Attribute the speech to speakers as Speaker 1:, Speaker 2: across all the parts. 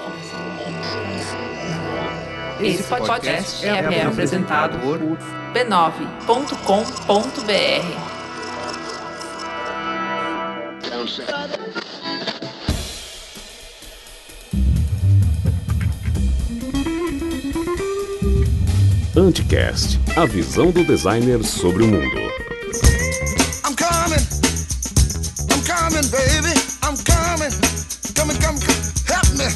Speaker 1: Esse podcast é apresentado por b9.com.br.
Speaker 2: Anticast, a visão do designer sobre o mundo.
Speaker 3: I'm coming, baby. I'm coming. Come, help me.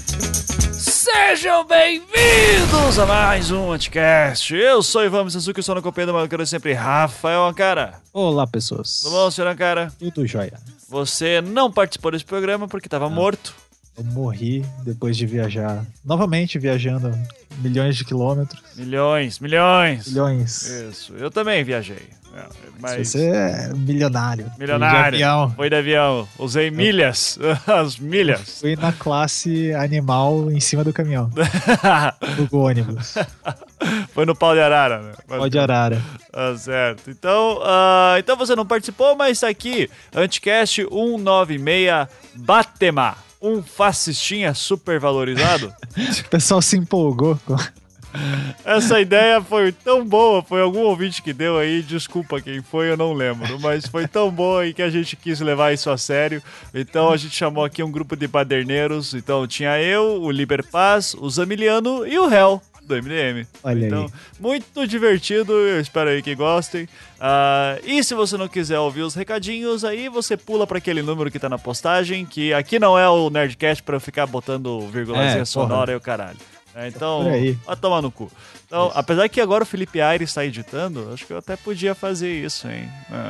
Speaker 4: Sejam bem-vindos a mais um Anticast. Eu sou Ivan Mizanzuki, estou na companhia do maluco sempre Rafael Ancara.
Speaker 5: Olá, pessoas.
Speaker 4: Tudo bom, senhor Ancara?
Speaker 5: Tudo jóia.
Speaker 4: Você não participou desse programa porque estava morto.
Speaker 5: Eu morri depois de viajar, novamente viajando milhões de quilômetros.
Speaker 4: Milhões. Isso, eu também viajei. Mas
Speaker 5: você é milionário.
Speaker 4: Foi de avião. Usei milhas. As milhas.
Speaker 5: Fui na classe animal em cima do caminhão. Do ônibus.
Speaker 4: Foi no pau de arara, né?
Speaker 5: Pau de arara.
Speaker 4: Certo. Então você não participou, mas tá aqui. Anticast 196 Batema. Um fascistinha super valorizado.
Speaker 5: O pessoal se empolgou com...
Speaker 4: Essa ideia foi tão boa, foi algum ouvinte que deu aí, desculpa quem foi, eu não lembro, mas foi tão boa aí que a gente quis levar isso a sério. Então a gente chamou aqui um grupo de baderneiros. Então tinha eu, o Liber Paz, o Zamiliano e o Hel do MDM.
Speaker 5: Olha
Speaker 4: então,
Speaker 5: aí.
Speaker 4: Muito divertido, eu espero aí que gostem. E se você não quiser ouvir os recadinhos, aí você pula para aquele número que tá na postagem, que aqui não é o Nerdcast para eu ficar botando vírgulazinha sonora e o caralho. Então, vai tomar no cu. Então, isso. Apesar que agora o Felipe Aires está editando, acho que eu até podia fazer isso, hein?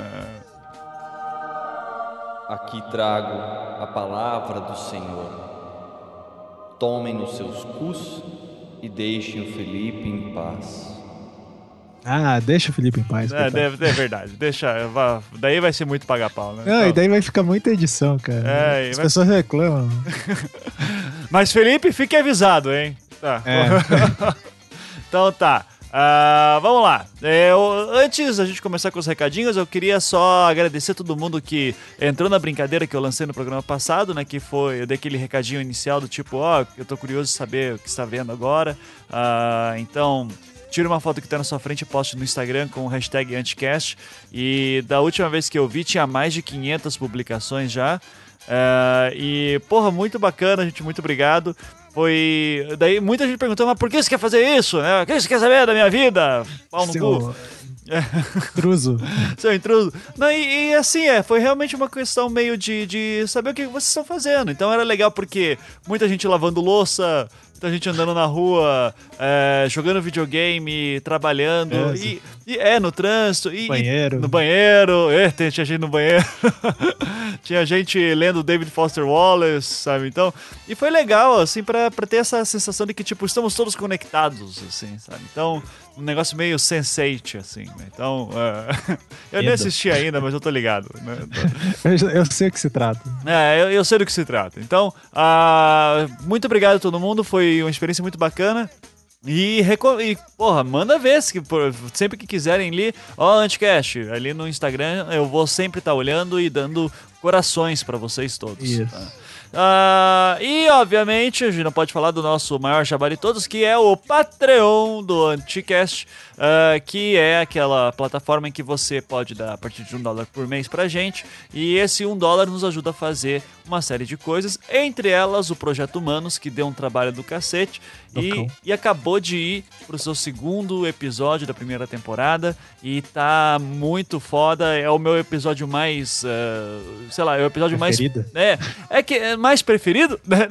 Speaker 6: Aqui trago a palavra do Senhor. Tomem nos seus cus e deixem o Felipe em paz.
Speaker 5: Deixa o Felipe em paz.
Speaker 4: É verdade. Daí vai ser muito pagar pau, né?
Speaker 5: Não, e daí vai ficar muita edição, cara. As pessoas reclamam.
Speaker 4: Mas Felipe, fique avisado, hein? Tá. Então tá. Vamos lá. Antes da gente começar com os recadinhos, eu queria só agradecer a todo mundo que entrou na brincadeira que eu lancei no programa passado, né? Que foi daquele recadinho inicial do tipo, eu tô curioso de saber o que você está vendo agora. Então, tira uma foto que tá na sua frente e poste no Instagram com o hashtag Anticast. E da última vez que eu vi, tinha mais de 500 publicações já. E, porra, muito bacana, gente, muito obrigado. Daí muita gente perguntou, mas por que você quer fazer isso? O que você quer saber da minha vida? Pau no cu.
Speaker 5: Intruso.
Speaker 4: Seu intruso. Não, e assim, foi realmente uma questão meio de saber o que vocês estão fazendo. Então era legal porque muita gente lavando louça, muita gente andando na rua, jogando videogame, trabalhando, no trânsito,
Speaker 5: banheiro.
Speaker 4: No banheiro, tinha gente no banheiro, tinha gente lendo David Foster Wallace, sabe? Então, e foi legal, assim, pra ter essa sensação de que, tipo, estamos todos conectados, assim, sabe? Então, um negócio meio Sense8, assim, né? Então, eu nem assisti ainda, mas eu tô ligado, né?
Speaker 5: Eu sei o que se trata.
Speaker 4: Eu sei do que se trata. Então, muito obrigado a todo mundo, foi uma experiência muito bacana. E porra, manda ver, sempre que quiserem ali, Anticast, ali no Instagram, eu vou sempre estar olhando e dando corações pra vocês todos.
Speaker 5: Isso.
Speaker 4: E, obviamente, a gente não pode falar do nosso maior jabá de todos, que é o Patreon do Anticast, que é aquela plataforma em que você pode dar a partir de $1 por mês pra gente, e esse $1 nos ajuda a fazer uma série de coisas, entre elas o Projeto Humanos, que deu um trabalho do cacete, e acabou de ir pro seu segundo episódio da primeira temporada, e tá muito foda, é o meu episódio mais, é o episódio
Speaker 5: preferido?
Speaker 4: Mais preferido, né?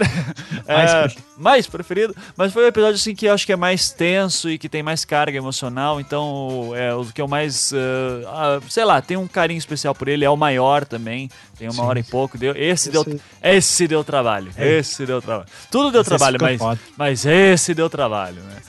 Speaker 4: Mais preferido, mas foi o episódio assim que eu acho que é mais tenso e que tem mais carga emocional, então é o que eu mais, tem um carinho especial por ele, é o maior também, tem uma hora e pouco, esse deu trabalho, tudo deu trabalho, mas esse deu trabalho, né?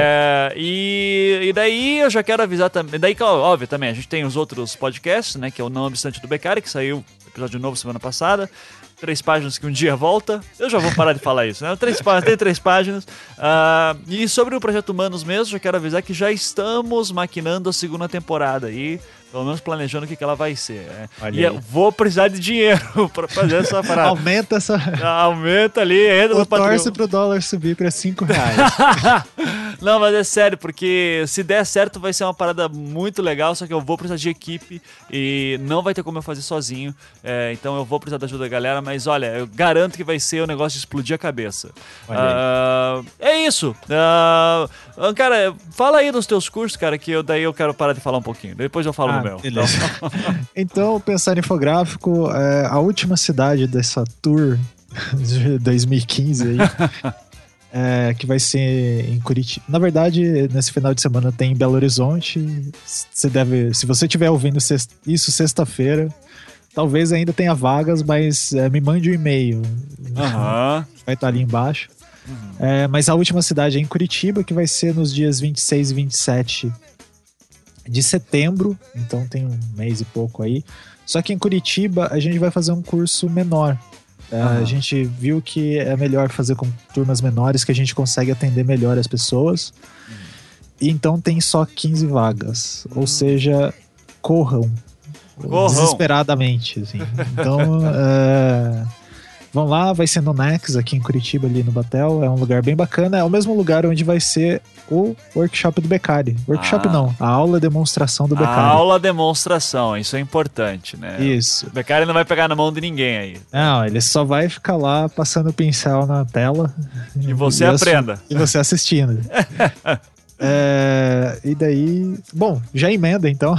Speaker 4: E daí eu já quero avisar também, óbvio também, a gente tem os outros podcasts, né, que é o Não Obstante do Beccari, que saiu episódio novo semana passada, 3 páginas que um dia volta. Eu já vou parar de falar isso, né? Tem 3 páginas. E sobre o Projeto Humanos mesmo, já quero avisar que já estamos maquinando a segunda temporada. E Pelo menos planejando o que ela vai ser. Né?
Speaker 5: Olha
Speaker 4: E
Speaker 5: aí.
Speaker 4: eu vou precisar de dinheiro pra fazer essa parada.
Speaker 5: Aumenta essa.
Speaker 4: Aumenta ali, entra
Speaker 5: Ou
Speaker 4: no Patreon.
Speaker 5: torce pro dólar subir pra R$5.
Speaker 4: Não, mas é sério, porque se der certo vai ser uma parada muito legal, só que eu vou precisar de equipe e não vai ter como eu fazer sozinho. Então eu vou precisar da ajuda da galera, mas olha, eu garanto que vai ser um negócio de explodir a cabeça. É isso. Cara, fala aí dos teus cursos, cara, que daí eu quero parar de falar um pouquinho. Depois eu falo no meu.
Speaker 5: Beleza. Então, pensar infográfico, a última cidade dessa tour de 2015 aí, que vai ser em Curitiba. Na verdade, nesse final de semana tem em Belo Horizonte. Se você estiver ouvindo isso sexta-feira, talvez ainda tenha vagas, mas me mande um e-mail. Vai estar ali embaixo. Mas a última cidade é em Curitiba, que vai ser nos dias 26 e 27 de setembro. Então tem um mês e pouco aí. Só que em Curitiba a gente vai fazer um curso menor. A gente viu que é melhor fazer com turmas menores, que a gente consegue atender melhor as pessoas. E então tem só 15 vagas. Ou seja, corram. Desesperadamente. Assim. Então, vão lá, vai ser no Nex, aqui em Curitiba, ali no Batel. É um lugar bem bacana. É o mesmo lugar onde vai ser o workshop do Beccari. Workshop não, a aula demonstração do Beccari.
Speaker 4: A aula demonstração, isso é importante, né?
Speaker 5: Isso.
Speaker 4: O Beccari não vai pegar na mão de ninguém aí.
Speaker 5: Não, ele só vai ficar lá passando o pincel na tela.
Speaker 4: E você aprenda.
Speaker 5: E você assistindo. E daí... Bom, já emenda então.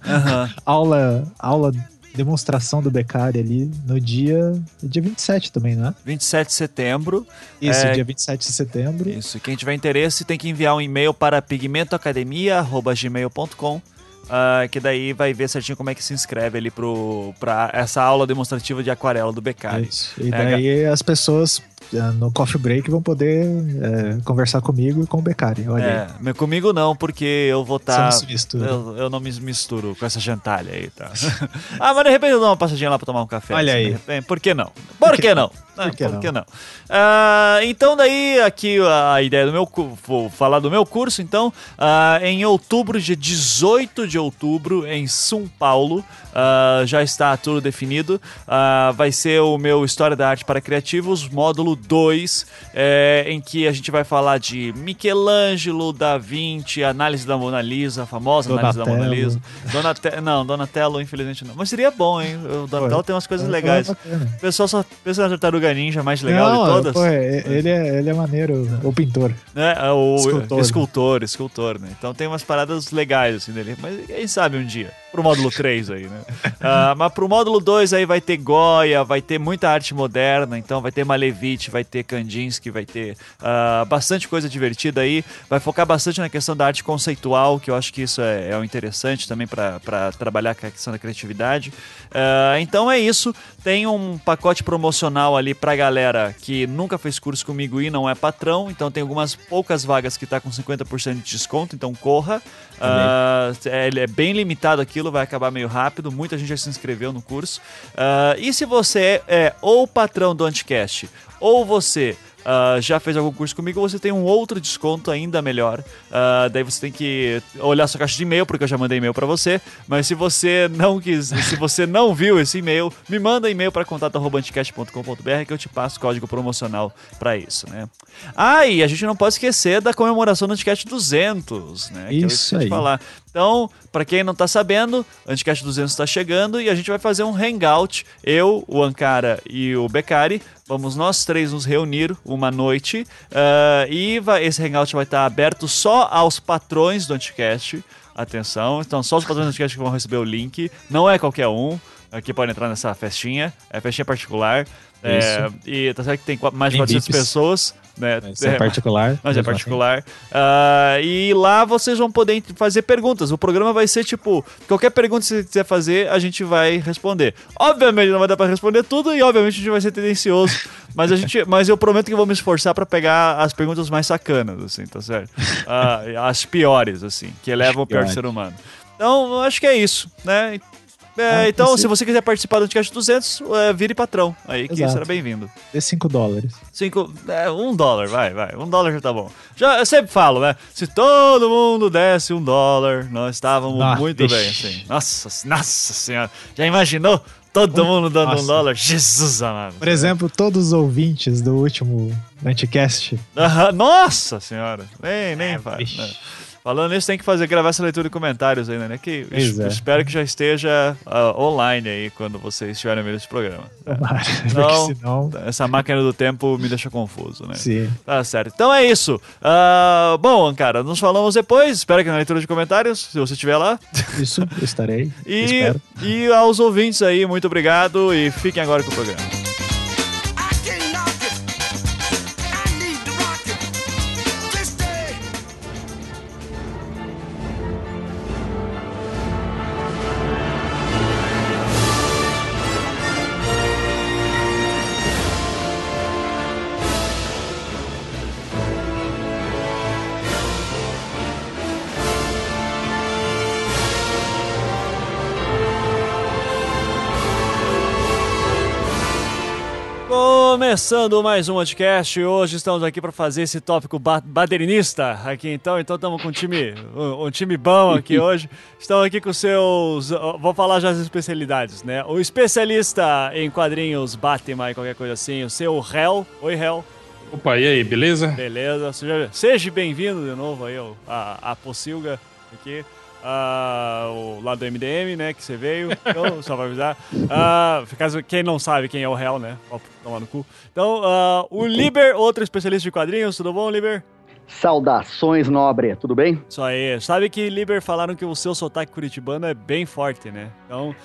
Speaker 5: Aula demonstração do Beccari ali no dia 27 também, né?
Speaker 4: 27 de setembro.
Speaker 5: Isso, dia 27 de setembro.
Speaker 4: Isso, quem tiver interesse tem que enviar um e-mail para pigmentoacademia@gmail.com, que daí vai ver certinho como é que se inscreve ali pra essa aula demonstrativa de aquarela do Beccari.
Speaker 5: Isso. E daí as pessoas no coffee break vão poder conversar comigo e com o Beccari. Olha
Speaker 4: aí. Comigo não, porque eu vou estar...
Speaker 5: Você não se mistura.
Speaker 4: Eu não me misturo com essa gentalha aí, tá? Mas de repente eu dou uma passadinha lá pra tomar um café.
Speaker 5: Olha
Speaker 4: assim,
Speaker 5: aí.
Speaker 4: Repente, por que não? Por que não? Por que não? Então daí aqui a ideia vou falar do meu curso, então, em outubro, dia 18 de outubro, em São Paulo, já está tudo definido, vai ser o meu História da Arte para Criativos, módulo 2, em que a gente vai falar de Michelangelo, Da Vinci, análise da Mona Lisa, a famosa análise da Mona Lisa. Donatello, infelizmente não. Mas seria bom, hein? O Donatello tem umas coisas legais. O pessoal só pensa na Tartaruga Ninja, mais legal de todas.
Speaker 5: Ele é maneiro, o pintor.
Speaker 4: O
Speaker 5: escultor,
Speaker 4: escultor, né? Então tem umas paradas legais assim dele. Mas quem sabe um dia. Pro módulo 3 aí, né? Mas pro módulo 2 aí vai ter Goya, vai ter muita arte moderna, então vai ter Malevich, vai ter Kandinsky, vai ter bastante coisa divertida aí. Vai focar bastante na questão da arte conceitual, que eu acho que isso é o interessante também para trabalhar com a questão da criatividade. Então é isso. Tem um pacote promocional ali pra galera que nunca fez curso comigo e não é patrão, então tem algumas poucas vagas que tá com 50% de desconto, então corra. Ele é bem limitado aquilo, vai acabar meio rápido, muita gente já se inscreveu no curso. E se você é ou patrão do Anticast, ou você já fez algum curso comigo, você tem um outro desconto ainda melhor. Daí você tem que olhar sua caixa de e-mail, porque eu já mandei e-mail pra você. Mas se você não viu esse e-mail, me manda e-mail para contato@anticast.com.br que eu te passo o código promocional pra isso, né? E a gente não pode esquecer da comemoração do Anticast 200, né?
Speaker 5: Isso aí.
Speaker 4: Falar. Então, pra quem não tá sabendo, o Anticast 200 tá chegando e a gente vai fazer um hangout. Eu, o Ankara e o Beccari. Vamos nós três nos reunir uma noite. Esse hangout vai estar aberto só aos patrões do Anticast. Atenção, então só os patrões do Anticast que vão receber o link. Não é qualquer um que pode entrar nessa festinha. É festinha particular. E tá certo que tem mais de 400 pessoas. Né?
Speaker 5: Mas é particular.
Speaker 4: Mas é particular. E lá vocês vão poder fazer perguntas. O programa vai ser tipo, qualquer pergunta que você quiser fazer, a gente vai responder. Obviamente não vai dar pra responder tudo e obviamente a gente vai ser tendencioso. Mas eu prometo que eu vou me esforçar pra pegar as perguntas mais sacanas, assim, tá certo? As piores, assim, que elevam o pior ser humano. Então, eu acho que é isso, né? Então, se você quiser participar do Anticast 200, vire patrão. Aí que
Speaker 5: Exato.
Speaker 4: será bem-vindo.
Speaker 5: Dê $5.
Speaker 4: $1, vai. $1 já tá bom. Eu sempre falo, né? Se todo mundo desse $1, nós estávamos muito bem, assim. Nossa senhora. Já imaginou? Todo mundo dando $1? Jesus amado.
Speaker 5: Por exemplo, todos os ouvintes do último Anticast.
Speaker 4: Nossa senhora. Nem faz. Né? Falando nisso, tem que gravar essa leitura de comentários ainda, né? Que espero que já esteja online aí quando vocês estiverem vendo esse programa. Então, senão... essa máquina do tempo me deixa confuso, né?
Speaker 5: Sim.
Speaker 4: Tá certo. Então é isso. Bom, cara, nos falamos depois. Espero que na leitura de comentários, se você estiver lá.
Speaker 5: Isso, eu estarei.
Speaker 4: E aos ouvintes aí, muito obrigado e fiquem agora com o programa. Começando mais um podcast, hoje estamos aqui para fazer esse tópico baderinista aqui, então estamos com um time bom aqui hoje. Estamos aqui com seus, vou falar já as especialidades, né? O especialista em quadrinhos Batman e qualquer coisa assim, o seu Hel. Oi, Hel.
Speaker 7: Opa, e aí, beleza?
Speaker 4: Beleza, seja bem-vindo de novo aí, a Pocilga aqui. O lado do MDM, né, que você veio, então, só pra avisar. Caso quem não sabe quem é o Hel, né, ó, tomar no cu. Então, o Liber, outro especialista de quadrinhos, tudo bom, Liber?
Speaker 8: Saudações, nobre, tudo bem?
Speaker 4: Isso aí. Sabe que, Liber, falaram que o seu sotaque curitibano é bem forte, né? Então...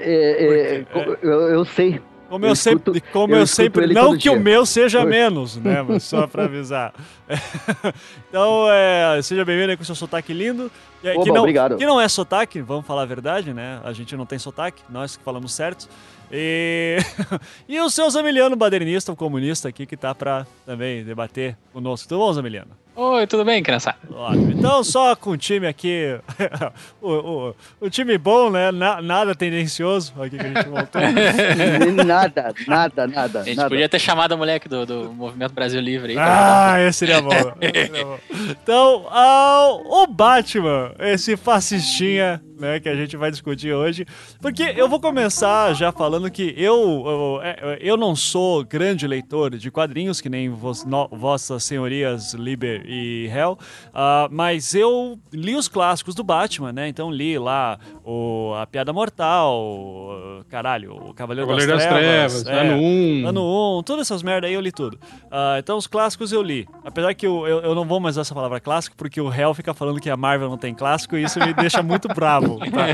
Speaker 8: eu sei.
Speaker 4: Como eu sempre não que o meu seja menos, né? Mas só pra avisar. Então, seja bem-vindo aí com o seu sotaque lindo.
Speaker 8: Obrigado.
Speaker 4: Que não é sotaque, vamos falar a verdade, né? A gente não tem sotaque, nós que falamos certo. E o seu Zamiliano badernista, o comunista aqui, que tá pra também debater conosco. Tudo bom, Zamiliano?
Speaker 9: Oi, tudo bem, criançada?
Speaker 4: Ótimo. Então, só com o time aqui, o time bom, né? Nada tendencioso aqui que a gente montou.
Speaker 8: Nada.
Speaker 9: A gente podia ter chamado a mulher aqui do Movimento Brasil Livre
Speaker 4: esse
Speaker 9: aí.
Speaker 4: seria bom. Então, o Batman, esse fascistinha, né, que a gente vai discutir hoje, porque eu vou começar já falando que eu não sou grande leitor de quadrinhos, que nem vossas senhorias Liber e Hel, mas eu li os clássicos do Batman, né, então li lá a Piada Mortal, o Cavaleiro das Trevas, Ano 1, todas essas merda aí eu li tudo. Então os clássicos eu li, apesar que eu não vou mais usar essa palavra clássico, porque o Hel fica falando que a Marvel não tem clássico e isso me deixa muito bravo. Tá?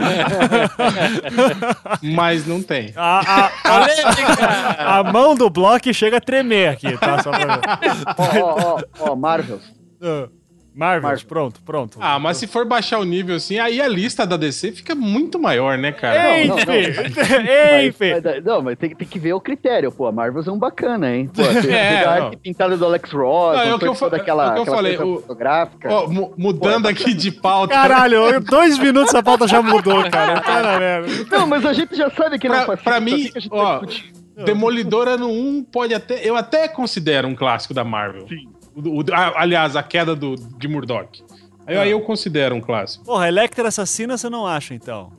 Speaker 7: Mas não tem.
Speaker 4: A mão do bloco chega a tremer aqui, tá? Só pra ver.
Speaker 8: Marvels.
Speaker 4: Marvels, pronto.
Speaker 7: Mas se for baixar o nível assim, aí a lista da DC fica muito maior, né, cara?
Speaker 8: Mas tem que ver o critério, pô. A Marvels é um bacana, hein? Pô, a arte pintada do Alex Ross,
Speaker 7: aquela
Speaker 8: falei, fotográfica.
Speaker 7: Mudando aqui de pauta.
Speaker 4: Caralho, 2 minutos a pauta já mudou, cara. Tá na merda.
Speaker 8: Não, mas a gente já sabe que não faz.
Speaker 7: Pra mim, Demolidor Ano 1 eu até considero um clássico da Marvel. Sim. Aliás, a queda de Murdoch. Aí eu considero um clássico.
Speaker 4: Porra, Electra Assassina você não acha, então?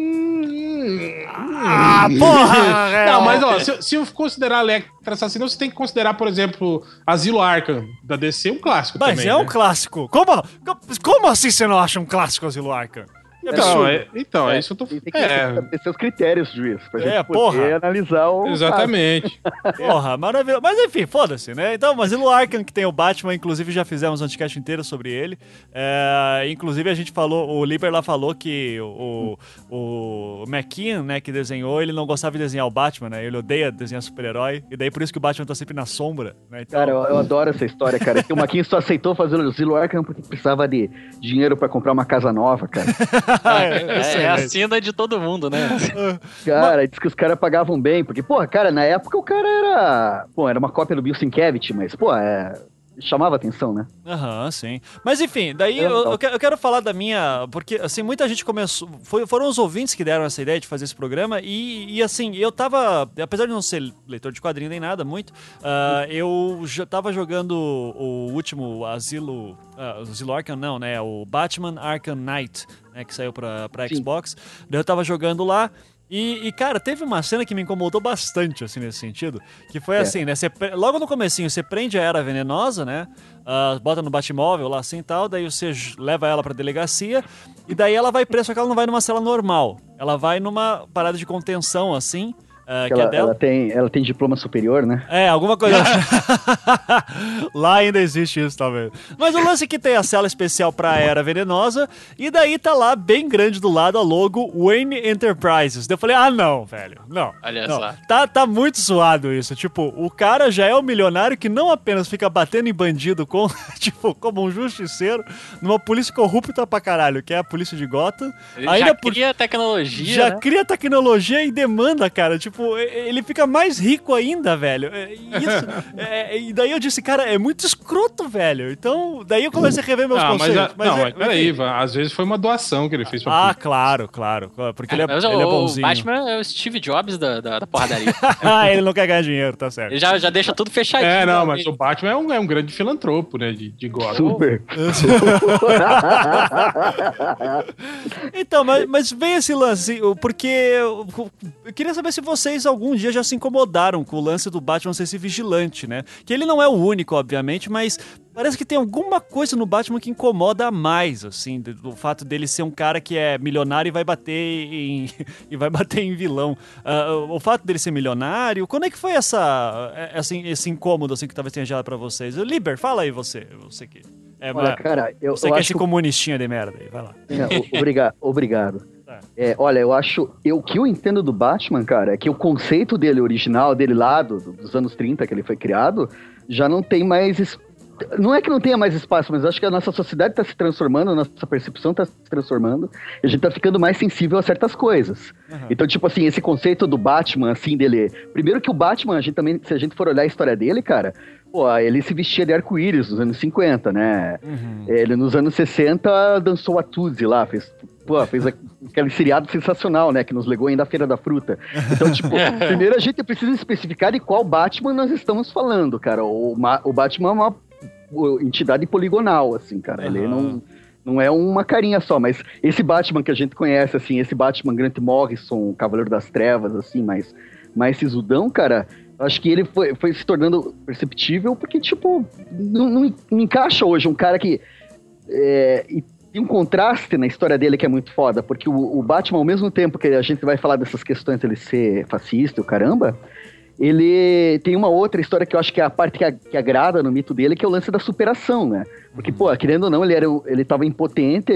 Speaker 4: Porra!
Speaker 7: Não, mas se eu considerar Electra Assassina, você tem que considerar, por exemplo, Asilo Arkham da DC um clássico também.
Speaker 4: Mas é um clássico. Como assim você não acha um clássico Asilo Arkham?
Speaker 7: Então, é isso que eu tô falando.
Speaker 8: Tem que ter seus critérios, juiz, pra gente poder
Speaker 7: porra.
Speaker 8: analisar o
Speaker 7: Exatamente.
Speaker 4: Porra, maravilhoso. Mas enfim, foda-se, né? Então, mas o Arkham, que tem o Batman, inclusive já fizemos um podcast inteiro sobre ele. Inclusive a gente falou, o Liber lá falou que o McKean, né, que desenhou, ele não gostava de desenhar o Batman, né? Ele odeia desenhar super-herói, e daí por isso que o Batman tá sempre na sombra, né? Então...
Speaker 8: Cara, eu adoro essa história, cara. Que o McKean só aceitou fazer o Zilo Arkham porque precisava de dinheiro pra comprar uma casa nova, cara.
Speaker 9: É a sina de todo mundo, né?
Speaker 8: Cara, diz que os caras pagavam bem, porque, porra, cara, na época o cara era uma cópia do Bill Sienkiewicz, mas, pô, chamava atenção, né?
Speaker 4: Aham, sim. Mas enfim, daí eu quero falar da minha... Porque, assim, muita gente começou... Foram os ouvintes que deram essa ideia de fazer esse programa e assim, eu tava... Apesar de não ser leitor de quadrinho nem nada muito, eu já tava jogando o último Asilo Arkham, não, né? O Batman Arkham Knight, né? Que saiu pra Xbox. Daí eu tava jogando lá. E, cara, teve uma cena que me incomodou bastante, assim, nesse sentido, que foi assim, né, logo no comecinho, você prende a Era Venenosa, né, bota no Batmóvel lá assim e tal, daí você leva ela pra delegacia, e daí ela vai presa, só que ela não vai numa cela normal, ela vai numa parada de contenção, assim, que é dela.
Speaker 8: Ela tem diploma superior, né?
Speaker 4: Alguma coisa assim. Lá ainda existe isso, talvez. Mas o lance é que tem a cela especial pra Era Venenosa, e daí tá lá, bem grande do lado, a logo Wayne Enterprises. Daí eu falei, não, velho, não.
Speaker 9: Olha só.
Speaker 4: Tá muito zoado isso. Tipo, o cara já é um milionário que não apenas fica batendo em bandido como um justiceiro, numa polícia corrupta pra caralho, que é a polícia de Gotham.
Speaker 9: Ele ainda já cria tecnologia,
Speaker 4: Já
Speaker 9: né?
Speaker 4: cria tecnologia e demanda, cara. Tipo, ele fica mais rico ainda, velho. E daí eu disse, cara, é muito escroto, velho. Então, daí eu comecei a rever meus conceitos.
Speaker 7: Mas peraí, às vezes foi uma doação que ele fez pra
Speaker 4: claro. Porque ele é bonzinho.
Speaker 9: O Batman é o Steve Jobs da porradaria.
Speaker 4: Ele não quer ganhar dinheiro, tá certo.
Speaker 9: Ele já deixa tudo fechadinho.
Speaker 7: Mas o Batman é um grande filantropo, né, de Gotham.
Speaker 8: Super.
Speaker 4: Então, mas vem esse lance, porque eu queria saber se vocês algum dia já se incomodaram com o lance do Batman ser esse vigilante, né? Que ele não é o único, obviamente, mas parece que tem alguma coisa no Batman que incomoda mais, assim, do fato dele ser um cara que é milionário e vai bater em vilão. O fato dele ser milionário, quando é que foi esse incômodo, assim, que talvez tenha gerado pra vocês? Liber, fala aí você que...
Speaker 8: Olha, cara, eu
Speaker 4: que é
Speaker 8: acho
Speaker 4: esse comunistinha de merda aí, vai lá.
Speaker 8: Obrigado. Olha, o que eu entendo do Batman, cara, é que o conceito dele, original, dele lá dos anos 30, que ele foi criado, já não tem mais... Não é que não tenha mais espaço, mas eu acho que a nossa sociedade está se transformando, a nossa percepção está se transformando, e a gente está ficando mais sensível a certas coisas. Uhum. Então, tipo assim, esse conceito do Batman, assim, dele... Primeiro que o Batman, se a gente for olhar a história dele, cara... ele se vestia de arco-íris nos anos 50, né? Uhum. Ele, nos anos 60, dançou a Tuzi lá, fez aquele seriado sensacional, né? Que nos legou ainda a Feira da Fruta. Então, tipo, primeiro a gente precisa especificar de qual Batman nós estamos falando, cara. O Batman é uma entidade poligonal, assim, cara. Ele não é uma carinha só, mas esse Batman que a gente conhece, assim, esse Batman Grant Morrison, Cavaleiro das Trevas, assim, mais sisudão, cara... Acho que ele foi se tornando perceptível porque, tipo, não encaixa hoje um cara que... E tem um contraste na história dele que é muito foda, porque o Batman, ao mesmo tempo que a gente vai falar dessas questões dele ser fascista e o caramba, ele tem uma outra história que eu acho que é a parte que agrada no mito dele, que é o lance da superação, né? Porque, querendo ou não, ele tava impotente,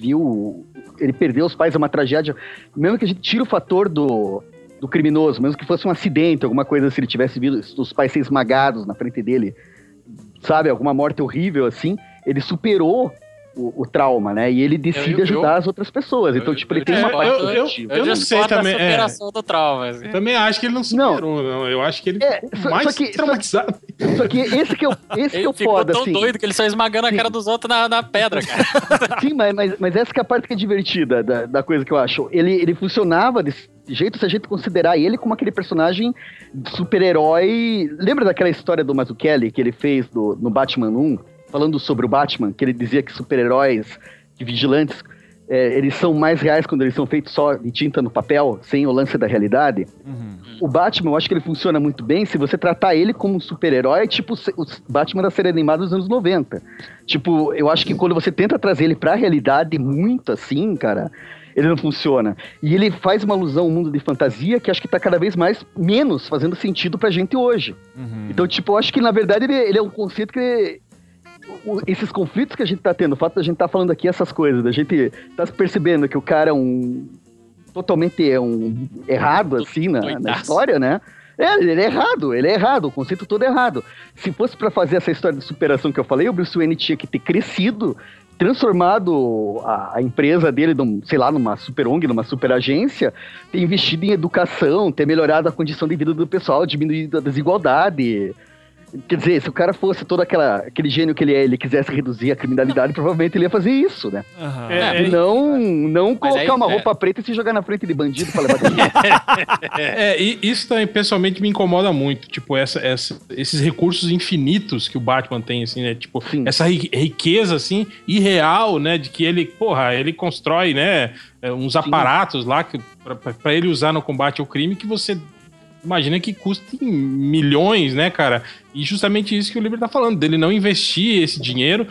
Speaker 8: ele perdeu os pais, é uma tragédia. Mesmo que a gente tire o fator do criminoso, mesmo que fosse um acidente, alguma coisa, se ele tivesse visto os pais ser esmagados na frente dele, sabe, alguma morte horrível, assim, ele superou o trauma, né, e ele decide ajudar as outras pessoas, então, tipo, ele tem uma parte positiva.
Speaker 7: Eu não sei também,
Speaker 9: superação do trauma, assim.
Speaker 7: Também acho que ele não superou, não, eu acho que ele ficou mais traumatizado.
Speaker 8: Só que esse que é o foda,
Speaker 9: assim. Ele ficou tão doido que ele só esmagando a cara dos outros na pedra, cara.
Speaker 8: Sim, mas essa que é a parte que é divertida da coisa que eu acho. Ele funcionava desse jeito se a gente considerar ele como aquele personagem super-herói. Lembra daquela história do Mazzucchelli que ele fez no Batman 1, falando sobre o Batman, que ele dizia que super-heróis, que vigilantes, eles são mais reais quando eles são feitos só de tinta no papel, sem o lance da realidade? Uhum. O Batman, eu acho que ele funciona muito bem se você tratar ele como um super-herói, tipo o Batman da série animada dos anos 90. Tipo, eu acho que quando você tenta trazer ele pra realidade muito assim, cara... ele não funciona. E ele faz uma alusão ao mundo de fantasia que acho que tá cada vez menos fazendo sentido pra gente hoje. Uhum. Então, tipo, eu acho que, na verdade, ele é um conceito que... esses conflitos que a gente tá tendo, o fato da gente tá falando aqui essas coisas, da gente tá percebendo que o cara é totalmente errado, assim, na história, né? Ele é errado, o conceito todo é errado. Se fosse pra fazer essa história de superação que eu falei, o Bruce Wayne tinha que ter crescido, transformado a empresa dele, numa super ONG, numa super agência, ter investido em educação, ter melhorado a condição de vida do pessoal, diminuído a desigualdade. Quer dizer, se o cara fosse todo aquele gênio que ele é, ele quisesse reduzir a criminalidade, provavelmente ele ia fazer isso, né? E não colocar uma roupa preta e se jogar na frente de bandido pra levar dinheiro.
Speaker 7: E isso também, pessoalmente, me incomoda muito. Tipo, esses recursos infinitos que o Batman tem, assim, né? Tipo, essa riqueza, assim, irreal, né? De que ele constrói, né? Uns aparatos lá pra ele usar no combate ao crime que você imagina que custem milhões, né, cara? E justamente isso que o Liber tá falando, dele não investir esse dinheiro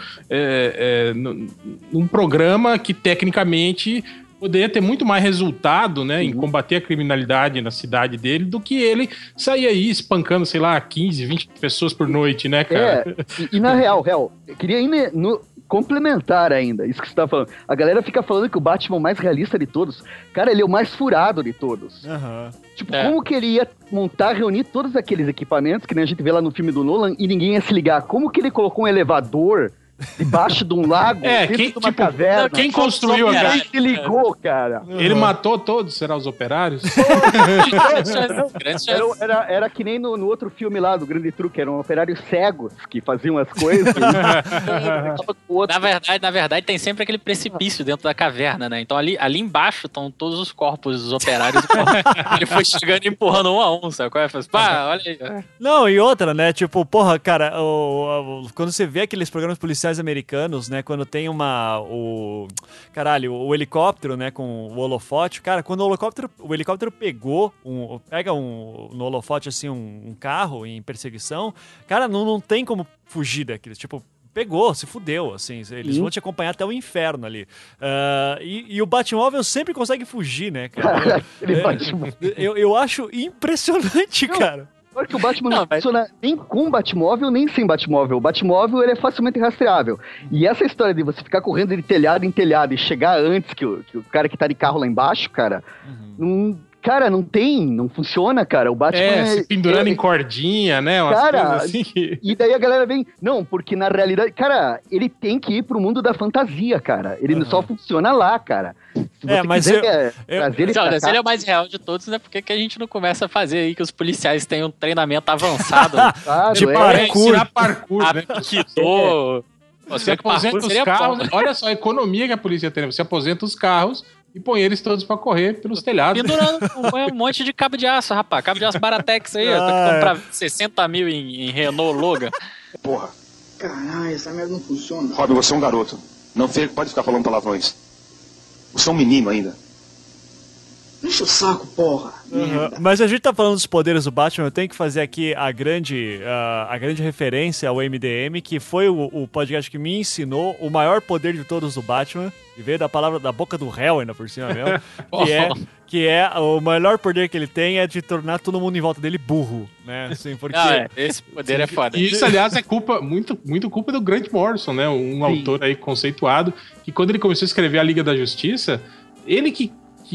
Speaker 7: num programa que, tecnicamente, poderia ter muito mais resultado, né, em combater a criminalidade na cidade dele do que ele sair aí espancando, sei lá, 15, 20 pessoas por noite, né, cara?
Speaker 8: E na real, eu queria ir complementar ainda isso que você tá falando. A galera fica falando que o Batman é o mais realista de todos. Cara, ele é o mais furado de todos. Tipo, como que ele ia reunir todos aqueles equipamentos que nem a gente vê lá no filme do Nolan e ninguém ia se ligar? Como que ele colocou um elevador debaixo de um lago, dentro de uma caverna?
Speaker 7: Quem construiu a
Speaker 8: Quem se ligou, cara?
Speaker 7: Ele matou todos, será os operários?
Speaker 8: Era que nem no outro filme lá, do Grande Truque, eram operários cegos que faziam as coisas.
Speaker 9: Na verdade, tem sempre aquele precipício dentro da caverna, né? Então ali embaixo estão todos os corpos dos operários. Ele foi chegando e empurrando um a um, sabe? Olha aí.
Speaker 4: Não, e outra, né? Tipo, porra, cara, quando você vê aqueles programas policiais americanos, né, quando tem o helicóptero, né, com o holofote, cara, quando o helicóptero pega no holofote, assim, um carro em perseguição, cara, não tem como fugir daquilo, tipo, pegou, se fudeu, assim, eles vão te acompanhar até o inferno ali. E o Batmóvel sempre consegue fugir, né, cara? Eu acho impressionante, cara.
Speaker 8: Claro que o Batman não funciona nem com Batmóvel, nem sem Batmóvel. O Batmóvel, ele é facilmente rastreável. E essa história de você ficar correndo de telhado em telhado e chegar antes que o cara que tá de carro lá embaixo, cara, não funciona, cara. O Batman
Speaker 7: se pendurando em cordinha, né?
Speaker 8: Umas coisas assim. E daí a galera vem, não, porque na realidade, cara, ele tem que ir pro mundo da fantasia, cara. Ele só funciona lá, cara.
Speaker 9: Mas ele é o mais real de todos, né? Por que a gente não começa a fazer aí que os policiais tenham um treinamento avançado?
Speaker 4: De parkour,
Speaker 7: né? Você aposenta os carros, olha só a economia que a polícia tem. Você aposenta os carros e põe eles todos pra correr pelos telhados.
Speaker 9: Pendurando um monte de cabo de aço, rapaz. Cabo de aço Baratex aí, ó. Tô aqui comprar 60 mil em Renault Logan.
Speaker 10: Porra. Caralho, essa merda não funciona. Rob, você é um garoto. Não pode ficar falando palavrões. Você é um menino ainda. Enche o saco, porra.
Speaker 4: Mas a gente tá falando dos poderes do Batman, eu tenho que fazer aqui a grande referência ao MDM, que foi o podcast que me ensinou o maior poder de todos do Batman, e veio da boca do réu ainda por cima mesmo, que é o melhor poder que ele tem é de tornar todo mundo em volta dele burro, né? Assim, porque...
Speaker 9: esse poder é foda.
Speaker 7: E isso, aliás, é muito culpa do Grant Morrison, né? Um autor aí conceituado, que quando ele começou a escrever a Liga da Justiça, ele que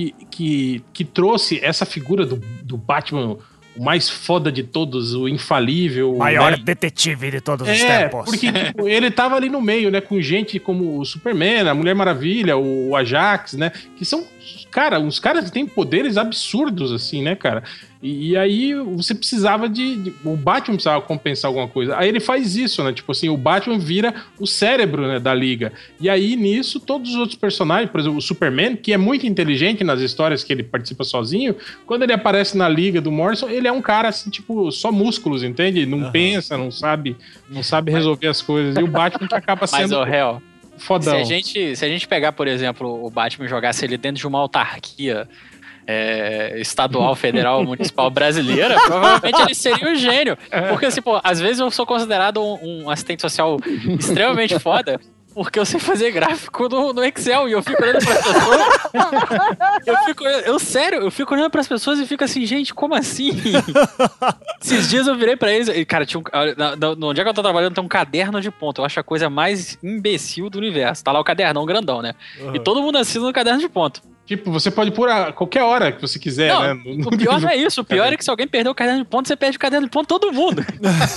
Speaker 7: trouxe essa figura do Batman, o mais foda de todos, o infalível...
Speaker 4: Maior detetive de todos os tempos.
Speaker 7: Porque tipo, ele tava ali no meio, né, com gente como o Superman, a Mulher Maravilha, o Ajax, né, que são, cara, uns caras que têm poderes absurdos, assim, né, cara? E aí você precisava o Batman precisava compensar alguma coisa. Aí ele faz isso, né? Tipo assim, o Batman vira o cérebro, né, da Liga. E aí, nisso, todos os outros personagens, por exemplo, o Superman, que é muito inteligente nas histórias que ele participa sozinho, quando ele aparece na Liga do Morrison, ele é um cara, assim, tipo, só músculos, entende? Não pensa, não sabe resolver as coisas. E o Batman que acaba sendo... fodão.
Speaker 9: Se a gente pegar, por exemplo, o Batman e jogasse ele dentro de uma autarquia estadual, federal, municipal brasileira, provavelmente ele seria um gênio. Porque, assim, pô, às vezes eu sou considerado um assistente social extremamente foda, porque eu sei fazer gráfico no Excel e eu fico olhando pras pessoas. Eu fico olhando pras pessoas e fico assim, gente, como assim? Esses dias eu virei pra eles e, cara, onde é que eu tô trabalhando tem um caderno de ponto. Eu acho a coisa mais imbecil do universo. Tá lá o cadernão grandão, né? E todo mundo assina no caderno de ponto.
Speaker 7: Tipo, você pode pôr a qualquer hora que você quiser,
Speaker 9: não,
Speaker 7: né?
Speaker 9: O pior não é isso. O pior é que se alguém perder o caderno de ponto, você perde o caderno de ponto todo mundo.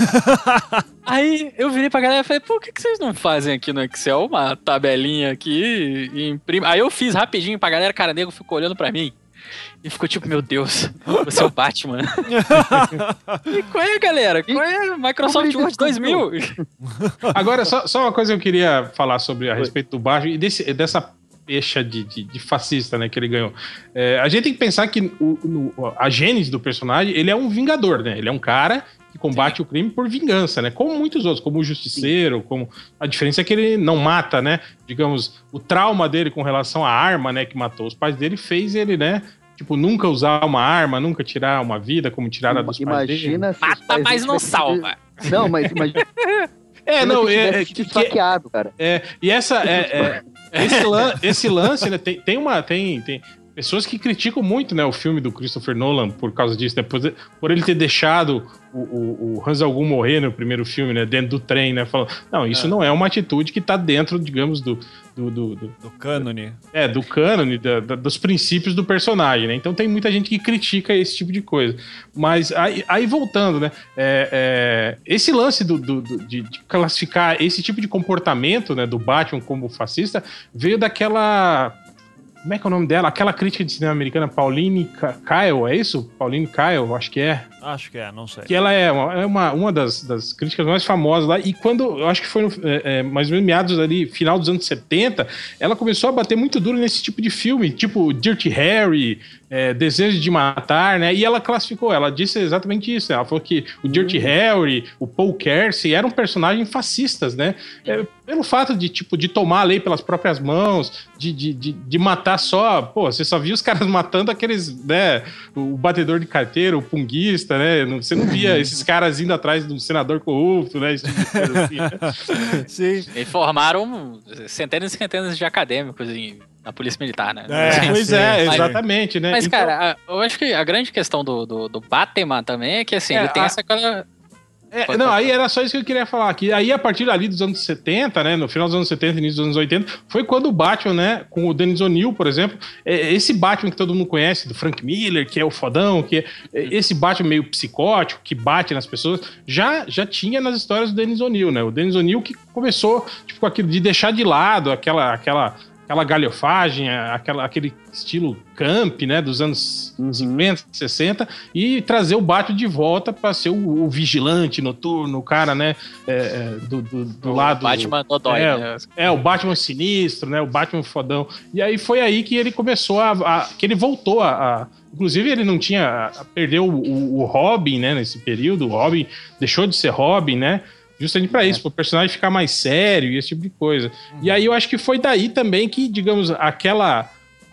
Speaker 9: Aí eu virei pra galera e falei, por que vocês não fazem aqui no Excel uma tabelinha aqui e imprime? Aí eu fiz rapidinho pra galera, cara, nego ficou olhando pra mim. E ficou tipo, meu Deus, você é o Batman. E qual é, galera? Qual é Microsoft Word 2000?
Speaker 7: Agora, só uma coisa que eu queria falar a respeito do Batman e dessa pecha de fascista, né, que ele ganhou. A gente tem que pensar que a gênese do personagem, ele é um vingador, né? Ele é um cara que combate o crime por vingança, né? Como muitos outros, como o Justiceiro, como... A diferença é que ele não mata, né? Digamos, o trauma dele com relação à arma, né, que matou os pais dele, fez ele, né, tipo, nunca usar uma arma, nunca tirar uma vida, como tiraram dos pais dele.
Speaker 8: Imagina se
Speaker 9: mata, mas não salva.
Speaker 8: Não, mas imagina...
Speaker 7: saqueado, cara. E esse lance, né, tem pessoas que criticam muito, né, o filme do Christopher Nolan por causa disso, né, por ele ter deixado o Hans Algum morrer no primeiro filme, né, dentro do trem, né, falando, não, isso não é uma atitude que tá dentro, digamos, do
Speaker 4: cânone.
Speaker 7: Do cânone, dos princípios do personagem, né, então tem muita gente que critica esse tipo de coisa, mas aí voltando, né, esse lance de classificar esse tipo de comportamento, né, do Batman como fascista, veio daquela... Como é que é o nome dela? Aquela crítica de cinema americana, Pauline Kael, é isso? Pauline Kael, acho que é.
Speaker 4: Acho que é, não sei.
Speaker 7: Que ela é uma das críticas mais famosas lá. E quando, eu acho que foi mais ou menos meados ali, final dos anos 70, ela começou a bater muito duro nesse tipo de filme, tipo Dirty Harry, Desejo de Matar, né? E ela classificou, ela disse exatamente isso. Ela falou que o Dirty Harry, o Paul Kersey eram personagens fascistas, né? Pelo fato de tomar a lei pelas próprias mãos, de matar só... Pô, você só via os caras matando aqueles, né? O batedor de carteira, o punguista, né? Você não via esses caras indo atrás do senador corrupto, né? Esse tipo de coisa assim, né?
Speaker 4: Sim.
Speaker 9: E formaram centenas e centenas de acadêmicos na Polícia Militar, né?
Speaker 7: Pois exatamente, né?
Speaker 9: Mas, então... cara, eu acho que a grande questão do Batman também é que, assim, ele tem essa coisa...
Speaker 7: aí era só isso que eu queria falar. Que aí, a partir ali dos anos 70, né? No final dos anos 70, início dos anos 80, foi quando o Batman, né? Com o Dennis O'Neil, por exemplo, esse Batman que todo mundo conhece, do Frank Miller, que é o fodão, que esse Batman meio psicótico, que bate nas pessoas, já tinha nas histórias do Dennis O'Neil, né? O Dennis O'Neil que começou, tipo, aquilo de deixar de lado aquela galhofagem, aquele estilo camp, né, dos anos 50, 60, e trazer o Batman de volta para ser o vigilante noturno, o cara, né, do lado...
Speaker 9: Batman Dodói, né?
Speaker 7: O Batman sinistro, né, o Batman fodão. E aí foi aí que ele começou que ele voltou inclusive ele não tinha... Perdeu o Robin, né, nesse período, o Robin deixou de ser Robin, né, justamente pra isso, pro personagem ficar mais sério e esse tipo de coisa. E aí eu acho que foi daí também que, digamos, aquela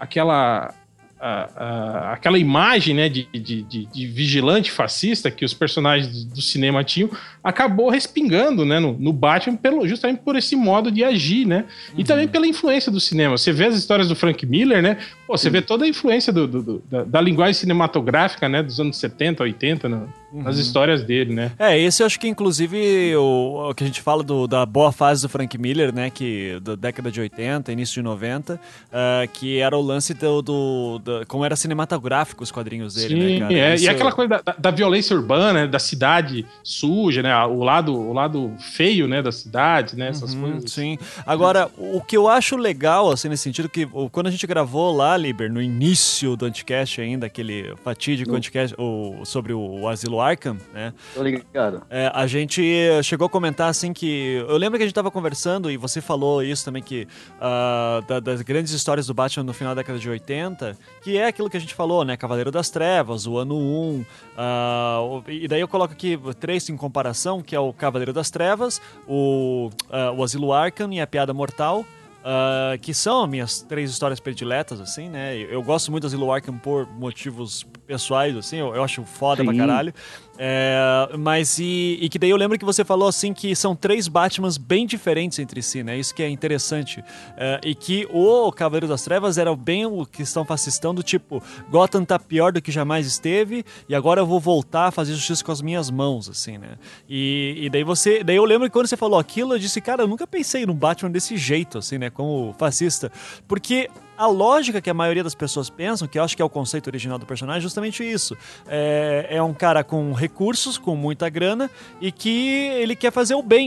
Speaker 7: imagem, né, de vigilante fascista que os personagens do cinema tinham, acabou respingando, né, no Batman, justamente por esse modo de agir, né? E também pela influência do cinema. Você vê as histórias do Frank Miller, né? Pô, você vê toda a influência da linguagem cinematográfica, né, dos anos 70, 80, nas histórias dele, né?
Speaker 4: Esse eu acho que, inclusive, o que a gente fala da boa fase do Frank Miller, né, que da década de 80, início de 90, que era o lance como era cinematográfico os quadrinhos dele, né, cara?
Speaker 7: E aquela coisa da violência urbana, né, da cidade suja, né, o lado feio, né, da cidade, né, essas coisas.
Speaker 4: Sim. Agora, o que eu acho legal, assim, nesse sentido, que quando a gente gravou lá, Liber, no início do Anticast ainda, aquele fatídico Anticast sobre o Asilo Arkham, né?
Speaker 8: Tô ligado.
Speaker 4: A gente chegou a comentar, assim, que... Eu lembro que a gente tava conversando, e você falou isso também, que das grandes histórias do Batman no final da década de 80, que é aquilo que a gente falou, né? Cavaleiro das Trevas, o Ano 1, e daí eu coloco aqui 3 em comparação, que é o Cavaleiro das Trevas, o Asilo Arkham e a Piada Mortal, que são minhas 3 histórias prediletas, assim, né? Eu gosto muito do Asilo Arkham por motivos pessoais, assim, eu acho foda pra caralho. Mas e que daí eu lembro que você falou, assim, que são 3 Batmans bem diferentes entre si, né? Isso que é interessante. E que o Cavaleiro das Trevas era bem o que estão fascistando, tipo, Gotham tá pior do que jamais esteve e agora eu vou voltar a fazer justiça com as minhas mãos, assim, né? E daí eu lembro que quando você falou aquilo, eu disse, cara, eu nunca pensei num Batman desse jeito, assim, né? Como fascista. Porque a lógica que a maioria das pessoas pensam, que eu acho que é o conceito original do personagem, é justamente isso. É um cara com recursos, com muita grana, e que ele quer fazer o bem.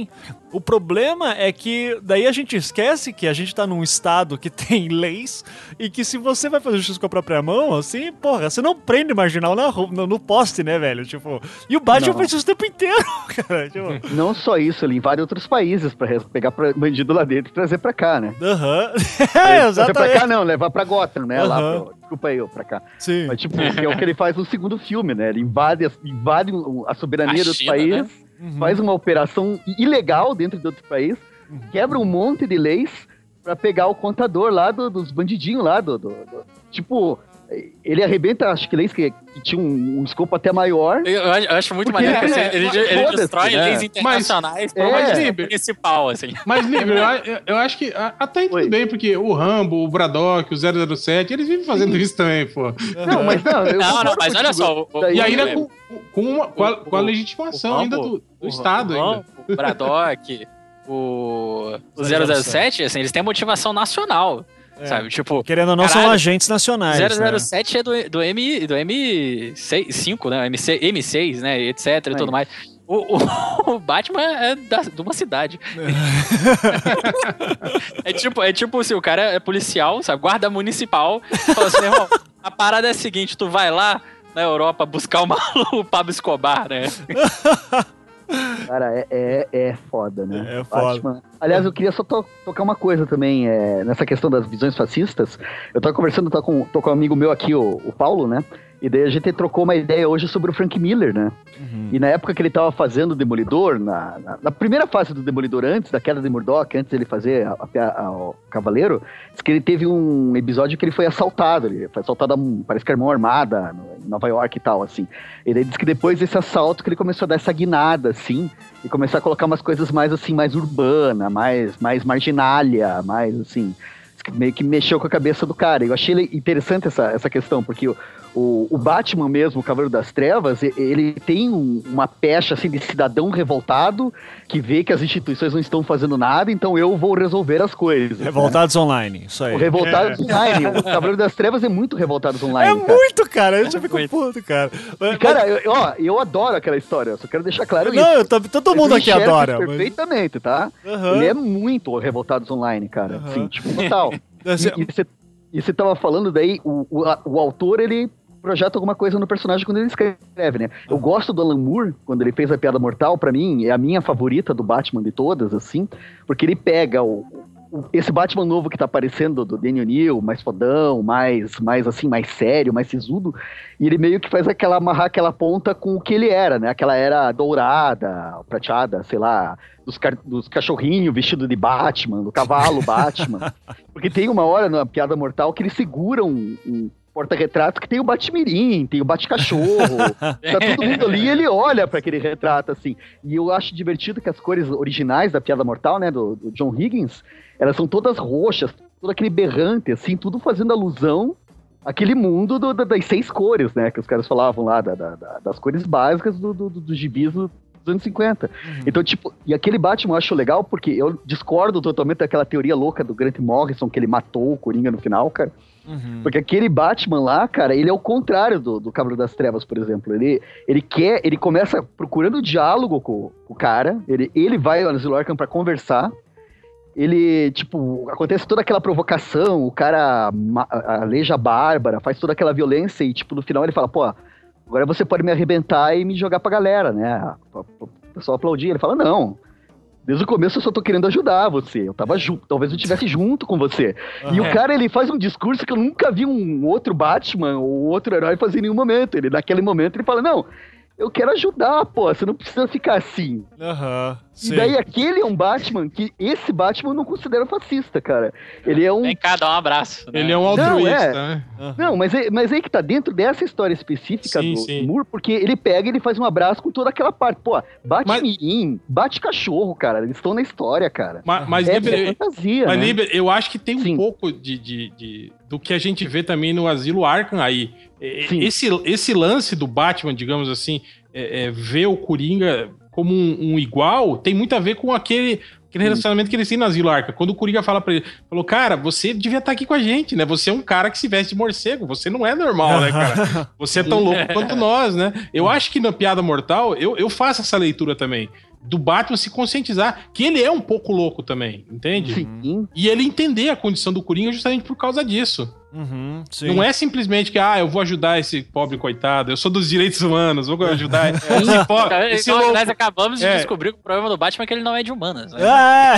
Speaker 4: O problema é que daí a gente esquece que a gente tá num estado que tem leis e que se você vai fazer justiça com a própria mão, assim, porra, você não prende marginal no poste, né, velho? Tipo, e o Batman faz isso o tempo inteiro, cara. Tipo...
Speaker 8: Não só isso, ele invade outros países pra pegar bandido lá dentro e trazer pra cá, né?
Speaker 4: Exatamente.
Speaker 8: Trazer pra cá não, levar pra Gotham, né? Desculpa aí, pra cá.
Speaker 4: Sim.
Speaker 8: Mas, tipo, é o que ele faz no segundo filme, né? Ele invade a soberania do país, né? Faz uma operação ilegal dentro de outro país, quebra um monte de leis pra pegar o contador lá dos bandidinhos lá, tipo... Ele arrebenta, acho que leis que tinha um escopo até maior.
Speaker 9: Eu acho muito maneiro que ele destrói leis internacionais para uma principal, assim.
Speaker 7: Mas, Livre, eu acho que até aí tudo bem, porque o Rambo, o Braddock, o 007, eles vivem fazendo isso também, pô.
Speaker 8: Não, mas não,
Speaker 9: mas olha só.
Speaker 7: E ainda com a legitimação ainda do Estado.
Speaker 9: O Braddock, o 007, assim, eles têm motivação nacional. Sabe, tipo...
Speaker 4: Querendo ou não, são agentes nacionais.
Speaker 9: 007 né? É do M5, né? M6, né? Etc. E tudo mais. O Batman é de uma cidade. é tipo se o cara é policial, sabe? Guarda municipal. Fala assim, irmão, a parada é a seguinte, tu vai lá na Europa buscar o Pablo Escobar, né?
Speaker 8: Cara, é foda, né?
Speaker 4: É foda.
Speaker 8: Batman. Aliás, eu queria só tocar uma coisa também, nessa questão das visões fascistas. Eu tava conversando, tô com um amigo meu aqui, o Paulo, né? E daí a gente trocou uma ideia hoje sobre o Frank Miller, né? E na época que ele tava fazendo o Demolidor, na primeira fase do Demolidor, antes da queda de Murdoch, antes dele fazer o Cavaleiro, diz que ele teve um episódio que ele foi assaltado. Ele foi assaltado, parece que a mão armada, em Nova York e tal, assim. E daí diz que depois desse assalto que ele começou a dar essa guinada, assim, e começar a colocar umas coisas mais, assim, mais urbana, mais marginália, mais, assim... meio que mexeu com a cabeça do cara. Eu achei interessante essa questão, porque o Batman mesmo, o Cavaleiro das Trevas, ele tem uma pecha assim, de cidadão revoltado que vê que as instituições não estão fazendo nada, então eu vou resolver as coisas.
Speaker 4: Revoltados online, isso aí.
Speaker 8: O Revoltados Online. O Cavaleiro das Trevas é muito Revoltados Online.
Speaker 4: Muito, cara. Eu já fico puto, cara.
Speaker 8: E, cara, eu adoro aquela história, eu só quero deixar claro isso.
Speaker 4: Não, todo mundo aqui adora.
Speaker 8: Perfeitamente, tá? Ele é muito Revoltados Online, cara. Sim, tipo, total. E você tava falando daí, o autor, ele projeta alguma coisa no personagem quando ele escreve, né? Eu gosto do Alan Moore, quando ele fez a Piada Mortal, pra mim, é a minha favorita do Batman de todas, assim, porque ele pega esse Batman novo que tá aparecendo, do Daniel O'Neill, mais fodão, mais assim, mais sério, mais sisudo, e ele meio que faz amarrar aquela ponta com o que ele era, né? Aquela era dourada, prateada, sei lá, dos cachorrinhos vestidos de Batman, do cavalo Batman. Porque tem uma hora na Piada Mortal que ele segura um porta-retrato que tem o Batmirim, tem o Bate-Cachorro, tá todo mundo ali e ele olha pra aquele retrato, assim. E eu acho divertido que as cores originais da Piada Mortal, né, do John Higgins, elas são todas roxas, todo aquele berrante, assim, tudo fazendo alusão àquele mundo das 6 cores, né, que os caras falavam lá, das cores básicas dos gibis dos anos 50. Então, tipo, e aquele Batman eu acho legal porque eu discordo totalmente daquela teoria louca do Grant Morrison, que ele matou o Coringa no final, cara. Porque aquele Batman lá, cara, ele é o contrário do Cavaleiro das Trevas, por exemplo. Ele começa procurando diálogo com o cara, ele vai ao Asilo Arkham pra conversar, ele, tipo, acontece toda aquela provocação, o cara aleija a Bárbara, faz toda aquela violência e, tipo, no final ele fala, pô, agora você pode me arrebentar e me jogar pra galera, né? O pessoal aplaudir, ele fala, não... Desde o começo eu só tô querendo ajudar você. Eu tava junto, talvez eu estivesse junto com você. E o cara, ele faz um discurso que eu nunca vi um outro Batman ou outro herói fazer em nenhum momento. Naquele momento, ele fala, não, eu quero ajudar, pô, você não precisa ficar assim. E daí aquele é um Batman que esse Batman eu não considero fascista, cara. Ele é um...
Speaker 9: Vem cá, dá um abraço. Né?
Speaker 7: Ele é um altruísta, né?
Speaker 8: Não, mas aí que tá dentro dessa história específica do Moore, porque ele pega e ele faz um abraço com toda aquela parte. Pô, Bate-mirim, Bate-cachorro, cara. Eles estão na história, cara.
Speaker 7: Mas
Speaker 8: é fantasia,
Speaker 7: mas
Speaker 8: né?
Speaker 7: Liber, eu acho que tem um pouco do que a gente vê também no Asilo Arkham aí. Esse lance do Batman, digamos assim, ver o Coringa como um igual, tem muito a ver com aquele relacionamento que eles têm no Asilo Arkham. Quando o Coringa fala pra ele, falou, cara, você devia estar aqui com a gente, né? Você é um cara que se veste de morcego, você não é normal, né, cara? Você é tão louco quanto nós, né? Eu acho que na Piada Mortal, eu faço essa leitura também. do Batman se conscientizar que ele é um pouco louco também, entende?
Speaker 8: Sim.
Speaker 7: E ele entender a condição do Coringa justamente por causa disso.
Speaker 4: Sim.
Speaker 7: Não é simplesmente que, eu vou ajudar esse pobre coitado, eu sou dos direitos humanos, vou ajudar esse pobre.
Speaker 9: Então, nós acabamos de descobrir que o problema do Batman é que ele não é de humanas. Né?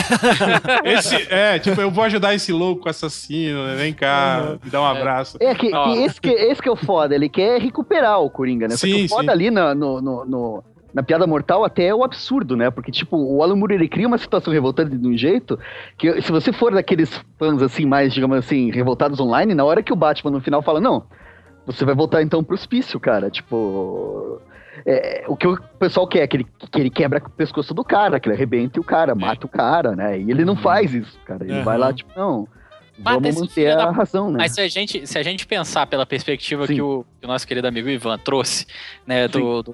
Speaker 7: Tipo, eu vou ajudar esse louco assassino, né? Vem cá, me dá um abraço.
Speaker 8: Esse que é o foda, ele quer recuperar o Coringa, né? Só que o foda ali na Piada Mortal até é o absurdo, né? Porque, tipo, o Alan Moore, ele cria uma situação revoltante de um jeito que, se você for daqueles fãs, assim, mais, digamos assim, revoltados online, na hora que o Batman no final fala, não, você vai voltar então pro hospício, cara. Tipo, o que o pessoal quer, que ele quebra o pescoço do cara, que ele arrebente o cara, mata o cara, né? E ele não faz isso, cara. Ele vai lá, tipo, não... Vamos manter a razão, né?
Speaker 9: Mas se a gente pensar pela perspectiva que o nosso querido amigo Ivan trouxe, né,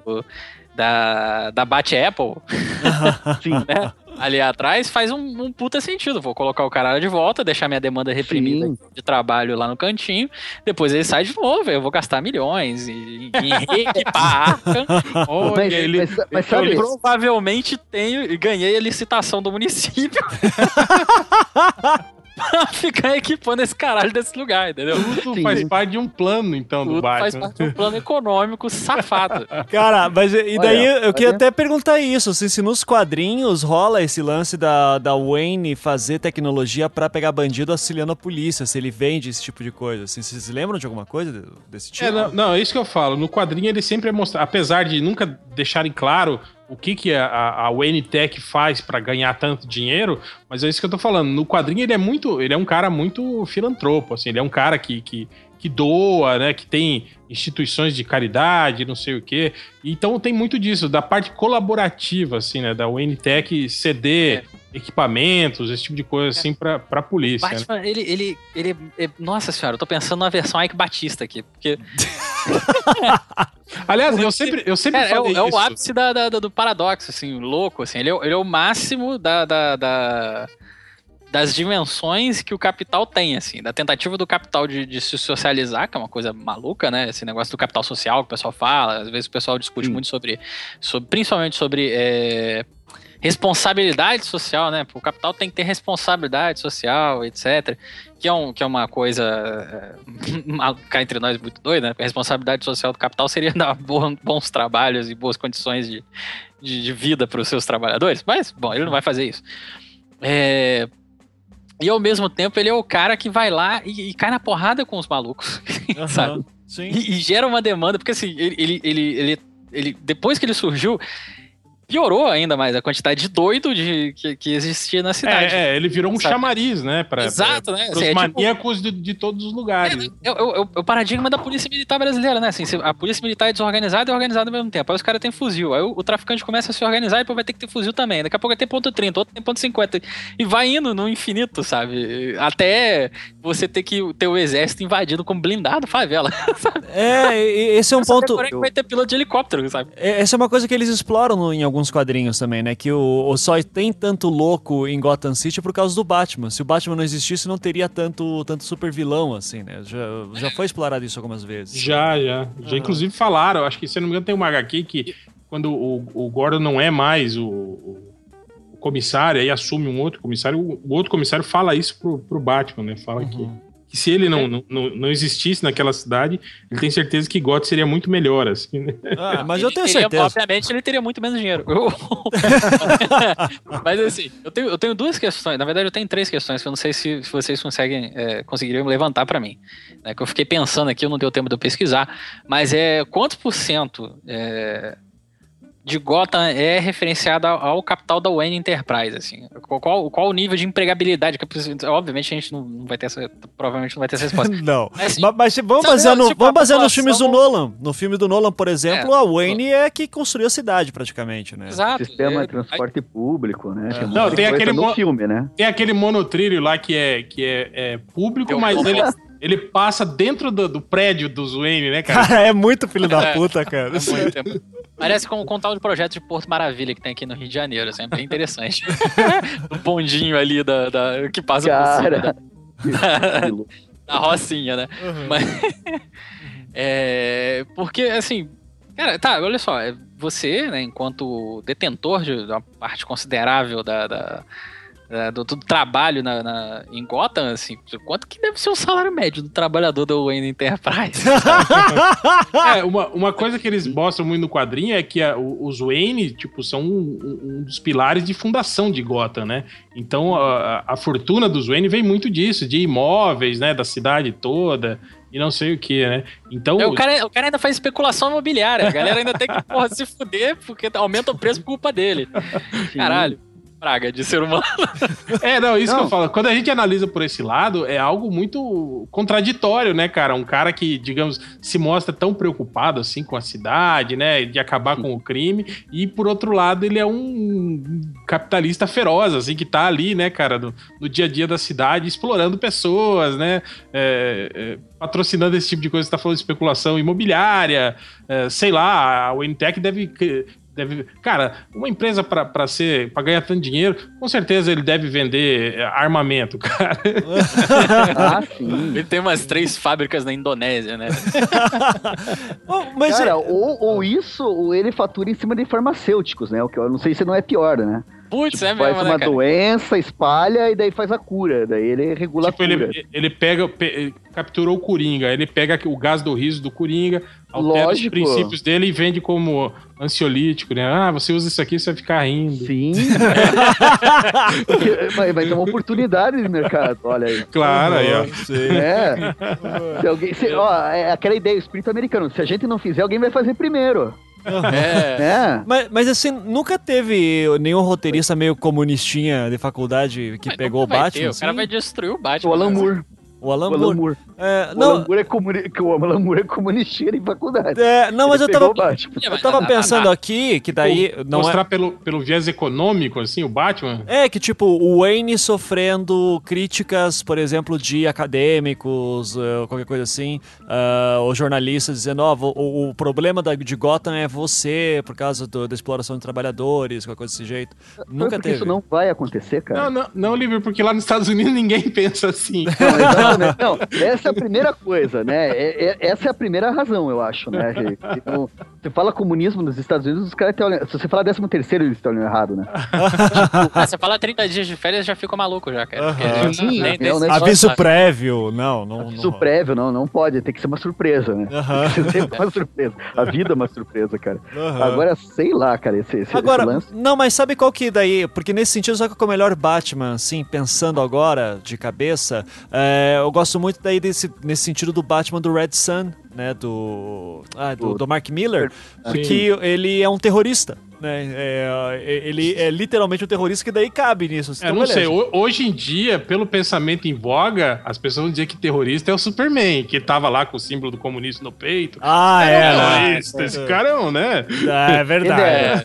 Speaker 9: da Bat-Apple, né, ali atrás, faz um puta sentido. Vou colocar o cara de volta, deixar minha demanda reprimida de trabalho lá no cantinho, depois ele sai de novo, eu vou gastar milhões em reequipar a arca.
Speaker 8: Mas sabe,
Speaker 9: eu provavelmente ganhei a licitação do município pra ficar equipando esse caralho desse lugar, entendeu?
Speaker 7: Tudo faz parte de um plano, então, do Batman.
Speaker 9: Faz parte de um plano econômico safado.
Speaker 4: Cara, mas e daí eu queria até perguntar isso, assim, se nos quadrinhos rola esse lance da Wayne fazer tecnologia pra pegar bandido auxiliando a polícia, se ele vende esse tipo de coisa, assim, vocês lembram de alguma coisa desse tipo?
Speaker 7: Não, é isso que eu falo. No quadrinho ele sempre é mostrado, apesar de nunca deixarem claro o que a Wayne Tech faz pra ganhar tanto dinheiro, mas é isso que eu tô falando. No quadrinho ele é um cara muito filantropo, assim, ele é um cara que doa, né, que tem instituições de caridade, não sei o quê. Então tem muito disso, da parte colaborativa, assim, né, da Wayne Tech ceder equipamentos, esse tipo de coisa, assim, pra polícia.
Speaker 9: Batman, né? ele nossa senhora, eu tô pensando na versão Ike Batista aqui, porque...
Speaker 7: Aliás, eu sempre falei isso.
Speaker 9: É o ápice do paradoxo, assim, louco, assim. Ele é o máximo das dimensões que o capital tem, assim. Da tentativa do capital de se socializar, que é uma coisa maluca, né? Esse negócio do capital social que o pessoal fala. Às vezes o pessoal discute muito sobre principalmente sobre responsabilidade social, né? O capital tem que ter responsabilidade social, etc. Que é uma coisa cá entre nós muito doida, né? A responsabilidade social do capital seria dar bons trabalhos e boas condições de vida para os seus trabalhadores. Mas, bom, ele não vai fazer isso. E ao mesmo tempo ele é o cara que vai lá e cai na porrada com os malucos, sabe?
Speaker 4: Sim.
Speaker 9: E gera uma demanda, porque assim, ele depois que ele surgiu, piorou ainda mais a quantidade de doido que existia na cidade.
Speaker 7: Ele virou um chamariz, né?
Speaker 9: Exato, né?
Speaker 7: Para os maníacos de todos os lugares.
Speaker 9: É o paradigma da polícia militar brasileira, né? Assim, a polícia militar é desorganizada e organizada ao mesmo tempo. Aí os caras têm fuzil. Aí o traficante começa a se organizar e depois vai ter que ter fuzil também. Daqui a pouco vai ter ponto 30, outro tem ponto 50. E vai indo no infinito, sabe? Até você ter que ter o exército invadido com blindado favela. Sabe?
Speaker 4: Esse é um ponto...
Speaker 9: Vai ter piloto de helicóptero, sabe?
Speaker 4: Essa é uma coisa que eles exploram em alguns quadrinhos também, né? Que o só tem tanto louco em Gotham City por causa do Batman. Se o Batman não existisse, não teria tanto super vilão, assim, né? Já foi explorado isso algumas vezes.
Speaker 7: Já inclusive falaram, acho que, se não me engano, tem uma HQ que quando o Gordon não é mais o comissário, aí assume um outro comissário, o outro comissário fala isso pro Batman, né? Fala que se ele não existisse naquela cidade, ele tem certeza que Gotham seria muito melhor, assim, né?
Speaker 4: Mas eu tenho certeza.
Speaker 9: Obviamente ele teria muito menos dinheiro. Mas assim, eu tenho duas questões, na verdade eu tenho três questões que eu não sei se vocês conseguiriam levantar pra mim, né, que eu fiquei pensando aqui, eu não deu tempo de eu pesquisar, mas quantos por cento de Gotham é referenciada ao capital da Wayne Enterprise, assim. Qual o nível de empregabilidade? Obviamente a gente não vai ter provavelmente não vai ter essa resposta.
Speaker 4: Não. Mas vamos basear nos filmes do Nolan. No filme do Nolan, por exemplo, a Wayne é que construiu a cidade, praticamente, né?
Speaker 9: Exato.
Speaker 8: Sistema de transporte público, né?
Speaker 7: Não, tem aquele
Speaker 8: no filme, né?
Speaker 7: Tem aquele monotrilho lá que é público, mas ele passa dentro do prédio dos Wayne, né, cara?
Speaker 4: Cara, é muito filho da puta, cara.
Speaker 9: Parece com o tal de projeto de Porto Maravilha que tem aqui no Rio de Janeiro, assim, é bem interessante. O bondinho ali que passa por cima da Rocinha, né? Mas, porque, assim, Cara, tá, olha só, você, né, enquanto detentor de uma parte considerável do trabalho em Gotham, assim, quanto que deve ser o salário médio do trabalhador da Wayne Enterprise?
Speaker 7: Uma coisa que eles mostram muito no quadrinho é que os Wayne, tipo, são um dos pilares de fundação de Gotham, né? Então, a fortuna dos Wayne vem muito disso, de imóveis, né, da cidade toda e não sei o que, né? Então...
Speaker 9: O cara ainda faz especulação imobiliária, a galera ainda tem que, porra, se fuder porque aumenta o preço por culpa dele. Caralho. Praga de ser humano.
Speaker 7: Isso que eu falo. Quando a gente analisa por esse lado, é algo muito contraditório, né, cara? Um cara que, digamos, se mostra tão preocupado, assim, com a cidade, né, de acabar com o crime, e, por outro lado, ele é um capitalista feroz, assim, que tá ali, né, cara, no dia a dia da cidade, explorando pessoas, né, patrocinando esse tipo de coisa. Você tá falando de especulação imobiliária, sei lá, a Wayne-Tech deve... Cara, uma empresa pra ganhar tanto dinheiro, com certeza ele deve vender armamento, cara.
Speaker 9: Sim. Ele tem umas 3 fábricas na Indonésia, né?
Speaker 8: Mas cara, ou isso, ou ele fatura em cima de farmacêuticos, né? O que eu não sei se não é pior, né?
Speaker 9: Putz, é mesmo,
Speaker 8: faz uma doença, espalha e daí faz a cura. Daí ele regula a cura.
Speaker 7: Ele capturou o Coringa, ele pega o gás do riso do Coringa, altera os princípios dele e vende como ansiolítico, né? Ah, você usa isso aqui, você vai ficar rindo.
Speaker 8: Sim. Vai ter uma oportunidade de mercado, olha aí.
Speaker 7: Claro, aí, ó.
Speaker 8: Se alguém, é aquela ideia, o espírito americano, se a gente não fizer, alguém vai fazer primeiro.
Speaker 4: Mas assim, nunca teve nenhum roteirista meio comunistinha de faculdade que pegou o Batman?
Speaker 9: O cara vai destruir o Batman.
Speaker 8: O Alan Moore.
Speaker 4: O Alan Moore.
Speaker 8: O Alan Moore é comunista em faculdade.
Speaker 4: Mas eu tava pensando aqui que daí...
Speaker 7: Mostrar pelo viés econômico, assim, o Batman?
Speaker 4: Que tipo, o Wayne sofrendo críticas, por exemplo, de acadêmicos, qualquer coisa assim, ou jornalistas dizendo, o problema de Gotham é você, por causa da exploração de trabalhadores, qualquer coisa desse jeito. Nunca teve.
Speaker 8: Isso não vai acontecer, cara.
Speaker 7: Não, Livre, porque lá nos Estados Unidos ninguém pensa assim.
Speaker 8: Não, essa é a primeira coisa, né? Essa é a primeira razão, eu acho, né? Você fala comunismo nos Estados Unidos, os caras estão olhando. Se você falar 13º, eles estão olhando errado, né?
Speaker 9: Você fala 30 dias de férias, já ficou maluco já, cara.
Speaker 4: Aviso prévio, não.
Speaker 8: Aviso prévio, não pode, tem que ser uma surpresa, né? Tem que ser sempre uma surpresa. A vida é uma surpresa, cara. Agora, sei lá, cara, esse lance.
Speaker 4: Não, mas sabe qual que daí? Porque nesse sentido, só que é o melhor Batman, assim, pensando agora, de cabeça, eu gosto muito daí nesse sentido do Batman do Red Sun, né, do Mark Miller, porque ele é um terrorista, né, ele é literalmente um terrorista que daí cabe nisso.
Speaker 7: Não sei, hoje em dia, pelo pensamento em voga, as pessoas vão dizer que terrorista é o Superman, que tava lá com o símbolo do comunista no peito. Esse cara é né?
Speaker 4: É verdade.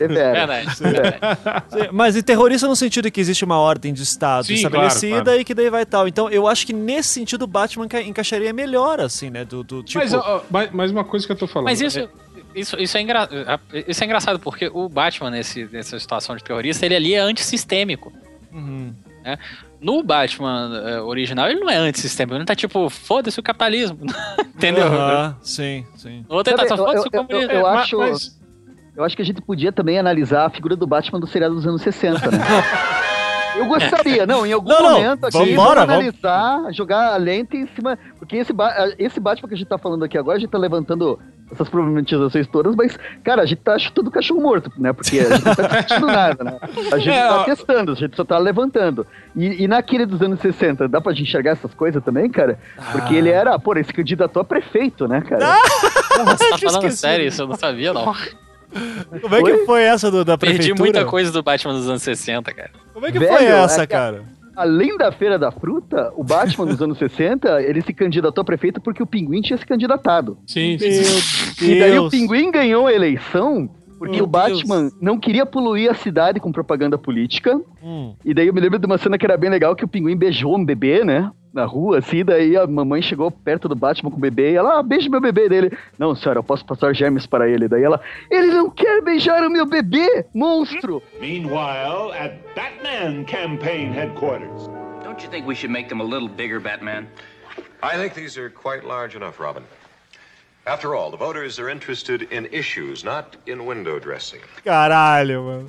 Speaker 4: Mas e terrorista no sentido que existe uma ordem de Estado estabelecida, claro. E que daí vai tal. Então, eu acho que nesse sentido o Batman encaixaria melhor, assim, né, do tipo...
Speaker 7: Mas uma coisa que eu tô falando...
Speaker 9: Mas isso é engraçado, porque o Batman, nessa situação de terrorista, ele ali é antissistêmico. Né? No Batman original, ele não é antissistêmico. Ele não tá tipo, foda-se o capitalismo. Entendeu?
Speaker 4: Sim.
Speaker 9: No outro, ele tá só foda-se o comunismo.
Speaker 8: Eu acho que a gente podia também analisar a figura do Batman do seriado dos anos 60, né? Eu gostaria, em algum momento aqui, vamos analisar, jogar a lente em cima, porque esse Batman que a gente tá falando aqui agora, a gente tá levantando essas problematizações todas, mas, cara, a gente tá chutando cachorro morto, né, porque a gente não tá discutindo nada, né, a gente tá testando, a gente só tá levantando, e naquele dos anos 60, dá pra gente enxergar essas coisas também, cara? Porque ele era, ele se candidatou a prefeito, né, cara?
Speaker 9: Você tá falando sério isso? Eu não sabia, não.
Speaker 4: Como é que foi essa da prefeitura?
Speaker 9: Perdi muita coisa do Batman dos anos 60, cara.
Speaker 4: Como é que foi essa, cara?
Speaker 8: Além da Feira da Fruta, o Batman dos anos 60, ele se candidatou a prefeito porque o Pinguim tinha se candidatado.
Speaker 7: Sim.
Speaker 8: E daí o Pinguim ganhou a eleição porque o Batman não queria poluir a cidade com propaganda política. E daí eu me lembro de uma cena que era bem legal, que o Pinguim beijou um bebê, né? Na rua, assim, daí a mamãe chegou perto do Batman com o bebê e ela, beija meu bebê dele. Não, senhora, eu posso passar germes para ele. Daí ela, ele não quer beijar o meu bebê, monstro!
Speaker 11: Meanwhile, at Batman Campaign Headquarters.
Speaker 12: Don't you think we should make them a little bigger, Batman?
Speaker 13: I think these are quite large enough, Robin.
Speaker 12: After all, the voters are interested in issues, not in window dressing.
Speaker 4: Caralho, mano.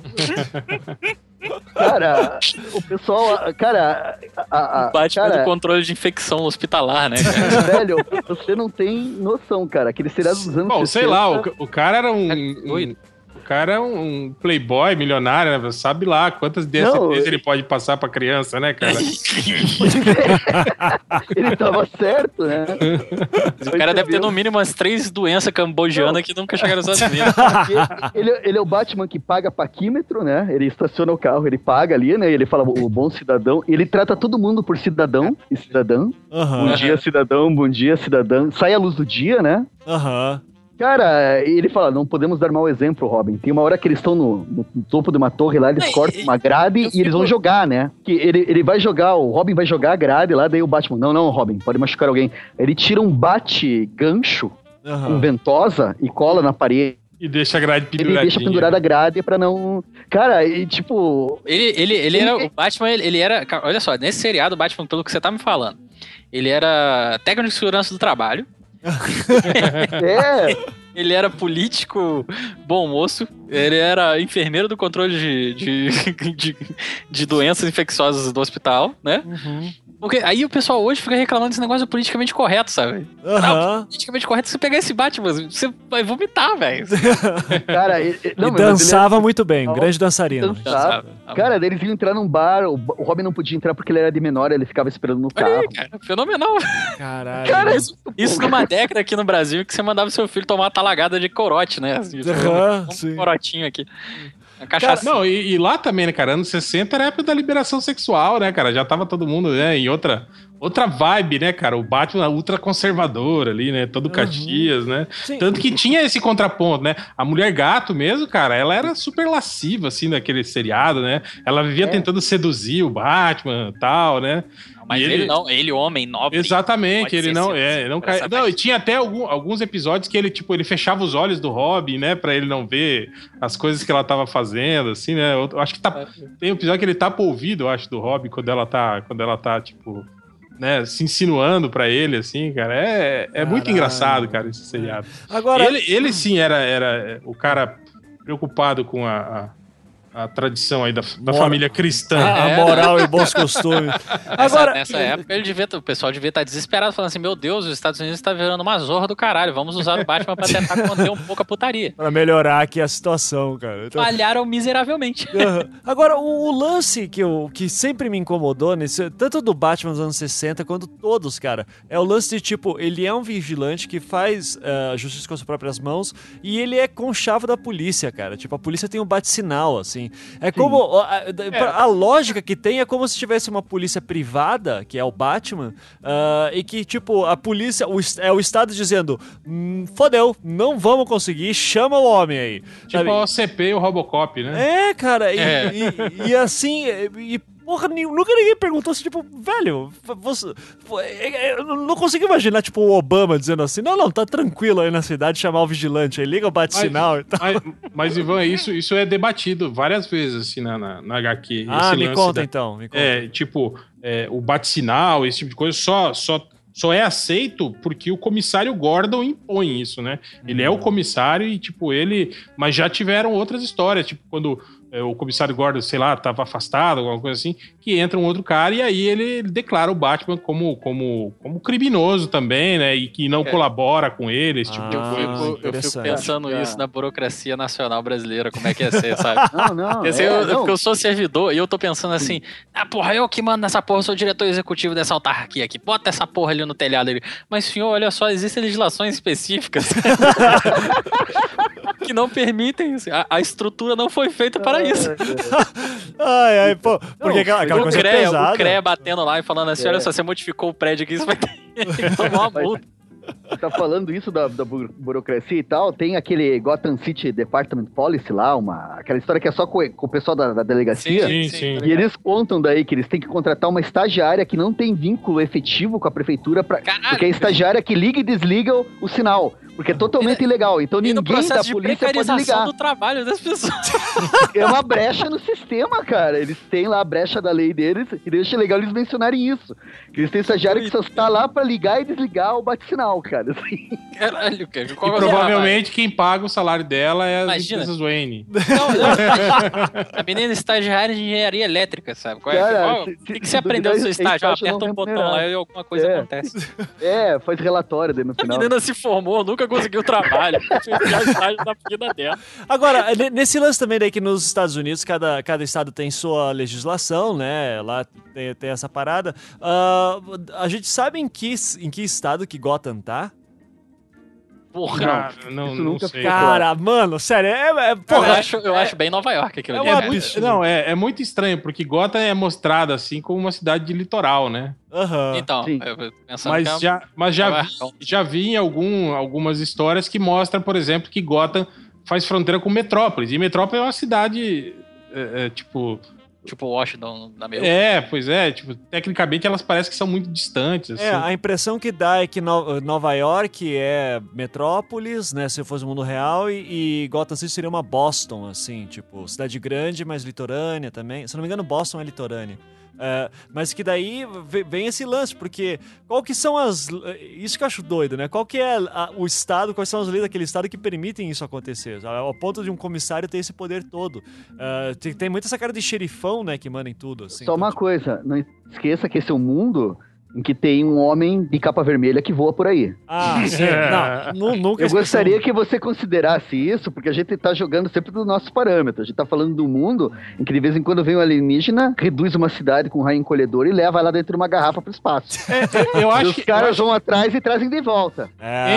Speaker 8: Cara, o pessoal, cara...
Speaker 9: O Batman do controle de infecção hospitalar, né, cara?
Speaker 8: Velho, você não tem noção, cara. Aquele seriado dos anos 60...
Speaker 7: sei lá, o cara era O cara é um playboy milionário, né? Sabe lá quantas DSTs ele pode passar pra criança, né, cara?
Speaker 8: Ele tava certo, né?
Speaker 9: O cara deve ter no mínimo umas 3 doenças cambogianas que nunca chegaram aos Estados Unidos.
Speaker 8: Ele é o Batman que paga paquímetro, né? Ele estaciona o carro, ele paga ali, né? Ele fala o bom cidadão. Ele trata todo mundo por cidadão e cidadã. Bom dia, cidadão. Bom dia, cidadã. Sai a luz do dia, né? Cara, ele fala, não podemos dar mau exemplo, Robin. Tem uma hora que eles estão no topo de uma torre lá, eles cortam uma grade e eles vão jogar, né? Que ele vai jogar, o Robin vai jogar a grade lá, daí o Batman, não, Robin, pode machucar alguém. Ele tira um bate-gancho com ventosa e cola na parede.
Speaker 7: E deixa a grade penduradinha.
Speaker 8: Ele deixa pendurada a grade pra não... Cara, e tipo...
Speaker 9: Ele era... O Batman, ele era... Olha só, nesse seriado, o Batman, pelo que você tá me falando, ele era técnico de segurança do trabalho. Ele era político bom moço. Ele era enfermeiro do controle de doenças infecciosas do hospital, né? Porque aí o pessoal hoje fica reclamando desse negócio politicamente correto, sabe? Politicamente correto, se você pegar esse Batman, você vai vomitar, velho.
Speaker 8: Cara,
Speaker 4: dançava muito bem, grande dançarino.
Speaker 8: Cara, eles iam entrar num bar, o Robin não podia entrar porque ele era de menor, ele ficava esperando no carro.
Speaker 9: Aí, cara, fenomenal.
Speaker 4: Caralho.
Speaker 9: Cara, isso numa década aqui no Brasil que você mandava seu filho tomar uma talagada de corote, né? Um corotinho aqui.
Speaker 7: Cara, não, e lá também, né, cara? Anos 60 era a época da liberação sexual, né, cara? Já tava todo mundo, né, em outra vibe, né, cara? O Batman ultra conservador ali, né? Todo Caxias, né? Sim. Tanto que tinha esse contraponto, né? A Mulher Gato mesmo, cara, ela era super lasciva, assim, naquele seriado, né? Ela vivia tentando seduzir o Batman e tal, né?
Speaker 9: Mas ele homem nobre.
Speaker 7: Exatamente, ele não cai. Não, e tinha até alguns episódios que ele, tipo, ele fechava os olhos do Robin, né, pra ele não ver as coisas que ela tava fazendo, assim, né? Eu acho que tem um episódio que ele tapa o ouvido, eu acho, do Robin, quando ela tá, tipo, né, se insinuando pra ele, assim, cara. É muito engraçado, cara, esse seriado.
Speaker 4: Agora...
Speaker 7: Ele sim era o cara preocupado com a tradição aí da família cristã.
Speaker 4: A moral e bons costumes. Agora,
Speaker 9: nessa época, o pessoal devia estar desesperado, falando assim, meu Deus, os Estados Unidos está virando uma zorra do caralho, vamos usar o Batman para tentar conter um pouco a putaria.
Speaker 4: Para melhorar aqui a situação, cara. Então...
Speaker 9: Falharam miseravelmente.
Speaker 4: Agora, o lance que sempre me incomodou, tanto do Batman dos anos 60, quanto todos, cara, é o lance de, tipo, ele é um vigilante que faz justiça com as próprias mãos e ele é conchavo da polícia, cara. Tipo, a polícia tem um bate-sinal, assim. É como... A lógica que tem é como se tivesse uma polícia privada, que é o Batman, e que, tipo, a polícia... É o Estado dizendo, fodeu, não vamos conseguir, chama o homem aí.
Speaker 7: Tipo
Speaker 4: sabe?
Speaker 7: a OCP e o Robocop, né?
Speaker 4: Cara, e assim... Porra, nunca ninguém perguntou assim, tipo, velho, eu não consigo imaginar, tipo, o Obama dizendo assim, não, tá tranquilo aí na cidade, chamar o vigilante aí, liga o bate-sinal e tal.
Speaker 7: Mas, Ivan, isso é debatido várias vezes, assim, na HQ.
Speaker 4: Me conta então.
Speaker 7: Tipo, o bate-sinal, esse tipo de coisa, só é aceito porque o comissário Gordon impõe isso, né? Ele é o comissário e, tipo, mas já tiveram outras histórias, tipo, quando... o comissário Gordon, sei lá, estava afastado, alguma coisa assim, que entra um outro cara e aí ele declara o Batman como criminoso também, né? E que não colabora com ele, esse tipo de coisa.
Speaker 9: Eu fico pensando isso na burocracia nacional brasileira, como é que ia ser, sabe? Porque eu sou servidor e eu tô pensando assim, porra, eu que mando nessa porra, sou o diretor executivo dessa autarquia aqui, bota essa porra ali no telhado ali. Mas, senhor, olha só, existem legislações específicas que não permitem isso. A estrutura não foi feita para isso.
Speaker 4: Pô, porque aquela coisa pesada.
Speaker 9: O CREA batendo lá e falando assim, olha só, você modificou o prédio aqui, você vai ter que tomar uma multa.
Speaker 8: Tá falando isso da burocracia e tal, tem aquele Gotham City Department Policy lá, aquela história que é só com o pessoal da delegacia.
Speaker 7: Sim.
Speaker 8: E eles contam daí que eles têm que contratar uma estagiária que não tem vínculo efetivo com a prefeitura, porque é a estagiária que liga e desliga o sinal. Porque é totalmente ilegal. Então ninguém da polícia pode ligar.
Speaker 9: Do trabalho das pessoas.
Speaker 8: É uma brecha no sistema, cara. Eles têm lá a brecha da lei deles e deixa legal eles mencionarem isso. Que eles têm estagiário que só está lá pra ligar e desligar o bate-sinal, cara. cara. Assim.
Speaker 9: Caralho, cara.
Speaker 7: E provavelmente quem paga o salário dela é as empresas Wayne.
Speaker 9: A menina estagiária de engenharia elétrica, sabe?
Speaker 8: Cara,
Speaker 9: o que você aprendeu no seu estágio? Aperta um botão lá e alguma coisa acontece.
Speaker 8: Faz relatório daí no final.
Speaker 9: A menina se formou, nunca conseguiu trabalho. Fez estágio da vida dela.
Speaker 4: Agora, nesse lance também daí que nos Estados Unidos, cada estado tem sua legislação, né? Lá tem essa parada. A gente sabe em que estado que Gotham tá?
Speaker 7: Porra, não sei.
Speaker 4: Cara, mano, sério, porra,
Speaker 9: eu acho bem Nova York aquilo ali.
Speaker 7: É muito estranho, porque Gotham é mostrada assim como uma cidade de litoral, né?
Speaker 9: Então,
Speaker 7: mas já vi em algumas histórias que mostram, por exemplo, que Gotham faz fronteira com Metrópolis. E Metrópolis é uma cidade, tipo
Speaker 9: Washington da meio.
Speaker 7: Pois é. Tipo, tecnicamente elas parecem que são muito distantes. Assim.
Speaker 4: A impressão que dá é que Nova York é metrópolis, né? Se fosse o mundo real, e Gotham City seria uma Boston, assim, tipo, cidade grande, mas litorânea também. Se não me engano, Boston é litorânea. Mas que daí vem esse lance, porque qual que são isso que eu acho doido, né? Qual que é o estado, quais são as leis daquele estado que permitem isso acontecer? Ao ponto de um comissário ter esse poder todo. Tem muito essa cara de xerifão, né, que manda em tudo. Assim,
Speaker 8: Só uma coisa, não esqueça que esse é um mundo em que tem um homem de capa vermelha que voa por aí.
Speaker 4: Sim. Nunca
Speaker 8: Eu gostaria que você considerasse isso, porque a gente tá jogando sempre dos nossos parâmetros. A gente tá falando do mundo em que de vez em quando vem um alienígena, reduz uma cidade com um raio encolhedor e leva lá dentro de uma garrafa pro espaço. Os caras vão atrás e trazem de volta.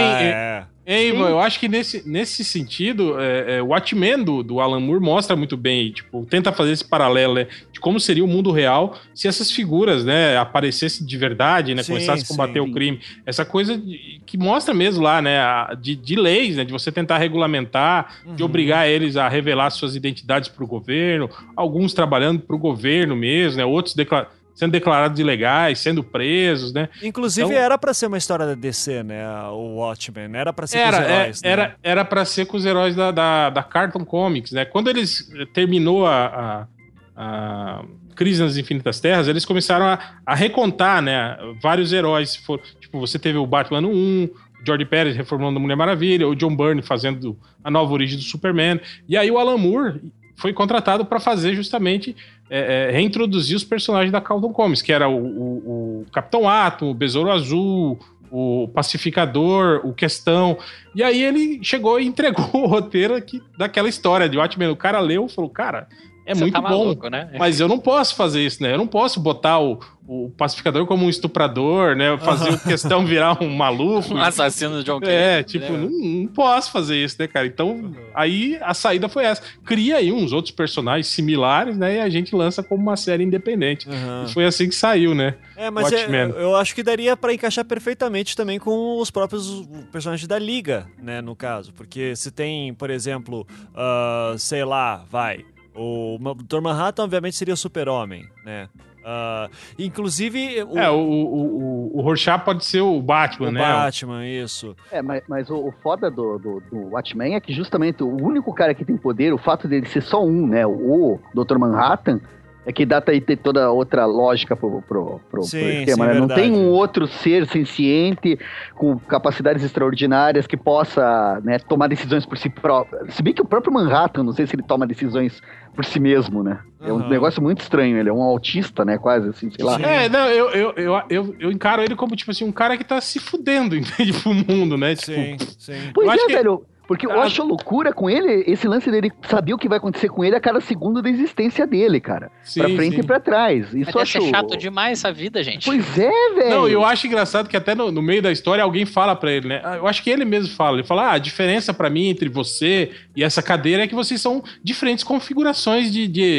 Speaker 7: Ivan, eu acho que nesse sentido, o Watchmen do Alan Moore mostra muito bem, tipo, tenta fazer esse paralelo, né, de como seria o mundo real se essas figuras, né, aparecessem de verdade, né, começassem a combater o crime. Essa coisa que mostra mesmo lá, né, de leis, né, de você tentar regulamentar, de obrigar eles a revelar suas identidades pro governo, alguns trabalhando pro governo mesmo, né, outros sendo declarados ilegais, sendo presos, né?
Speaker 4: Inclusive, era pra ser uma história da DC, né? O Watchmen. Era pra ser com os heróis, né?
Speaker 7: Era pra ser com os heróis da Cartoon Comics, né? Quando eles terminou a Crise nas Infinitas Terras, eles começaram a recontar, né? Vários heróis. Tipo, você teve o Batman 1, George Pérez reformando a Mulher Maravilha, o John Byrne fazendo a nova origem do Superman. E aí o Alan Moore foi contratado para fazer justamente reintroduzir os personagens da Cartoon Comics, que era o Capitão Átomo, o Besouro Azul, o Pacificador, o Questão. E aí ele chegou e entregou o roteiro daquela história de Watchmen. O cara leu e falou, cara,
Speaker 9: Você
Speaker 7: muito
Speaker 9: tá
Speaker 7: bom,
Speaker 9: maluco, né?
Speaker 7: Mas eu não posso fazer isso, né? Eu não posso botar o Pacificador como um estuprador, né? Fazer o Questão virar um maluco.
Speaker 9: Um assassino de John Kennedy.
Speaker 7: Não posso fazer isso, né, cara? Então, aí a saída foi essa. Cria aí uns outros personagens similares, né? E a gente lança como uma série independente. E foi assim que saiu, né?
Speaker 4: Mas eu acho que daria pra encaixar perfeitamente também com os próprios personagens da Liga, né? No caso. Porque se tem, por exemplo, sei lá, o Dr. Manhattan, obviamente, seria o Super-Homem, né? Inclusive...
Speaker 7: O Rorschach pode ser o Batman, né?
Speaker 4: O Batman, isso.
Speaker 8: Mas o foda do Watchmen é que justamente o único cara que tem poder, o fato dele ser só um, né? O Dr. Manhattan, é que dá aí ter toda outra lógica pro esquema, né? Não tem um outro ser senciente com capacidades extraordinárias que possa, né, tomar decisões por si próprio. Se bem que o próprio Manhattan, não sei se ele toma decisões por si mesmo, né? É um negócio muito estranho, ele é um autista, né? Quase assim, sei lá.
Speaker 7: Eu encaro ele como, tipo assim, um cara que tá se fudendo, entende? Pro mundo, né?
Speaker 4: Sim.
Speaker 8: Pois velho. Porque eu acho loucura com ele, esse lance dele saber o que vai acontecer com ele a cada segundo da existência dele, cara. Pra frente e pra trás. Isso
Speaker 9: Mas deve ser chato demais essa vida, gente.
Speaker 8: Pois é, velho.
Speaker 7: Não, eu acho engraçado que até no meio da história alguém fala pra ele, né? Eu acho que ele mesmo fala. Ele fala, a diferença pra mim entre você e essa cadeira é que vocês são diferentes configurações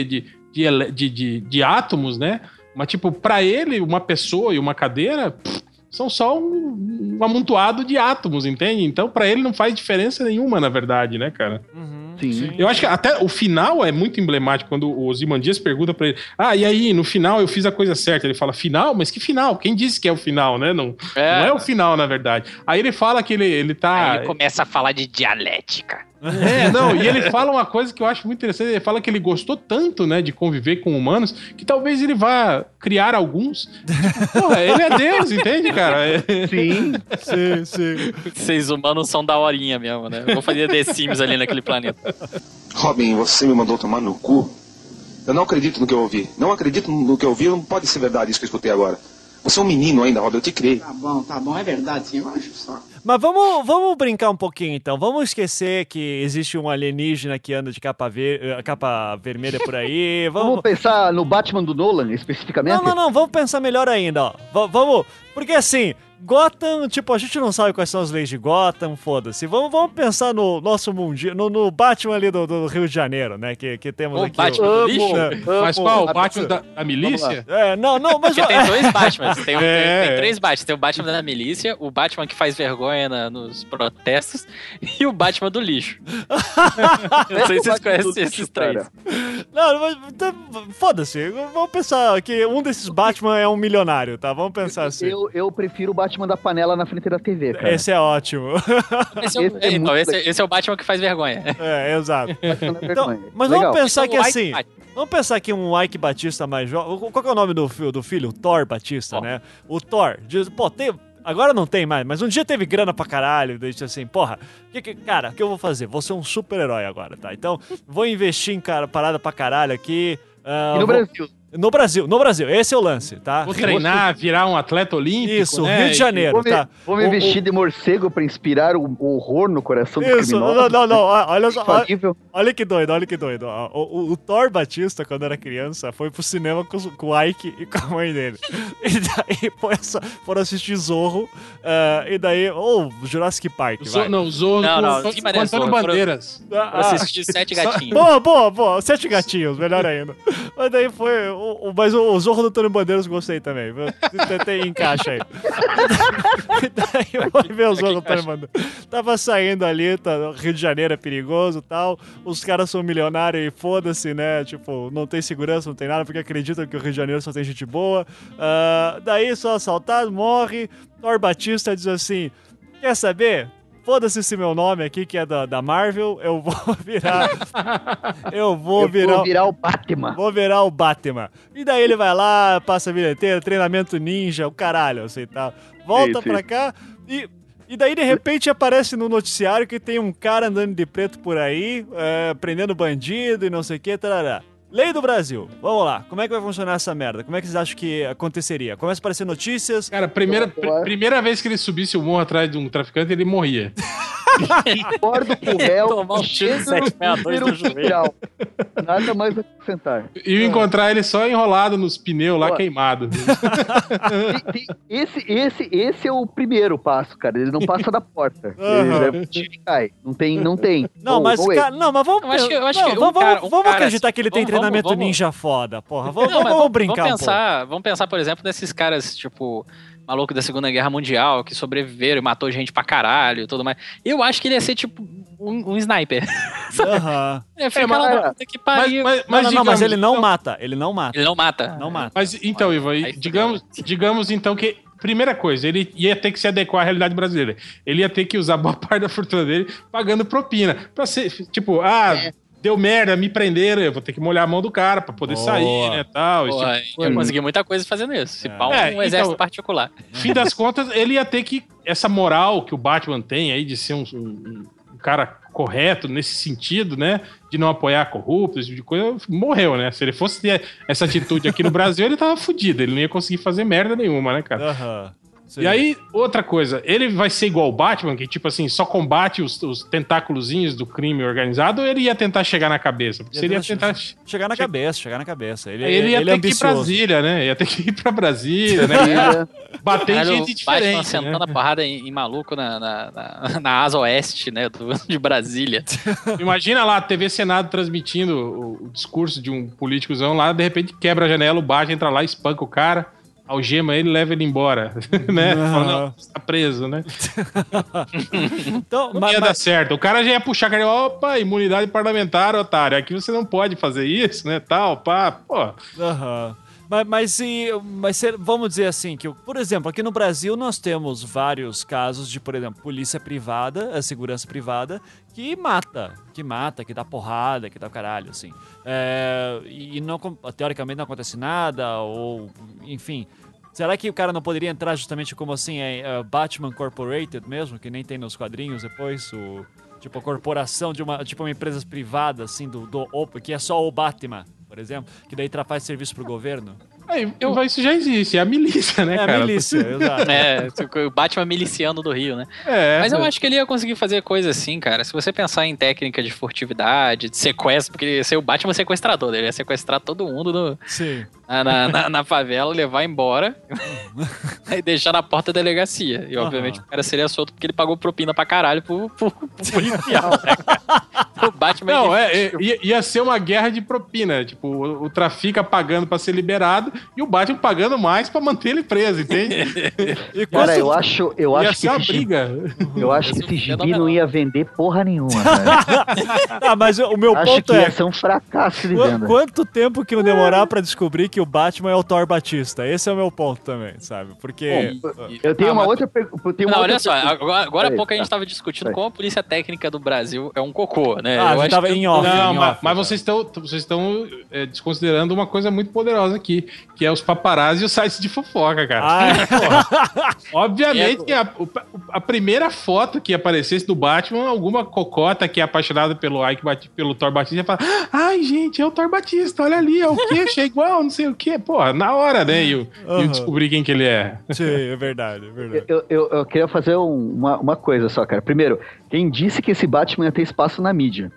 Speaker 7: de átomos, né? Mas, tipo, pra ele, uma pessoa e uma cadeira... são só um amontoado de átomos, entende? Então, pra ele não faz diferença nenhuma, na verdade, né, cara?
Speaker 8: Sim.
Speaker 7: Eu acho que até o final é muito emblemático, quando o Ozymandias pergunta pra ele, e aí, no final eu fiz a coisa certa. Ele fala, final? Mas que final? Quem disse que é o final, né? Não é o final, na verdade. Aí ele fala que ele tá...
Speaker 9: Aí ele começa a falar de dialética.
Speaker 7: Não, e ele fala uma coisa que eu acho muito interessante, ele fala que ele gostou tanto, né, de conviver com humanos, que talvez ele vá criar alguns. Tipo, porra, ele é Deus, entende, cara?
Speaker 8: Sim.
Speaker 4: Sim.
Speaker 9: Vocês humanos são daorinha mesmo, né? Eu vou fazer The Sims ali naquele planeta.
Speaker 10: Robin, você me mandou tomar no cu? Eu não acredito no que eu ouvi. Não acredito no que eu ouvi, não pode ser verdade isso que eu escutei agora. Você é um menino ainda, Robin, eu te criei.
Speaker 1: Tá bom, é verdade, sim, eu acho só.
Speaker 4: Mas vamos brincar um pouquinho, então. Vamos esquecer que existe um alienígena que anda de capa vermelha por aí.
Speaker 8: Vamos pensar no Batman do Nolan, especificamente?
Speaker 4: Não. Vamos pensar melhor ainda, ó. Vamos... Porque assim... Gotham, tipo, a gente não sabe quais são as leis de Gotham, foda-se. Vamos pensar no nosso mundinho, no Batman ali do Rio de Janeiro, né? Que temos aqui.
Speaker 9: Batman do lixo?
Speaker 7: Mas qual? O Batman da milícia?
Speaker 4: Não, mas...
Speaker 9: Porque tem dois Batmans, tem três Batmans. Tem o Batman da milícia, o Batman que faz vergonha nos protestos e o Batman do lixo. Não sei se vocês conhecem esses três.
Speaker 4: Não, mas foda-se. Vamos pensar que um desses Batman é um milionário, tá? Vamos pensar assim.
Speaker 8: Eu prefiro o Batman da panela na frente da TV, cara.
Speaker 4: Esse é ótimo.
Speaker 9: Esse é o Batman que faz vergonha.
Speaker 4: Exato. Então, mas
Speaker 8: Legal.
Speaker 4: vamos pensar
Speaker 9: Então,
Speaker 4: que
Speaker 9: o
Speaker 4: assim... Vamos pensar que um Ike Batista mais jovem... Qual que é o nome do filho? O Thor Batista, né? O Thor. Agora não tem mais, mas um dia teve grana pra caralho. Daí disse assim, porra, cara, o que eu vou fazer? Vou ser um super-herói agora, tá? Então, vou investir em parada pra caralho aqui.
Speaker 8: E no Brasil?
Speaker 4: No Brasil, esse é o lance, tá?
Speaker 7: Vou treinar, virar um atleta olímpico,
Speaker 4: Isso,
Speaker 7: né?
Speaker 4: Rio de Janeiro, tá?
Speaker 8: Vou me vestir de morcego pra inspirar o horror no coração dos
Speaker 4: Isso,
Speaker 8: criminosos.
Speaker 4: não, olha só,
Speaker 8: Infalível.
Speaker 4: olha que doido. O Thor Batista, quando era criança, foi pro cinema com o Ike e com a mãe dele. E daí foram assistir Zorro, e daí, Jurassic Park, vai.
Speaker 7: Zorro
Speaker 9: com
Speaker 7: Antônio Bandeiras.
Speaker 9: Assistir Sete Gatinhos.
Speaker 4: Boa, Sete Gatinhos, melhor ainda. Mas daí foi... Mas o Zorro do Antônio Bandeiras eu gostei também. Tem encaixa aí. Daí eu fui ver o Zorro do Antônio Bandeiras. Tava saindo ali, Rio de Janeiro é perigoso e tal. Os caras são milionários e foda-se, né? Tipo, não tem segurança, não tem nada, porque acreditam que o Rio de Janeiro só tem gente boa. Daí são assaltados, morre. Thor Batista diz assim: quer saber? Foda-se esse meu nome aqui, que é da Marvel, eu vou virar... eu vou virar
Speaker 8: o Batman.
Speaker 4: Vou virar o Batman. E daí ele vai lá, passa a vida inteira, treinamento ninja, o caralho, assim, tá? Volta pra cá e daí, de repente, aparece no noticiário que tem um cara andando de preto por aí, prendendo bandido e não sei o que, tarará. Lei do Brasil. Vamos lá. Como é que vai funcionar essa merda? Como é que vocês acham que aconteceria? Começa a aparecer notícias.
Speaker 7: Cara, primeira vez que ele subisse o morro atrás de um traficante, ele morria.
Speaker 8: Concordo com o réu.
Speaker 9: Tomar um tiro 762 no joelho.
Speaker 8: Nada mais a acrescentar.
Speaker 7: E encontrar ele só enrolado nos pneus lá, queimado.
Speaker 8: Esse é o primeiro passo, cara. Ele não passa da porta. Ele cai. Não tem.
Speaker 4: Não, mas vamos...
Speaker 9: Eu acho que
Speaker 4: vamos acreditar que ele tem treinamento ninja foda, porra. Vamos brincar
Speaker 9: Vamos pensar, por exemplo, nesses caras, tipo... maluco da Segunda Guerra Mundial, que sobreviveram e matou gente pra caralho e tudo mais. Eu acho que ele ia ser tipo um sniper. Que pariu.
Speaker 4: Mas ele não mata. Ele não mata.
Speaker 7: Mas então, Ivan, digamos então que... Primeira coisa, ele ia ter que se adequar à realidade brasileira. Ele ia ter que usar boa parte da fortuna dele pagando propina. Pra ser, tipo, deu merda, me prenderam, eu vou ter que molhar a mão do cara pra poder sair, né, tal.
Speaker 9: Eu consegui muita coisa fazendo isso. Se pau, um exército particular.
Speaker 7: Fim das contas, ele ia ter que... Essa moral que o Batman tem aí de ser um cara correto nesse sentido, né, de não apoiar corruptos, esse tipo de coisa, morreu, né? Se ele fosse ter essa atitude aqui no Brasil, ele tava fudido, ele não ia conseguir fazer merda nenhuma, né, cara? Sim. E aí, outra coisa, ele vai ser igual o Batman, que tipo assim, só combate os tentáculozinhos do crime organizado, ou ele ia tentar chegar na cabeça? Porque seria tentar...
Speaker 4: Chegar na cabeça.
Speaker 7: Ele ia ter que ir pra Brasília, né? Ia ter que ir pra Brasília, né? Bater em gente diferente.
Speaker 9: Batman sentando a porrada em maluco na asa oeste, né? De Brasília.
Speaker 7: Imagina lá, a TV Senado transmitindo o discurso de um políticozão lá, de repente quebra a janela, o Batman entra lá, espanca o cara, algema ele, leva ele embora, né? Fala, não, você tá preso, né?
Speaker 4: Então,
Speaker 7: não ia dar certo. O cara já ia puxar, cara, opa, imunidade parlamentar, otário. Aqui você não pode fazer isso, né? Tal, pá, pô.
Speaker 4: Vamos dizer assim, que, por exemplo, aqui no Brasil nós temos vários casos de, por exemplo, polícia privada, a segurança privada, que mata, que dá porrada, que dá caralho, assim. E não, teoricamente não acontece nada, ou, enfim. Será que o cara não poderia entrar justamente como assim, Batman Corporated mesmo, que nem tem nos quadrinhos depois, tipo a corporação de uma empresa privada, assim, que é só o Batman, por exemplo, que daí faz serviço pro governo?
Speaker 7: Isso já existe, é a milícia, né, cara?
Speaker 4: É a milícia, exato.
Speaker 9: O Batman miliciano do Rio, né? Mas eu acho que ele ia conseguir fazer coisa assim, cara. Se você pensar em técnica de furtividade, de sequestro, porque ele ia ser o Batman sequestrador, ele ia sequestrar todo mundo na favela, levar embora e deixar na porta da delegacia. E obviamente o cara seria solto porque ele pagou propina pra caralho pro policial, né, cara? O Batman
Speaker 7: ia ser uma guerra de propina. Tipo, o trafica pagando pra ser liberado e o Batman pagando mais pra manter ele preso, entende?
Speaker 8: Cara, eu acho que
Speaker 7: uma briga.
Speaker 8: Eu acho que esse gibi não ia vender porra nenhuma, cara.
Speaker 4: Mas o meu
Speaker 8: acho
Speaker 4: ponto
Speaker 8: que ia ser um fracasso de venda.
Speaker 4: Quanto tempo que iam demorar pra descobrir que o Batman é o Thor Batista? Esse é o meu ponto também, sabe? Porque...
Speaker 8: eu tenho uma outra pergunta.
Speaker 9: Olha só, agora há pouco a gente tava discutindo como a polícia técnica do Brasil é um cocô, né?
Speaker 4: A gente tava em off.
Speaker 7: Mas vocês estão desconsiderando uma coisa muito poderosa aqui, que é os paparazzi e os sites de fofoca, cara. Obviamente que a primeira foto que aparecesse do Batman, alguma cocota que é apaixonada pelo Thor Batista ia falar: ai, gente, é o Thor Batista, olha ali, é o quê? Achei igual, não sei o quê. Pô, na hora, né? E eu descobri quem que ele é.
Speaker 4: Sim, é verdade.
Speaker 8: Eu queria fazer uma coisa só, cara. Primeiro, quem disse que esse Batman ia ter espaço na mídia?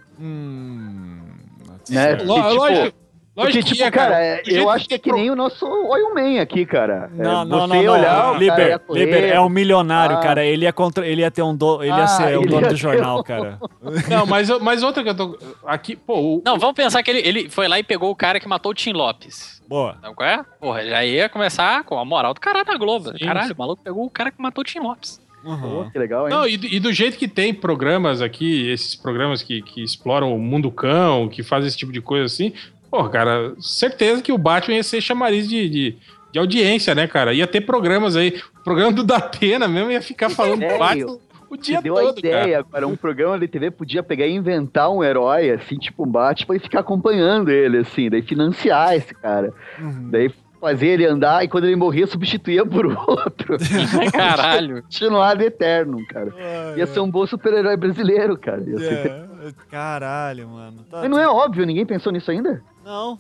Speaker 8: Né? Lógico que, cara, eu acho que é que nem o nosso Oil Man aqui, cara.
Speaker 4: Não. Liber é um milionário, cara. Ele ia ter ele ia ser o dono do jornal, cara.
Speaker 7: Não, mas outra que eu tô... Aqui, pô...
Speaker 9: Não, vamos pensar que ele foi lá e pegou o cara que matou o Tim Lopes.
Speaker 4: Boa.
Speaker 9: Sabe qual é? Porra, já ia começar com a moral do caralho da Globo. Sim. Caralho, o maluco pegou o cara que matou o Tim Lopes.
Speaker 8: Que legal, hein?
Speaker 7: Não, e do jeito que tem programas aqui, esses programas que exploram o mundo cão, que fazem esse tipo de coisa assim... Pô, cara, certeza que o Batman ia ser chamariz de audiência, né, cara? Ia ter programas aí. O programa do Datena mesmo ia ficar falando do Batman o dia
Speaker 8: deu
Speaker 7: todo,
Speaker 8: a ideia, cara. Um programa de TV podia pegar e inventar um herói, assim, tipo um Batman, e ficar acompanhando ele, assim. Daí financiar esse cara. Daí fazer ele andar e quando ele morria, substituía por outro.
Speaker 9: Caralho.
Speaker 8: Continuar eterno, cara. Ia ser um bom super-herói brasileiro, cara. Ia ser...
Speaker 4: Caralho, mano.
Speaker 8: Mas não é óbvio, ninguém pensou nisso ainda?
Speaker 4: Não.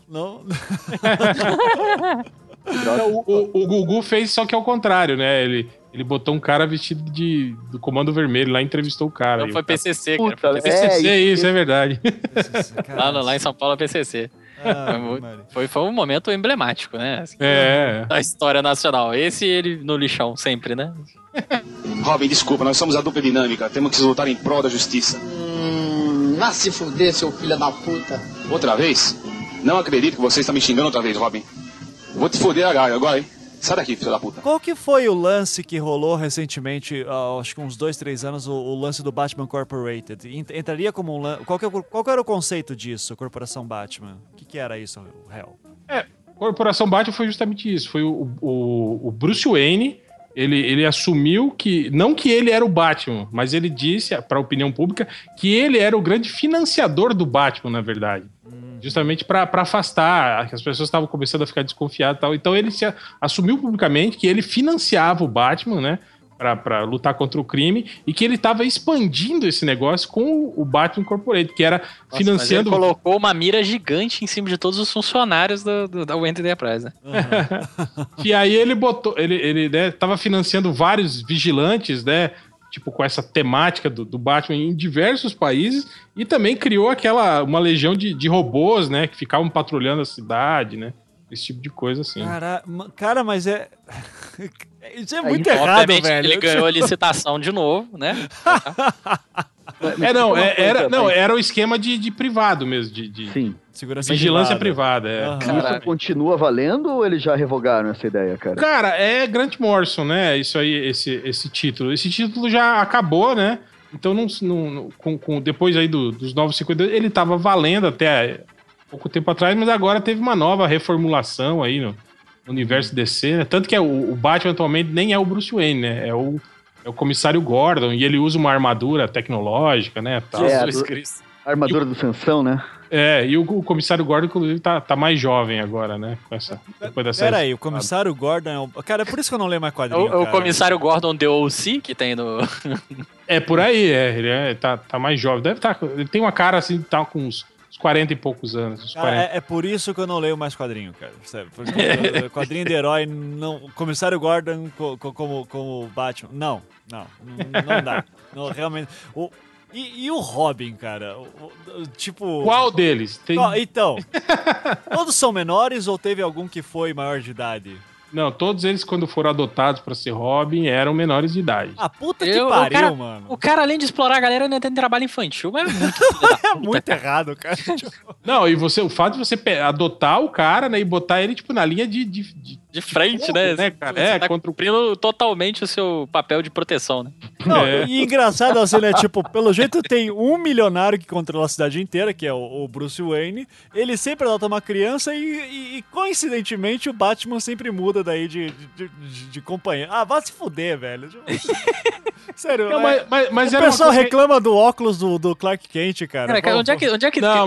Speaker 7: O Gugu fez só que ao contrário, né? Ele botou um cara vestido do Comando Vermelho lá e entrevistou o cara.
Speaker 9: Não, foi PCC,
Speaker 8: cara.
Speaker 9: Foi
Speaker 7: PCC, isso é verdade.
Speaker 4: PCC,
Speaker 9: lá em São Paulo é PCC. Foi um momento emblemático, né? Assim, da história nacional. Esse e ele no lixão, sempre, né?
Speaker 10: Robin, desculpa, nós somos a dupla dinâmica. Temos que lutar em prol da justiça.
Speaker 1: Vá se fuder, seu filho da puta.
Speaker 10: Outra vez? Não acredito que você está me xingando outra vez, Robin. Vou te foder agora, hein? Sai daqui, filho da puta.
Speaker 4: Qual que foi o lance que rolou recentemente, acho que uns 2-3 anos, o lance do Batman Corporated? Entraria como um lance... Qual que era o conceito disso, Corporação Batman? O que era isso, o réu?
Speaker 7: Corporação Batman foi justamente isso. Foi o Bruce Wayne, ele assumiu que... Não que ele era o Batman, mas ele disse para a opinião pública que ele era o grande financiador do Batman, na verdade. Justamente para afastar, que as pessoas estavam começando a ficar desconfiadas e tal. Então ele assumiu publicamente que ele financiava o Batman, né? Para lutar contra o crime, e que ele estava expandindo esse negócio com o Batman Corporated, que era financiando...
Speaker 9: Mas ele colocou uma mira gigante em cima de todos os funcionários da Wayne Enterprise, né?
Speaker 7: E aí ele botou... Ele né, tava financiando vários vigilantes, né? Tipo, com essa temática do Batman em diversos países, e também criou uma legião de robôs, né, que ficavam patrulhando a cidade, né, esse tipo de coisa assim.
Speaker 4: Cara, mas isso é muito errado, velho.
Speaker 9: Ele ganhou a licitação de novo, né?
Speaker 7: Era o esquema de privado mesmo,
Speaker 8: Sim.
Speaker 4: Segurança
Speaker 7: vigilância privada.
Speaker 8: Isso continua valendo ou eles já revogaram essa ideia, cara?
Speaker 7: Cara, é Grant Morrison, né? Isso aí, esse título. Esse título já acabou, né? Então, depois aí dos 952, ele tava valendo até pouco tempo atrás, mas agora teve uma nova reformulação aí universo DC, né? Tanto que o Batman atualmente nem é o Bruce Wayne, né? É o comissário Gordon, e ele usa uma armadura tecnológica, né? Tal.
Speaker 8: Jesus Cristo. A armadura do Sansão, né?
Speaker 7: E o comissário Gordon, inclusive, tá mais jovem agora, né? Depois dessa
Speaker 4: Peraí, o comissário Gordon Cara, é por isso que eu não leio mais quadrinho,
Speaker 9: o comissário Gordon The O.C. que tem no...
Speaker 7: É por aí, ele tá mais jovem. Ele tem uma cara assim, tá com uns 40 e poucos anos.
Speaker 4: Cara, é por isso que eu não leio mais quadrinho, cara. Sério, porque quadrinho de herói, não, o comissário Gordon como Batman, não dá. Não, realmente... E o Robin, cara? Tipo...
Speaker 7: Qual deles?
Speaker 4: Então, todos são menores ou teve algum que foi maior de idade?
Speaker 7: Não, todos eles, quando foram adotados pra ser Robin, eram menores de idade.
Speaker 4: Ah, puta que pariu, mano.
Speaker 9: O cara, além de explorar a galera, ainda tem trabalho infantil, mas é muito
Speaker 4: é muito errado, cara.
Speaker 7: Não, e o fato de você adotar o cara, né, e botar ele, tipo, na linha
Speaker 9: de frente, né?
Speaker 7: Cara?
Speaker 9: Você tá cumprindo totalmente o seu papel de proteção, né?
Speaker 4: Não, e engraçado assim, né? Tipo, pelo jeito tem um milionário que controla a cidade inteira, que é o Bruce Wayne. Ele sempre adota uma criança e coincidentemente, o Batman sempre muda daí de companhia. Ah, vai se fuder, velho. Sério,
Speaker 7: não, mas
Speaker 4: o pessoal reclama do óculos do Clark Kent, cara.
Speaker 9: Cara, onde é que
Speaker 7: não,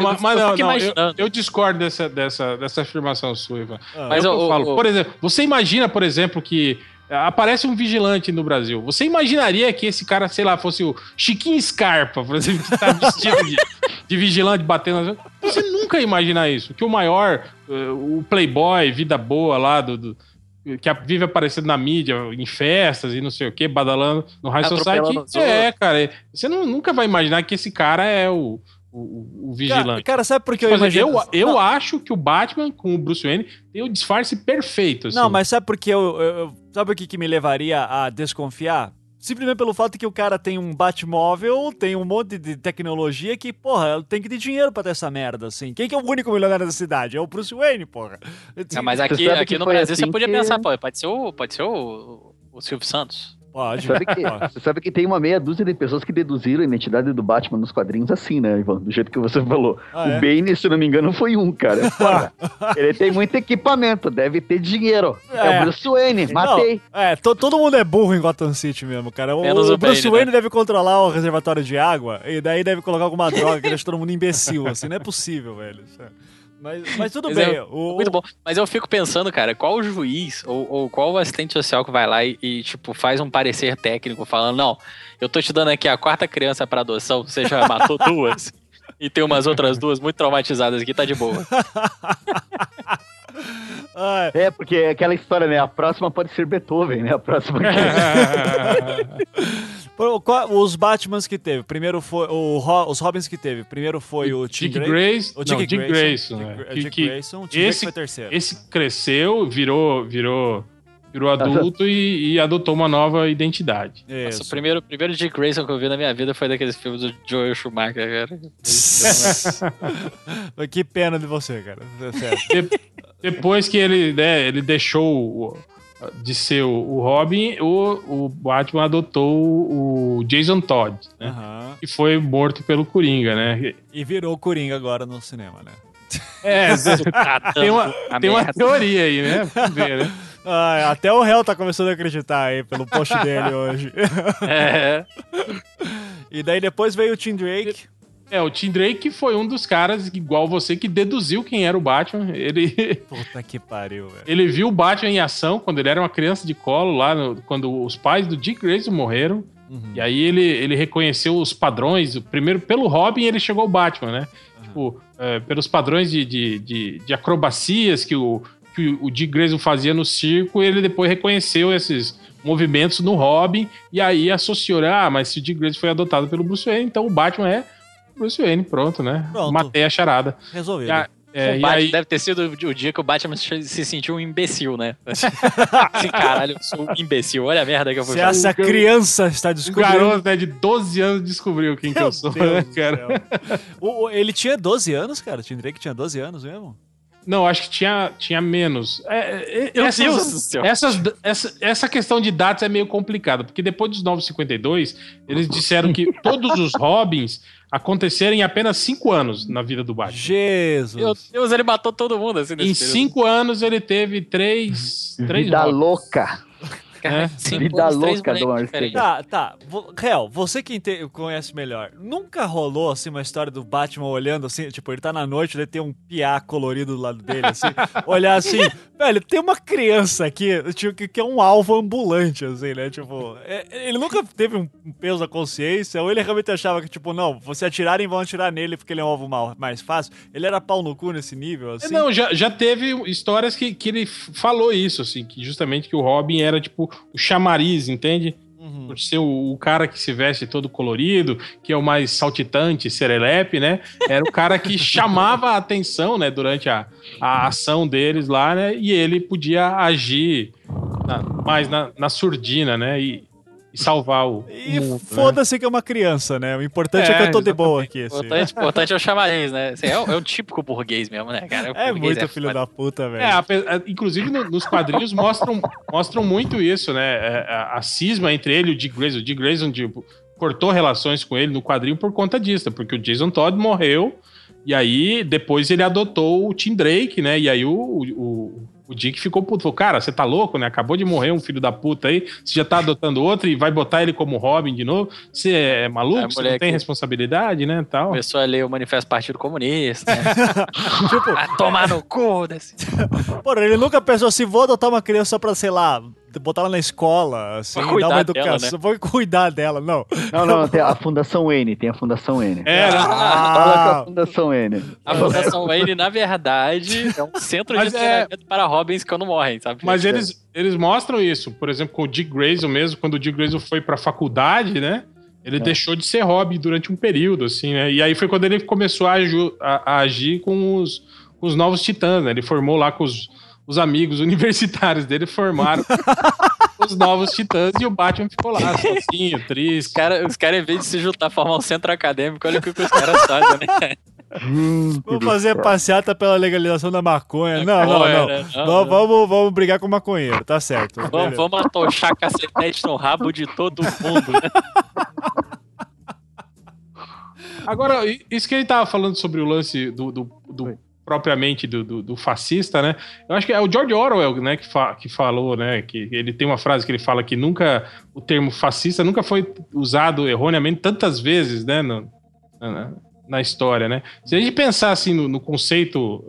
Speaker 7: eu discordo dessa afirmação sua, Ivan.
Speaker 9: Mas
Speaker 7: eu falo, por exemplo, você imagina, por exemplo, que aparece um vigilante no Brasil. Você imaginaria que esse cara, sei lá, fosse o Chiquinho Scarpa, por exemplo, que tá vestido de vigilante batendo... Você nunca ia imaginar isso. Que o maior, o playboy, vida boa lá que vive aparecendo na mídia, em festas e não sei o que, badalando no High Society. Cara, você nunca vai imaginar que esse cara é o vigilante.
Speaker 4: Cara, sabe por que eu imagino?
Speaker 7: Eu acho que o Batman com o Bruce Wayne tem o disfarce perfeito. Assim.
Speaker 4: Não, mas sabe por que sabe o que me levaria a desconfiar? Simplesmente pelo fato que o cara tem um Batmóvel, tem um monte de tecnologia que, porra, tem que ter dinheiro pra ter essa merda, assim. Quem que é o único milionário da cidade? É o Bruce Wayne, porra.
Speaker 9: Mas aqui no Brasil assim você podia pensar, pode ser o Silvio Santos.
Speaker 4: Pode.
Speaker 8: Você sabe que tem uma meia dúzia de pessoas que deduziram a identidade do Batman nos quadrinhos assim, né, Ivan? Do jeito que você falou. O Bane, se não me engano, foi um, cara. Porra, ele tem muito equipamento, deve ter dinheiro. É o Bruce Wayne, matei.
Speaker 4: Todo mundo é burro em Gotham City mesmo, cara. O Bruce Wayne deve controlar o reservatório de água e daí deve colocar alguma droga que deixa todo mundo imbecil, assim. Não é possível, velho. Mas tudo bem.
Speaker 9: Muito bom. Mas eu fico pensando, cara, qual o juiz ou qual o assistente social que vai lá e tipo, faz um parecer técnico falando, não, eu tô te dando aqui a 4ª criança pra adoção, você já matou 2 e tem umas outras 2 muito traumatizadas aqui, tá de boa.
Speaker 8: Porque aquela história, né? A próxima pode ser Beethoven, né? A próxima.
Speaker 4: Os Batmans que teve. Primeiro foi os Robins que teve. Primeiro foi o Tim Drake.
Speaker 7: O Dick Grayson.
Speaker 4: Dick Grayson. O Tim Drake foi terceiro.
Speaker 7: Esse cresceu, virou adulto e adotou uma nova identidade.
Speaker 9: Nossa, o primeiro Dick Grayson que eu vi na minha vida foi daqueles filmes do Joel Schumacher, cara.
Speaker 4: Que pena de você, cara. Sério.
Speaker 7: Depois que ele deixou de ser o Robin, o Batman adotou o Jason Todd, né? Que foi morto pelo Coringa, né?
Speaker 4: E virou o Coringa agora no cinema, né?
Speaker 7: Tem uma teoria aí, né? Vamos ver, né?
Speaker 4: Até o réu tá começando a acreditar aí pelo post dele hoje. E daí depois veio o Tim Drake.
Speaker 7: O Tim Drake foi um dos caras, igual você, que deduziu quem era o Batman.
Speaker 4: Puta que pariu, velho.
Speaker 7: Ele viu o Batman em ação quando ele era uma criança de colo, lá quando os pais do Dick Grayson morreram. E aí ele reconheceu os padrões. Primeiro, pelo Robin, ele chegou ao Batman, né? Tipo, pelos padrões de acrobacias que o Dick Grayson fazia no circo, ele depois reconheceu esses movimentos no Robin, e aí associou, mas se o Dick Grayson foi adotado pelo Bruce Wayne, então o Batman é Bruce Wayne, pronto, né? Matei a charada.
Speaker 4: Resolvido.
Speaker 9: O Batman deve ter sido o dia que o Batman se sentiu um imbecil, né? Assim, caralho, eu sou um imbecil, olha a merda que eu fui
Speaker 4: fazer. Se essa criança está descobrindo...
Speaker 7: Um garoto, né, de 12 anos descobriu quem que eu sou, né, cara?
Speaker 4: Ele tinha 12 anos, cara? O Tim Drake tinha 12 anos mesmo?
Speaker 7: Não, acho que tinha menos.
Speaker 9: Meu Deus do céu.
Speaker 7: Essa questão de datas é meio complicada, porque depois dos 952, eles disseram que todos os Robins aconteceram em apenas 5 anos na vida do Batman.
Speaker 4: Jesus.
Speaker 9: Meu Deus, ele matou todo mundo assim
Speaker 7: Em 5 anos ele teve 3
Speaker 8: Vida
Speaker 7: Robins.
Speaker 8: louca. Vida louca do
Speaker 7: moleques
Speaker 8: Arcade.
Speaker 4: Tá. Real, você que conhece melhor, nunca rolou, assim, uma história do Batman olhando, assim, tipo, ele tá na noite, ele tem um piá colorido do lado dele, assim, olhar assim, velho, tem uma criança aqui, tipo, que é um alvo ambulante, assim, né, tipo, ele nunca teve um peso na consciência, ou ele realmente achava que, tipo, não, se atirarem, vão atirar nele porque ele é um alvo mais fácil, ele era pau no cu nesse nível, assim?
Speaker 7: Não, já teve histórias que ele falou isso, assim, que justamente que o Robin era, tipo, o chamariz, entende? Por ser o cara que se veste todo colorido, que é o mais saltitante, serelepe, né? Era o cara que chamava a atenção, né? Durante a ação deles lá, né? E ele podia agir mais na surdina, né? E salvar o mundo,
Speaker 4: foda-se, né? Que é uma criança, né? O importante é que eu tô de boa aqui.
Speaker 9: O importante é o chamariz, né? Assim, é um típico burguês mesmo, né, cara?
Speaker 4: É muito filho da puta, velho.
Speaker 7: Inclusive, nos quadrinhos mostram muito isso, né? A cisma entre ele e o Dick Grayson. O Dick Grayson cortou relações com ele no quadrinho por conta disso, porque o Jason Todd morreu, e aí depois ele adotou o Tim Drake, né? E aí o Dick ficou puto. Falou, cara, você tá louco, né? Acabou de morrer um filho da puta aí. Você já tá adotando outro e vai botar ele como Robin de novo. Você é maluco? Você não tem responsabilidade, né? Tal.
Speaker 9: Começou a ler o Manifesto do Partido Comunista, né?
Speaker 4: Tipo,
Speaker 9: a tomar no cu desse...
Speaker 4: Porra, ele nunca pensou assim, vou adotar uma criança só pra, sei lá, botar ela na escola, assim, dar uma educação. Dela, né? Vou cuidar dela, não.
Speaker 8: Não, tem a Fundação N, Fala que é a Fundação N.
Speaker 9: A Fundação N, na verdade, é um centro de treinamento para Robins que não morrem, sabe?
Speaker 7: Mas eles mostram isso. Por exemplo, com o Dick Grayson mesmo, quando o Dick Grayson foi pra faculdade, né? Ele deixou de ser Robin durante um período, assim, né? E aí foi quando ele começou a agir com os novos titãs, né? Ele formou lá com os amigos universitários dele, formaram os novos titãs e o Batman ficou lá, sozinho, triste.
Speaker 9: Os caras, em vez de se juntar, formar um centro acadêmico, olha o que os caras fazem, né?
Speaker 4: Vamos fazer passeata pela legalização da maconha. Não. Vamos brigar com o maconheiro, tá certo.
Speaker 9: Vamos atochar cacetete no rabo de todo mundo, né?
Speaker 7: Agora, isso que ele tava falando sobre o lance do propriamente do fascista, né? Eu acho que é o George Orwell, né, que falou, né, que ele tem uma frase que ele fala que o termo fascista nunca foi usado erroneamente tantas vezes, né, na história, né? Se a gente pensar assim no conceito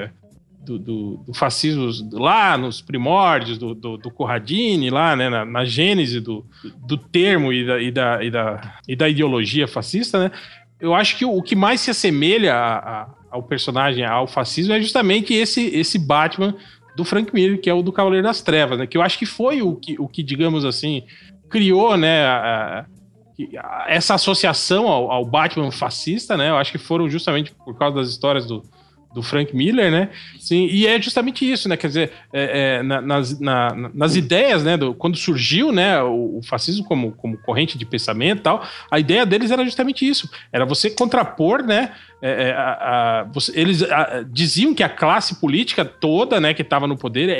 Speaker 7: do fascismo lá nos primórdios do Corradini, lá, né, na gênese do termo e da ideologia fascista, né? Eu acho que o que mais se assemelha ao personagem, ao fascismo, é justamente esse Batman do Frank Miller, que é o do Cavaleiro das Trevas, né? Que eu acho que foi o que digamos assim, criou, né, essa associação ao Batman fascista, né? Eu acho que foram justamente por causa das histórias do Frank Miller, né? Sim, e é justamente isso, né? Quer dizer, nas ideias, né? Quando surgiu, né, o fascismo como corrente de pensamento e tal, a ideia deles era justamente isso. Era você contrapor, né? Eles diziam que a classe política toda, né, que estava no poder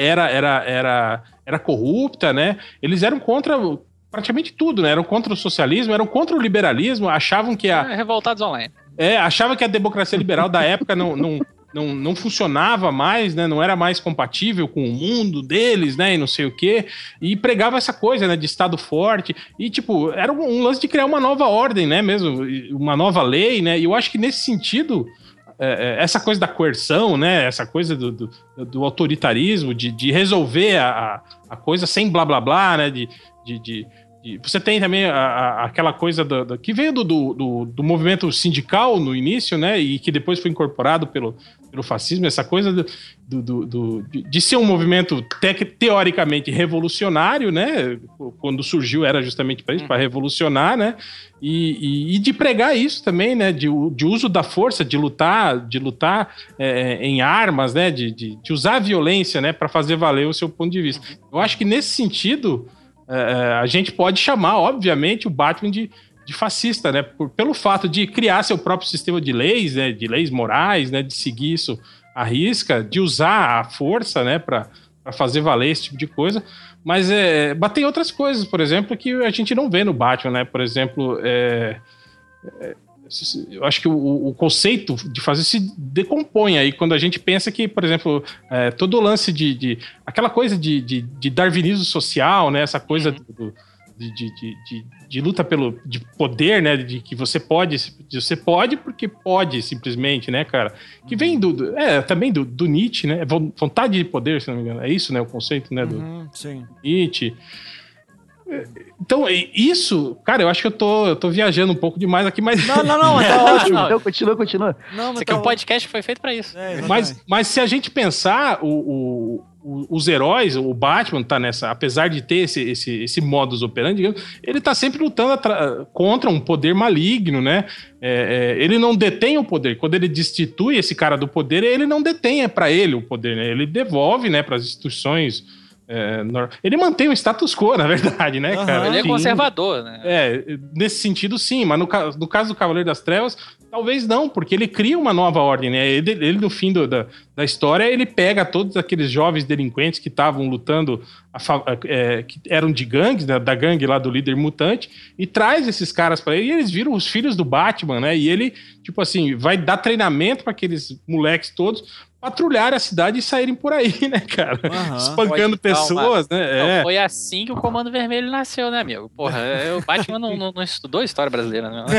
Speaker 7: era corrupta, né? Eles eram contra praticamente tudo, né? Eram contra o socialismo, eram contra o liberalismo, achavam que
Speaker 9: revoltados online.
Speaker 7: Achava que a democracia liberal da época não funcionava mais, né? Não era mais compatível com o mundo deles, né? E não sei o quê. E pregava essa coisa, né? De Estado forte. E, tipo, era um lance de criar uma nova ordem, né? Mesmo, uma nova lei, né? E eu acho que nesse sentido, essa coisa da coerção, né? Essa coisa do autoritarismo, de resolver a coisa sem blá blá blá, né? Você tem também aquela coisa que veio do movimento sindical no início, né? E que depois foi incorporado pelo fascismo, essa coisa de ser um movimento teoricamente revolucionário, né? Quando surgiu era justamente para isso, para revolucionar, né? E de pregar isso também, né? De uso da força, de lutar em armas, né? De usar a violência, né? Para fazer valer o seu ponto de vista. Eu acho que nesse sentido a gente pode chamar, obviamente, o Batman de fascista, né? Pelo fato de criar seu próprio sistema de leis, né? De leis morais, né? De seguir isso arrisca de usar a força, né, pra fazer valer esse tipo de coisa, mas bater em outras coisas, por exemplo, que a gente não vê no Batman, né? Por exemplo, eu acho que o conceito de fazer se decompõe aí quando a gente pensa que, por exemplo, todo o lance de aquela coisa de darwinismo social, né? Essa coisa de luta de poder, né? De que você pode porque pode, simplesmente, né, cara? Que vem também do Nietzsche, né? Vontade de poder, se não me engano. É isso, né? O conceito, né?
Speaker 4: Sim.
Speaker 7: Nietzsche. Então, isso, cara, eu acho que eu tô viajando um pouco demais aqui, mas...
Speaker 4: Não, tá ótimo.
Speaker 8: Não, continua.
Speaker 9: Não, mas o podcast foi feito pra isso.
Speaker 7: Mas se a gente pensar, os heróis, o Batman tá nessa, apesar de ter esse modus operandi, digamos, ele tá sempre lutando contra um poder maligno, né? Ele não detém o poder. Quando ele destitui esse cara do poder, ele não detém pra ele o poder, né? Ele devolve, né, pras instituições... ele mantém o status quo, na verdade, né, cara?
Speaker 9: Ele é conservador, né?
Speaker 7: Nesse sentido, sim, mas no caso do Cavaleiro das Trevas, talvez não, porque ele cria uma nova ordem, né? Ele no fim da história, ele pega todos aqueles jovens delinquentes que estavam lutando, que eram de gangues, né, da gangue lá do líder mutante, e traz esses caras pra ele, e eles viram os filhos do Batman, né? E ele, tipo assim, vai dar treinamento pra aqueles moleques todos patrulhar a cidade e saírem por aí, né, cara? Espancando pessoas, né?
Speaker 9: Não, foi assim que o Comando Vermelho nasceu, né, amigo? Porra, o Batman não estudou história brasileira, né?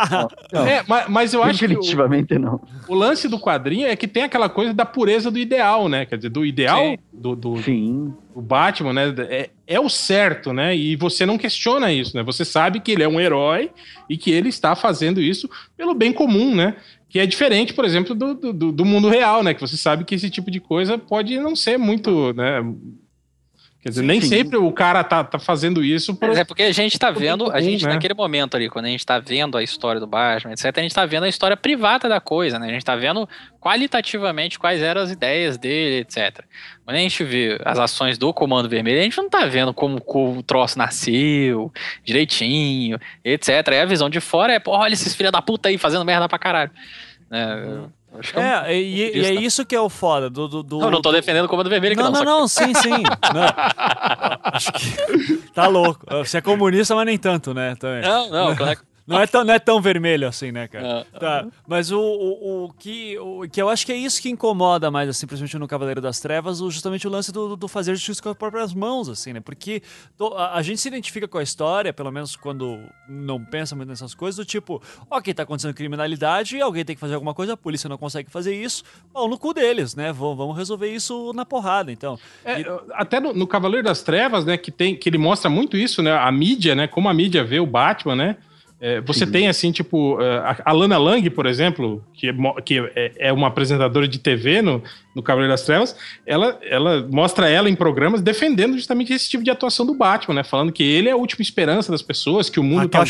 Speaker 7: Mas eu acho
Speaker 8: definitivamente
Speaker 7: que
Speaker 8: não.
Speaker 7: O lance do quadrinho é que tem aquela coisa da pureza do ideal, né? Quer dizer, do ideal
Speaker 8: Sim.
Speaker 7: do Batman, né? É o certo, né? E você não questiona isso, né? Você sabe que ele é um herói e que ele está fazendo isso pelo bem comum, né? Que é diferente, por exemplo, do mundo real, né? Que você sabe que esse tipo de coisa pode não ser muito, né? Quer dizer, nem sempre o cara tá fazendo isso...
Speaker 9: Mas é porque a gente tá vendo, naquele momento ali, quando a gente tá vendo a história do Batman, etc., a gente tá vendo a história privada da coisa, né? A gente tá vendo qualitativamente quais eram as ideias dele, etc. Quando a gente vê as ações do Comando Vermelho, a gente não tá vendo como o troço nasceu, direitinho, etc. Aí a visão de fora é, olha esses filha da puta aí fazendo merda pra caralho. Acho que
Speaker 4: e é isso que é o foda
Speaker 9: não tô defendendo o Comando Vermelho.
Speaker 4: Não, sim. Não. Acho que tá louco. Você é comunista, mas nem tanto, né? Também.
Speaker 9: Não, claro.
Speaker 4: Não é tão vermelho assim, né, cara? Tá. Mas o que eu acho que é isso que incomoda mais, assim, principalmente no Cavaleiro das Trevas, justamente o lance do fazer justiça com as próprias mãos, assim, né? Porque a gente se identifica com a história, pelo menos quando não pensa muito nessas coisas, do tipo, ok, tá acontecendo criminalidade, alguém tem que fazer alguma coisa, a polícia não consegue fazer isso, pau no cu deles, né? Vamos resolver isso na porrada, então.
Speaker 7: Até no Cavaleiro das Trevas, né, que ele mostra muito isso, né? A mídia, né? Como a mídia vê o Batman, né? Você tem, assim, tipo, a Lana Lang, por exemplo, que é uma apresentadora de TV no Cavaleiro das Trevas, ela mostra ela em programas defendendo justamente esse tipo de atuação do Batman, né? Falando que ele é a última esperança das pessoas, que o mundo tá...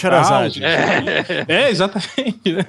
Speaker 7: Exatamente. Né?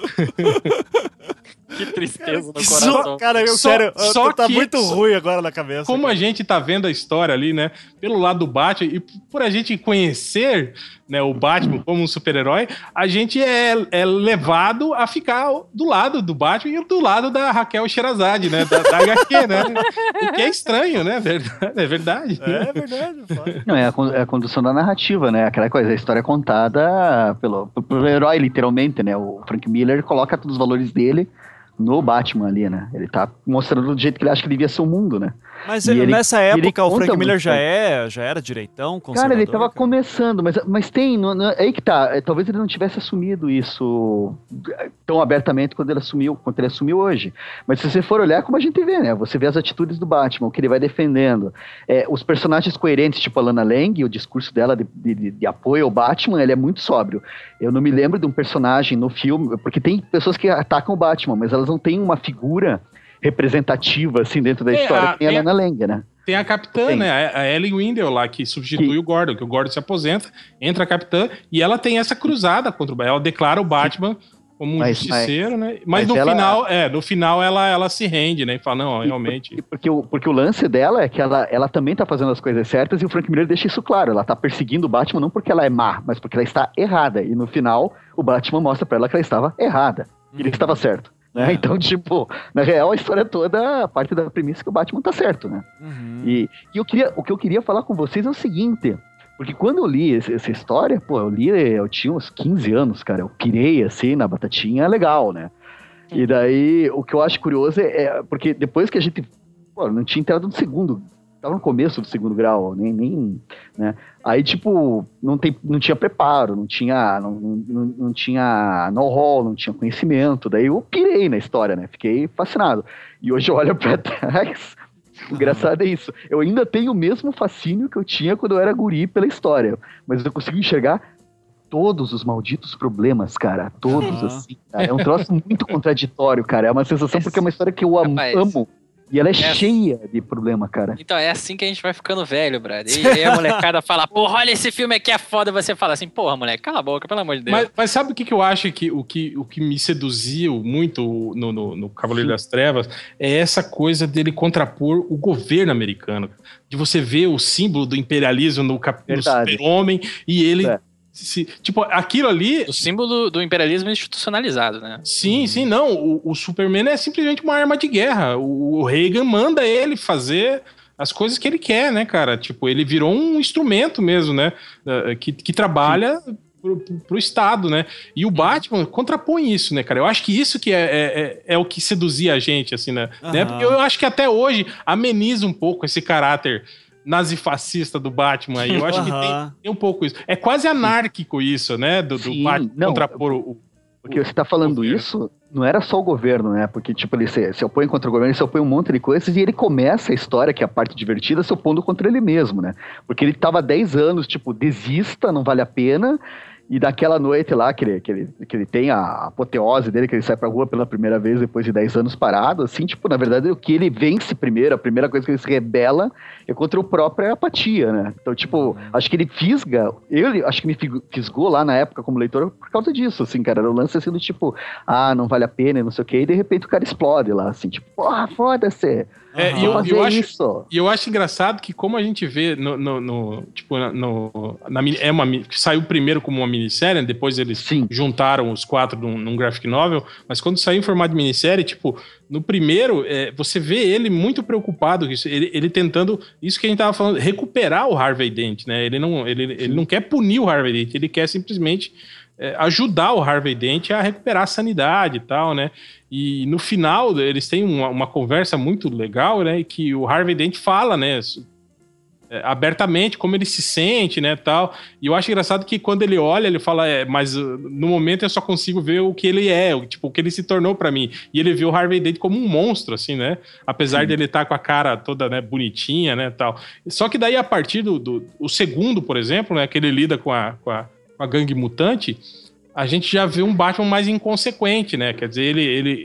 Speaker 9: Que tristeza no coração.
Speaker 4: Cara, sério, tá muito ruim agora na cabeça.
Speaker 7: Como a gente tá vendo a história ali, né? Pelo lado do Batman, e por a gente conhecer, né, o Batman como um super-herói, a gente é levado a ficar do lado do Batman e do lado da Raquel Sherazade, né? Da HQ, né? O que é estranho, né? É verdade.
Speaker 4: É verdade.
Speaker 8: Não, é a condução da narrativa, né? Aquela coisa, a história é contada pelo herói, literalmente, né? O Frank Miller coloca todos os valores dele no Batman ali, né? Ele tá mostrando do jeito que ele acha que devia ser o mundo, né?
Speaker 4: Mas nessa época o Frank Miller já era direitão, conservador?
Speaker 8: Cara, ele tava começando, mas tem... aí que tá, talvez ele não tivesse assumido isso tão abertamente quanto ele assumiu hoje. Mas se você for olhar, como a gente vê, né? Você vê as atitudes do Batman, o que ele vai defendendo. Os personagens coerentes, tipo a Lana Lang, o discurso dela de apoio ao Batman, ele é muito sóbrio. Eu não me lembro de um personagem no filme, porque tem pessoas que atacam o Batman, mas elas não têm uma figura representativa, assim, dentro da história, tem a Lana Lang, né?
Speaker 7: Tem a capitã, né? A Ellie Wendell lá, que substitui o Gordon, que o Gordon se aposenta, entra a capitã, e ela tem essa cruzada contra o Batman. Ela declara o Batman como um justiceiro, né? Mas no final ela se rende, né? E fala, não, realmente...
Speaker 8: Porque o lance dela é que ela também tá fazendo as coisas certas, e o Frank Miller deixa isso claro. Ela tá perseguindo o Batman não porque ela é má, mas porque ela está errada. E no final, o Batman mostra pra ela que ela estava errada. E ele estava certo. né? Então, tipo, na real, a história toda, a parte da premissa é que o Batman tá certo, né? E o que eu queria falar com vocês é o seguinte, porque quando eu li essa história, pô, eu tinha uns 15 anos, cara, eu pirei, assim, na batatinha, legal, né? E daí, o que eu acho curioso é porque depois que a gente, pô, não tinha entrado no segundo, tava no começo do segundo grau, nem né? Aí, tipo, não tinha preparo, não tinha know-how, não tinha conhecimento, daí eu pirei na história, né? Fiquei fascinado. E hoje eu olho pra trás, engraçado é isso, eu ainda tenho o mesmo fascínio que eu tinha quando eu era guri pela história, mas eu consigo enxergar todos os malditos problemas, cara, todos, assim, cara. É um troço muito contraditório, cara, é uma sensação porque é uma história que eu amo. E ela é cheia de problema, cara.
Speaker 9: Então, é assim que a gente vai ficando velho, brother. E aí a molecada fala, porra, olha esse filme aqui é foda. Você fala assim, porra, moleque, cala a boca, pelo amor de Deus.
Speaker 7: Mas sabe o que eu acho que o que me seduziu muito no Cavaleiro das Trevas é essa coisa dele contrapor o governo americano. De você ver o símbolo do imperialismo no Super-Homem e ele... tipo, aquilo ali...
Speaker 9: O símbolo do imperialismo institucionalizado, né?
Speaker 7: Sim, não. O Superman é simplesmente uma arma de guerra. O Reagan manda ele fazer as coisas que ele quer, né, cara? Tipo, ele virou um instrumento mesmo, né? Que trabalha pro Estado, né? E o Batman contrapõe isso, né, cara? Eu acho que isso que é o que seduzia a gente, assim, né? Porque eu acho que até hoje ameniza um pouco esse caráter nazifascista do Batman aí. Eu acho que tem um pouco isso. É quase anárquico isso, né? Do Batman contrapor o...
Speaker 8: Porque você tá falando isso, não era só o governo, né? Porque, tipo, ele se opõe contra o governo, ele se opõe um monte de coisas e ele começa a história, que é a parte divertida, se opondo contra ele mesmo, né? Porque ele tava 10 anos, tipo, desista, não vale a pena... E daquela noite lá, que ele tem a apoteose dele, que ele sai pra rua pela primeira vez depois de 10 anos parado, assim, tipo, na verdade, o que ele vence primeiro, a primeira coisa que ele se rebela é contra a própria apatia, né? Então, tipo, acho que ele acho que me fisgou lá na época como leitor por causa disso, assim, cara, era o lance assim do tipo, não vale a pena e não sei o quê, e de repente o cara explode lá, assim, tipo, porra, foda-se!
Speaker 7: Eu acho engraçado que como a gente vê saiu primeiro como uma minissérie, depois eles juntaram os 4 num graphic novel, mas quando saiu em formato de minissérie, tipo, no primeiro, você vê ele muito preocupado com isso, ele tentando, isso que a gente tava falando, recuperar o Harvey Dent, né? Ele não quer punir o Harvey Dent, ele quer simplesmente ajudar o Harvey Dent a recuperar a sanidade e tal, né? E no final eles têm uma conversa muito legal, né? Que o Harvey Dent fala, né? Abertamente como ele se sente, né? Tal. E eu acho engraçado que quando ele olha, ele fala, mas no momento eu só consigo ver o que ele tipo, o que ele se tornou pra mim. E ele vê o Harvey Dent como um monstro, assim, né? Apesar de ele estar com a cara toda, né, bonitinha, né? Tal. Só que daí a partir o segundo, por exemplo, né? Que ele lida com a gangue mutante, a gente já vê um Batman mais inconsequente, né? Quer dizer,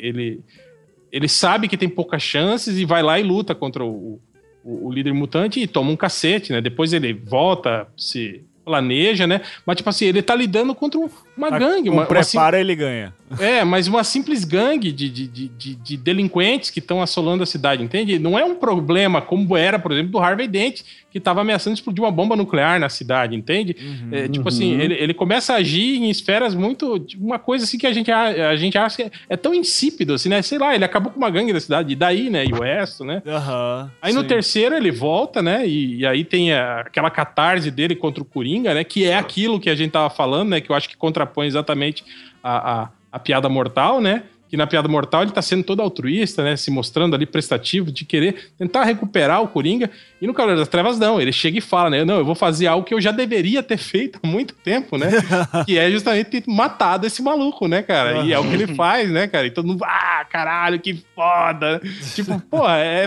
Speaker 7: ele sabe que tem poucas chances e vai lá e luta contra o líder mutante e toma um cacete, né? Depois ele volta, se planeja, né? Mas, tipo assim, ele tá lidando contra uma gangue.
Speaker 4: Ele ganha.
Speaker 7: Mas uma simples gangue de delinquentes que estão assolando a cidade, entende? Não é um problema como era, por exemplo, do Harvey Dent, que estava ameaçando explodir uma bomba nuclear na cidade, entende? Tipo assim, ele começa a agir em esferas muito... Uma coisa assim que a gente acha que é tão insípido, assim, né? Sei lá, ele acabou com uma gangue da cidade, e daí, né? E o resto, né? Aí no terceiro ele volta, né? E aí tem aquela catarse dele contra o Coringa, né? Que é aquilo que a gente tava falando, né? Que eu acho que contrapõe exatamente a Piada Mortal, né? Que na Piada Mortal ele tá sendo todo altruísta, né? Se mostrando ali prestativo de querer tentar recuperar o Coringa. E no Cavaleiro das Trevas, não. Ele chega e fala, né? Não, eu vou fazer algo que eu já deveria ter feito há muito tempo, né? Que é justamente ter matado esse maluco, né, cara? E é o que ele faz, né, cara? E todo mundo, caralho, que foda! Tipo, pô,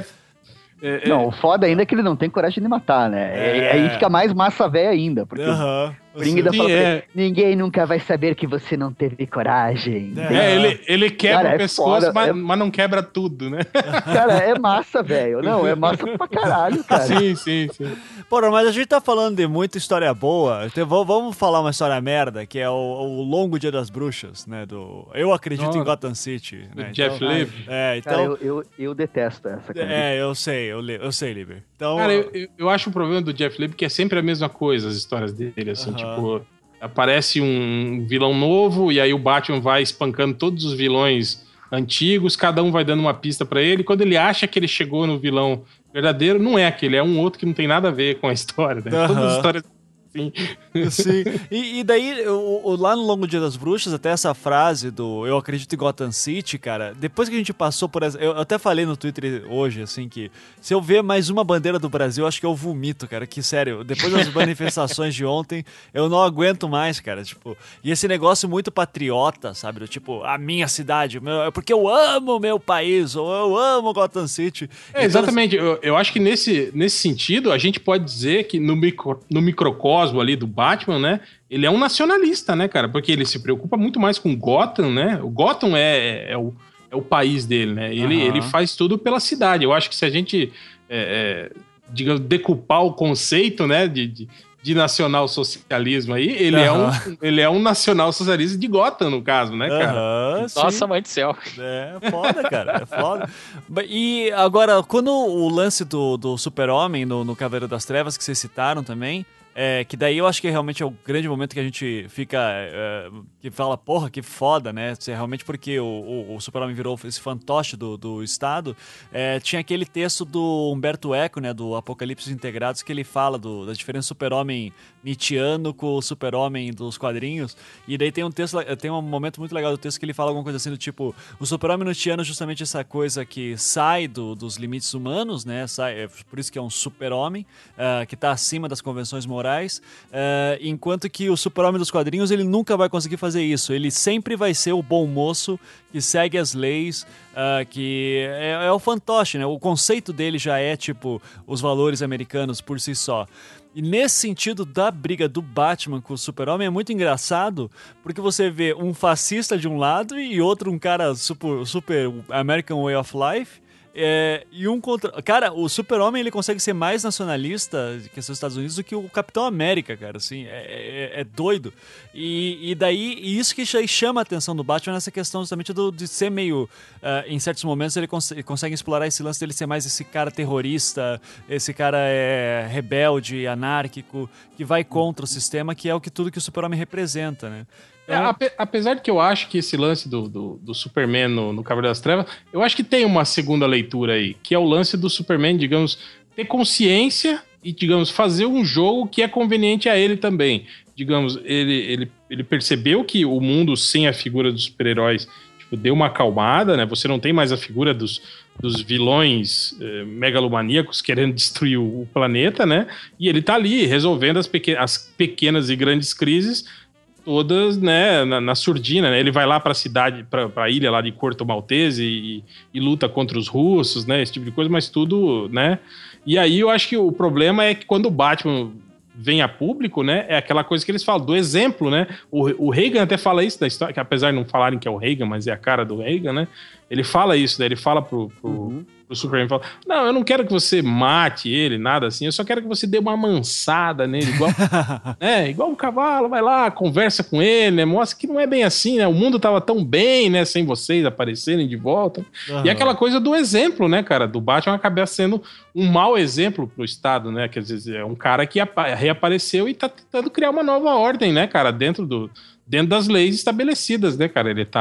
Speaker 8: Não, o foda ainda é que ele não tem coragem de matar, né? Aí fica mais massa véia ainda, porque o Coringa ainda fala pra ele, ninguém nunca vai saber que você não teve coragem.
Speaker 7: Ele quebra o pescoço, mas não quebra tudo, né?
Speaker 8: Cara, é massa, velho. Não, é massa pra caralho, cara.
Speaker 7: Sim.
Speaker 4: Porra, mas a gente tá falando de muita história boa. Então, vamos falar uma história merda, que é o Longo Dia das Bruxas, né? Eu Acredito em Gotham City. Né?
Speaker 7: Jeff Lieb.
Speaker 8: Então... Cara, eu detesto essa cara.
Speaker 4: Eu sei, Liber. Então,
Speaker 7: cara, eu acho o problema do Jeff Lieb que é sempre a mesma coisa, as histórias dele, assim, tipo, aparece um vilão novo e aí o Batman vai espancando todos os vilões antigos, cada um vai dando uma pista pra ele. Quando ele acha que ele chegou no vilão verdadeiro, não é aquele, é um outro que não tem nada a ver com a história, né? Todas as histórias... Sim.
Speaker 4: Sim. E daí, lá no Longo Dia das Bruxas, até essa frase do eu acredito em Gotham City, cara, depois que a gente passou por essa... Eu até falei no Twitter hoje, assim, que se eu ver mais uma bandeira do Brasil, acho que eu vomito, cara, que sério, depois das manifestações de ontem, eu não aguento mais, cara, tipo, e esse negócio muito patriota, sabe, tipo, a minha cidade, porque eu amo meu país, ou eu amo Gotham City.
Speaker 7: Exatamente, eu acho que nesse sentido, a gente pode dizer que no microcosmo ali do Batman, né? Ele é um nacionalista, né, cara? Porque ele se preocupa muito mais com Gotham, né? O Gotham é o país dele, né? Ele faz tudo pela cidade. Eu acho que se a gente, digamos, decupar o conceito, né, de nacional-socialismo aí, ele é um nacional-socialista de Gotham, no caso, né, cara?
Speaker 9: Nossa, mãe do céu.
Speaker 4: É foda, cara, é foda. E agora, quando o lance do Super-Homem no Cavaleiro das Trevas, que vocês citaram também, que daí eu acho que realmente é o grande momento que a gente fica, que fala, porra, que foda, né? Realmente porque o Super-Homem virou esse fantoche do Estado. Tinha aquele texto do Humberto Eco, né, do Apocalipse Integrados, que ele fala da diferença do Super-Homem nietzschiano com o Super-Homem dos quadrinhos. E daí tem um momento muito legal do texto que ele fala alguma coisa assim do tipo, o Super-Homem nietzschiano é justamente essa coisa que sai dos limites humanos, né? Por isso que é um super-homem, que tá acima das convenções morais. Enquanto que o Super-Homem dos quadrinhos ele nunca vai conseguir fazer isso. Ele sempre vai ser o bom moço que segue as leis, que é o fantoche, né? O conceito dele já é tipo os valores americanos por si só. E nesse sentido da briga do Batman com o Super-Homem é muito engraçado, porque você vê um fascista de um lado e outro um cara super American Way of Life. E um contra... Cara, o Super-Homem ele consegue ser mais nacionalista que os Estados Unidos do que o Capitão América, cara, assim, é doido. E daí, isso que chama a atenção do Batman nessa questão justamente de ser meio, em certos momentos ele consegue explorar esse lance dele ser mais esse cara terrorista, esse cara rebelde, anárquico, que vai contra o sistema, que é tudo que o Super-Homem representa, né?
Speaker 7: Apesar de que eu acho que esse lance do Superman no Cavaleiro das Trevas, eu acho que tem uma segunda leitura aí, que é o lance do Superman, digamos, ter consciência e, digamos, fazer um jogo que é conveniente a ele também. Digamos, ele percebeu que o mundo sem a figura dos super-heróis tipo, deu uma acalmada, né? Você não tem mais a figura dos vilões megalomaníacos querendo destruir o planeta, né? E ele tá ali resolvendo as pequenas e grandes crises todas, né, na surdina, né? Ele vai lá pra cidade, pra ilha lá de Corto Maltese e luta contra os russos, né? Esse tipo de coisa, mas tudo, né? E aí eu acho que o problema é que quando o Batman vem a público, né? É aquela coisa que eles falam, do exemplo, né? O Reagan até fala isso da história, que apesar de não falarem que é o Reagan, mas é a cara do Reagan, né? Ele fala isso, né? Ele fala pro Superman, fala, não, eu não quero que você mate ele, nada assim, eu só quero que você dê uma amansada nele, igual um cavalo, vai lá, conversa com ele, né? Mostra que não é bem assim, né? O mundo tava tão bem, né? Sem vocês aparecerem de volta. Uhum. E aquela coisa do exemplo, né, cara? Do Batman acaba sendo um mau exemplo pro Estado, né? Quer dizer, é um cara que reapareceu e tá tentando criar uma nova ordem, né, cara? Dentro das leis estabelecidas, né, cara? Ele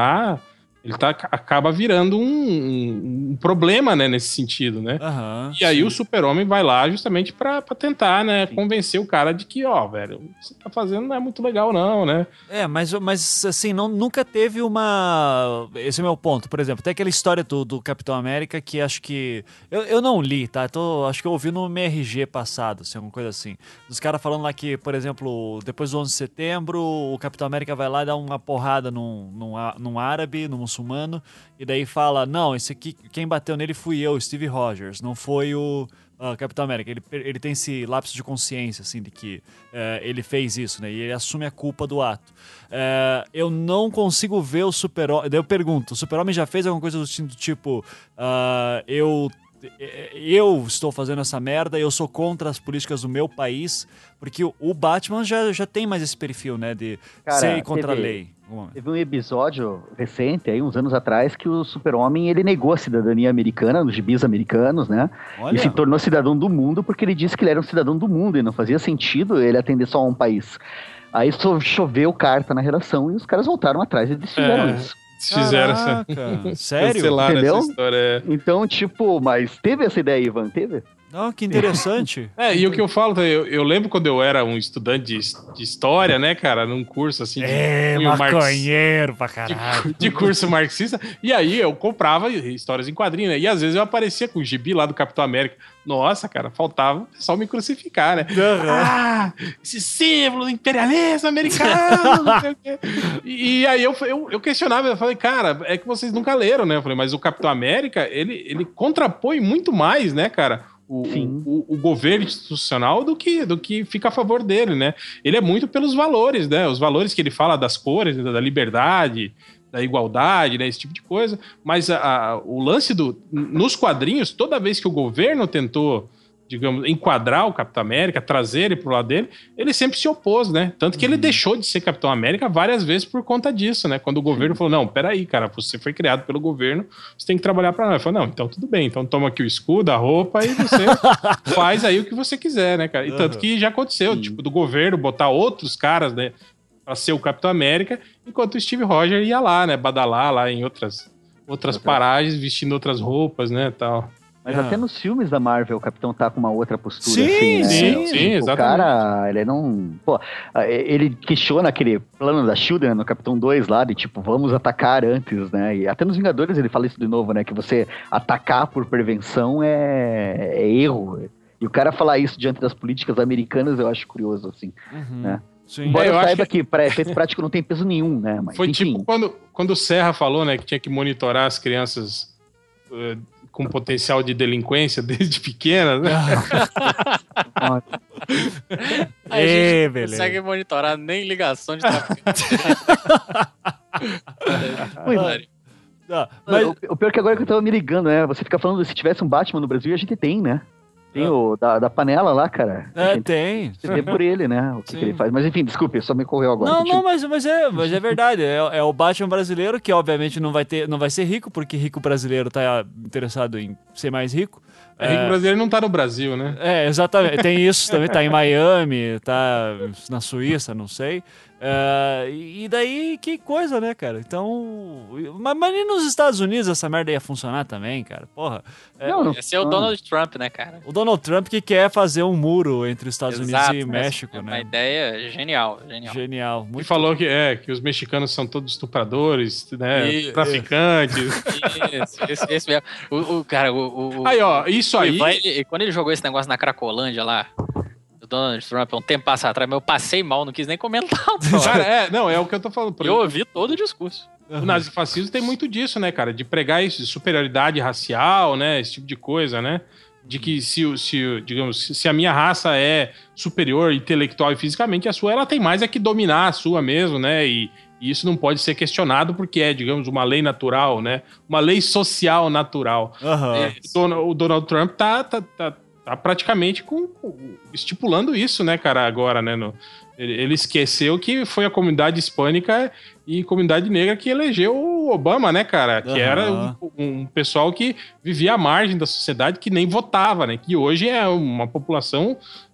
Speaker 7: acaba virando um problema, né, nesse sentido, né? Uhum, e aí o Super-Homem vai lá justamente pra tentar, né, convencer o cara de que, velho, o que você tá fazendo não é muito legal não, né?
Speaker 4: Mas assim, nunca teve uma... Esse é o meu ponto, por exemplo, tem aquela história do Capitão América que acho que... Eu não li, tá? Acho que eu ouvi no MRG passado, assim, alguma coisa assim. Dos caras falando lá que, por exemplo, depois do 11 de setembro, o Capitão América vai lá e dá uma porrada num árabe, num muçulmano, e daí fala, não, esse aqui, quem bateu nele fui eu, Steve Rogers, não foi o Capitão América. Ele tem esse lapso de consciência, assim, de que ele fez isso, né, e ele assume a culpa do ato. Eu não consigo ver o Super-Homem, daí eu pergunto, o Super-Homem já fez alguma coisa do tipo, eu estou fazendo essa merda, eu sou contra as políticas do meu país, porque o Batman já tem mais esse perfil, né, de ser contra a lei.
Speaker 8: Teve um episódio recente, aí uns anos atrás, que o Super-Homem, ele negou a cidadania americana, nos gibis americanos, né? Olha. E se tornou cidadão do mundo porque ele disse que ele era um cidadão do mundo e não fazia sentido ele atender só a um país. Aí choveu carta na relação e os caras voltaram atrás e desfizeram isso.
Speaker 7: Fizeram essa.
Speaker 4: Sério?
Speaker 7: Cancelaram
Speaker 8: Entendeu?
Speaker 7: essa história.
Speaker 8: Então, tipo, mas teve essa ideia, Ivan? Teve?
Speaker 4: Oh, que interessante.
Speaker 7: E o que eu falo, eu lembro quando eu era um estudante de história, né, cara, num curso assim de
Speaker 4: maconheiro pra caralho.
Speaker 7: de curso marxista, e aí eu comprava histórias em quadrinho, né? E às vezes eu aparecia com o gibi lá do Capitão América. Nossa, cara, faltava o pessoal me crucificar, né? Ah, esse símbolo do imperialismo americano, não sei o quê. E aí eu questionava, eu falei, cara, é que vocês nunca leram, né? Eu falei, mas o Capitão América, ele contrapõe muito mais, né, cara? O governo institucional do que fica a favor dele, né? Ele é muito pelos valores, né? Os valores que ele fala das cores, da liberdade, da igualdade, né? Esse tipo de coisa. Mas o lance nos quadrinhos, toda vez que o governo tentou, digamos, enquadrar o Capitão América, trazer ele pro lado dele, ele sempre se opôs, né? Tanto que ele deixou de ser Capitão América várias vezes por conta disso, né? Quando o governo falou, não, peraí, cara, você foi criado pelo governo, você tem que trabalhar pra nós. Ele falou, não, então tudo bem, então toma aqui o escudo, a roupa e você faz aí o que você quiser, né, cara? E tanto que já aconteceu, tipo, do governo botar outros caras, né, pra ser o Capitão América, enquanto o Steve Rogers ia lá, né, badalar lá em outras paragens, vestindo outras roupas, né, tal.
Speaker 8: Mas até nos filmes da Marvel o Capitão tá com uma outra postura,
Speaker 4: sim,
Speaker 8: assim, né?
Speaker 7: Sim,
Speaker 8: tipo,
Speaker 7: exatamente.
Speaker 8: O cara, ele não... Pô, ele questiona aquele plano da SHIELD, né, no Capitão 2 lá, de tipo, vamos atacar antes, né? E até nos Vingadores ele fala isso de novo, né? Que você atacar por prevenção é erro. E o cara falar isso diante das políticas americanas eu acho curioso, assim, né?
Speaker 4: Sim.
Speaker 8: Embora eu
Speaker 7: acho
Speaker 8: saiba que para efeito prático não tem peso nenhum, né? Mas,
Speaker 7: foi
Speaker 8: enfim.
Speaker 7: tipo quando o Serra falou, né, que tinha que monitorar as crianças com potencial de delinquência desde pequena, né?
Speaker 9: A gente não
Speaker 4: beleza.
Speaker 9: consegue monitorar nem ligação de traficante.
Speaker 4: Mas...
Speaker 8: O pior é que agora que eu tava me ligando, né? Você fica falando se tivesse um Batman no Brasil, a gente tem, né? Tem o da panela lá, cara.
Speaker 4: Tem.
Speaker 8: Você vê por ele, né? O que ele faz. Mas enfim, desculpe, só me correu agora.
Speaker 4: Não, mas é verdade. É o Batman brasileiro que, obviamente, não vai ser rico, porque rico brasileiro tá interessado em ser mais rico.
Speaker 7: Rico brasileiro não tá no Brasil, né?
Speaker 4: Exatamente. Tem isso também. Tá em Miami, tá na Suíça, não sei. E daí, que coisa, né, cara? Então... Mas nem nos Estados Unidos essa merda ia funcionar também, cara. Porra.
Speaker 9: Ia ser o Donald Trump, né, cara?
Speaker 4: O Donald Trump que quer fazer um muro entre os Estados Unidos e México, né?
Speaker 9: Uma ideia genial.
Speaker 4: Genial.
Speaker 7: Muito... E falou que os mexicanos são todos estupradores, né? Traficantes.
Speaker 9: Isso mesmo.
Speaker 7: Aí, ó, isso aí...
Speaker 9: Quando ele jogou esse negócio na Cracolândia lá, do Donald Trump, um tempo passado atrás, mas eu passei mal, não quis nem comentar.
Speaker 7: Cara, é o que eu tô falando.
Speaker 9: Eu ouvi todo o discurso.
Speaker 7: O nazifascismo tem muito disso, né, cara? De pregar isso, de superioridade racial, né? Esse tipo de coisa, né? De que se a minha raça é superior intelectual e fisicamente, a sua ela tem mais que dominar a sua mesmo, né? E isso não pode ser questionado porque é, digamos, uma lei natural, né? Uma lei social natural. O Donald Trump tá praticamente estipulando isso, né, cara, agora, né? Ele esqueceu que foi a comunidade hispânica e comunidade negra que elegeu o Obama, né, cara? Que era um pessoal que vivia à margem da sociedade, que nem votava, né? Que hoje é uma população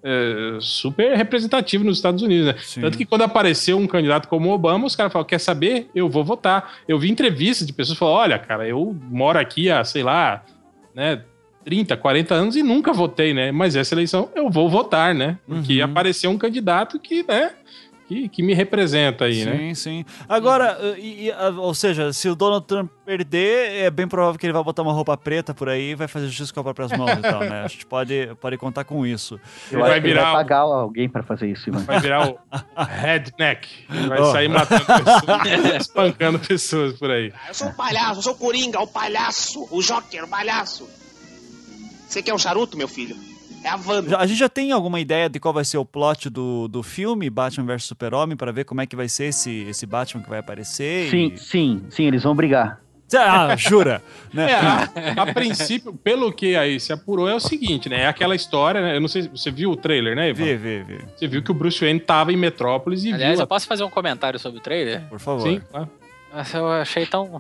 Speaker 7: super representativa nos Estados Unidos, né?
Speaker 4: Sim.
Speaker 7: Tanto que quando apareceu um candidato como o Obama, os caras falaram, quer saber? Eu vou votar. Eu vi entrevistas de pessoas que falaram, olha, cara, eu moro aqui há, sei lá, né, 30, 40 anos e nunca votei, né? Mas essa eleição eu vou votar, né? Porque apareceu um candidato que, né, que me representa aí, né?
Speaker 4: Sim. Agora, ou seja, se o Donald Trump perder, é bem provável que ele vai botar uma roupa preta por aí e vai fazer justiça com as próprias mãos e tal, né? A gente pode contar com isso.
Speaker 8: Eu acho que ele vai pagar alguém pra fazer isso, Ivan.
Speaker 7: Vai virar o redneck. Vai sair matando pessoas, espancando pessoas por aí.
Speaker 1: Eu sou o palhaço, eu sou o Coringa, o palhaço, o Joker, o palhaço. Você quer um charuto, meu filho? É a Wanda.
Speaker 4: A gente já tem alguma ideia de qual vai ser o plot do filme Batman vs Super-Homem, para ver como é que vai ser esse Batman que vai aparecer?
Speaker 8: Sim, eles vão brigar.
Speaker 4: Jura? Né?
Speaker 7: A princípio, pelo que aí se apurou, é o seguinte, né? É aquela história, né? Eu não sei se você viu o trailer, né, Ivan?
Speaker 4: Vi.
Speaker 7: Você viu que o Bruce Wayne tava em Metrópolis e
Speaker 9: Aliás,
Speaker 7: viu...
Speaker 9: eu posso fazer um comentário sobre o trailer?
Speaker 4: Por favor.
Speaker 7: Sim, claro.
Speaker 9: Nossa, eu achei tão...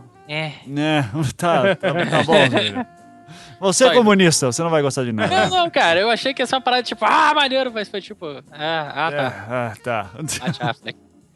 Speaker 4: Tá bom, velho. Você é comunista, você não vai gostar de nada.
Speaker 9: Não, cara, eu achei que ia ser uma parada tipo, maneiro, mas foi tipo, tá.
Speaker 4: Tá.
Speaker 9: Bate Affleck.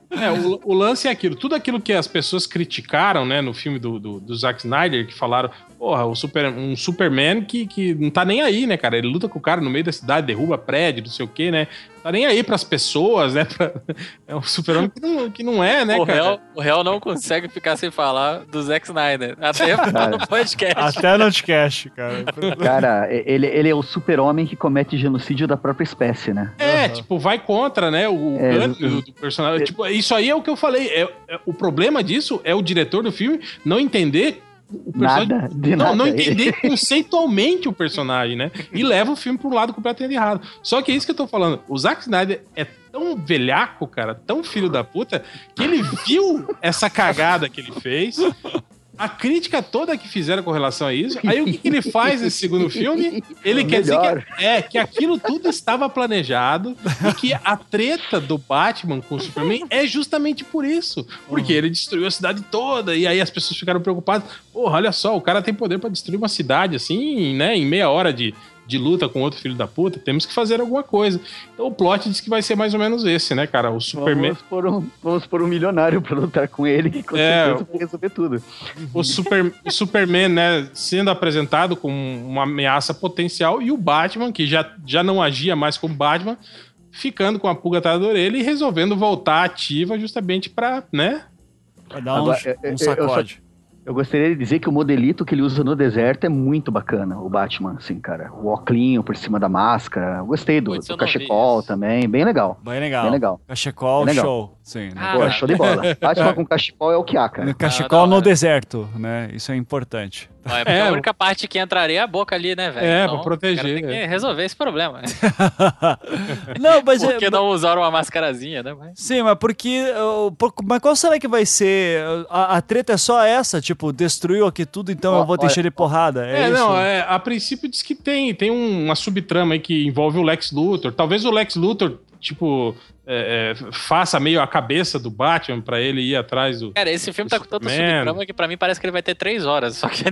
Speaker 7: O lance é aquilo. Tudo aquilo que as pessoas criticaram, né, no filme do Zack Snyder, que falaram, porra, um Superman que não tá nem aí, né, cara? Ele luta com o cara no meio da cidade, derruba prédio, não sei o quê, né? Tá nem aí pras pessoas, né? É um super-homem que não é, né, cara?
Speaker 9: O réu não consegue ficar sem falar do Zack Snyder. Até no podcast.
Speaker 4: Até no podcast, cara.
Speaker 8: Cara, ele é o super-homem que comete genocídio da própria espécie, né?
Speaker 7: Tipo, vai contra, né, o gênero do personagem. Tipo, isso aí é o que eu falei. O problema disso é o diretor do filme não entender o personagem. Não entender conceitualmente o personagem, né? E leva o filme para um lado completamente errado. Só que é isso que eu tô falando. O Zack Snyder é tão velhaco, cara, tão filho da puta, que ele viu essa cagada que ele fez, a crítica toda que fizeram com relação a isso. Aí o que ele faz nesse segundo filme? Ele quer dizer que aquilo tudo estava planejado e que a treta do Batman com o Superman é justamente por isso. Porque ele destruiu a cidade toda e aí as pessoas ficaram preocupadas. Porra, olha só, o cara tem poder pra destruir uma cidade assim, né, em meia hora de luta com outro filho da puta, temos que fazer alguma coisa. Então o plot diz que vai ser mais ou menos esse, né, cara? O Superman...
Speaker 8: Vamos por um milionário pra lutar com ele, que com certeza vai resolver tudo.
Speaker 7: O Superman, né, sendo apresentado como uma ameaça potencial, e o Batman, que já não agia mais como Batman, ficando com a pulga atrás da orelha e resolvendo voltar ativa justamente pra, né?
Speaker 4: Pra dar um sacode.
Speaker 8: Eu gostaria de dizer que o modelito que ele usa no deserto é muito bacana, o Batman, assim, cara. O óculinho por cima da máscara. Eu gostei do cachecol também, bem legal.
Speaker 4: Bem legal.
Speaker 8: Bem legal.
Speaker 4: Cachecol,
Speaker 8: bem legal.
Speaker 4: Show. Sim, né?
Speaker 8: Pô, show de bola. Batman com cachecol é o que há, cara.
Speaker 4: Cachecol no deserto, né? Isso é importante.
Speaker 9: Porque a única parte que entraria é a boca ali, né, velho?
Speaker 7: Pra proteger.
Speaker 9: Tem que resolver esse problema.
Speaker 4: Não, mas
Speaker 9: por que não usaram uma mascarazinha, né?
Speaker 4: Sim, mas porque... Mas qual será que vai ser? A treta é só essa? Tipo, destruiu aqui tudo, então eu vou deixar ele porrada?
Speaker 7: A princípio diz que tem uma subtrama aí que envolve o Lex Luthor. Talvez o Lex Luthor, tipo... faça meio a cabeça do Batman pra ele ir atrás do...
Speaker 9: Cara, esse filme tá com tanta subtrama que pra mim parece que ele vai ter 3 horas, só que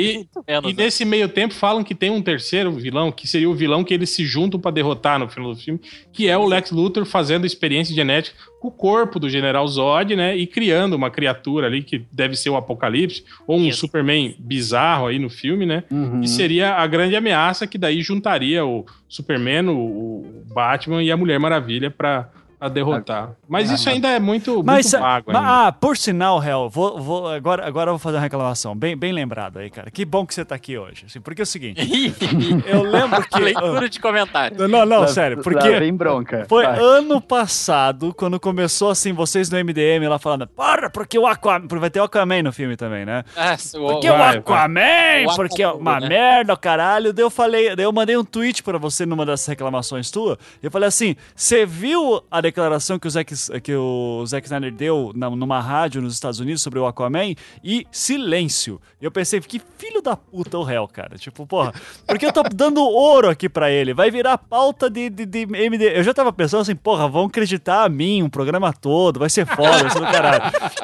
Speaker 7: e nesse meio tempo falam que tem um terceiro vilão, que seria o vilão que eles se juntam pra derrotar no final do filme, que é o Lex Luthor fazendo experiência genética com o corpo do General Zod, né, e criando uma criatura ali que deve ser o Apocalipse, ou um Superman bizarro aí no filme, né, que seria a grande ameaça que daí juntaria o Superman, o Batman e a Mulher Maravilha pra derrotar. Mas isso ainda é muito vago ainda.
Speaker 4: Por sinal, Hel, agora eu vou fazer uma reclamação. Bem lembrado aí, cara. Que bom que você tá aqui hoje. Assim, porque é o seguinte... eu lembro que...
Speaker 9: Leitura de comentários.
Speaker 4: Não, sério. Porque
Speaker 8: lá vem bronca.
Speaker 4: Foi ano passado, quando começou assim, vocês no MDM lá falando, porra, porque o Aquaman... Porque vai ter o Aquaman no filme também, né? Porque o Aquaman, porque é uma merda, caralho. Daí eu mandei um tweet pra você numa dessas reclamações tua. Eu falei assim, você viu a declaração que o Zack Snyder deu numa rádio nos Estados Unidos sobre o Aquaman? E silêncio. E eu pensei, que filho da puta o réu, cara. Tipo, porra, porque eu tô dando ouro aqui pra ele. Vai virar pauta de MD. Eu já tava pensando assim, porra, vão acreditar a mim um programa todo, vai ser foda, vai ser do caralho.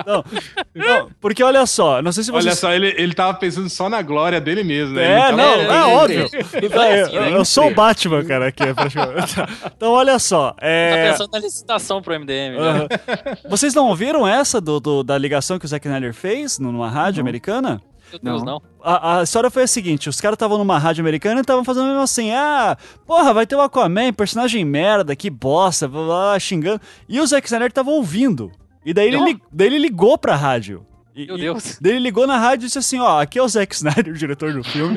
Speaker 4: Não, porque olha só, não sei se você...
Speaker 7: Olha só, ele tava pensando só na glória dele mesmo, né?
Speaker 4: Óbvio. Eu sou o Batman, cara, aqui. Então, olha só.
Speaker 9: Tá pensando na licitação pro MDM, né?
Speaker 4: Vocês não ouviram essa da ligação que o Zack Snyder fez numa rádio americana?
Speaker 9: Meu Deus, não.
Speaker 4: A história foi a seguinte, os caras estavam numa rádio americana e estavam fazendo mesmo assim, porra, vai ter o Aquaman, personagem merda, que bosta, blá, blá, xingando. E o Zack Snyder tava ouvindo. E daí ele ligou pra rádio.
Speaker 9: Meu Deus.
Speaker 4: Daí ele ligou na rádio e disse assim, aqui é o Zack Snyder, o diretor do filme.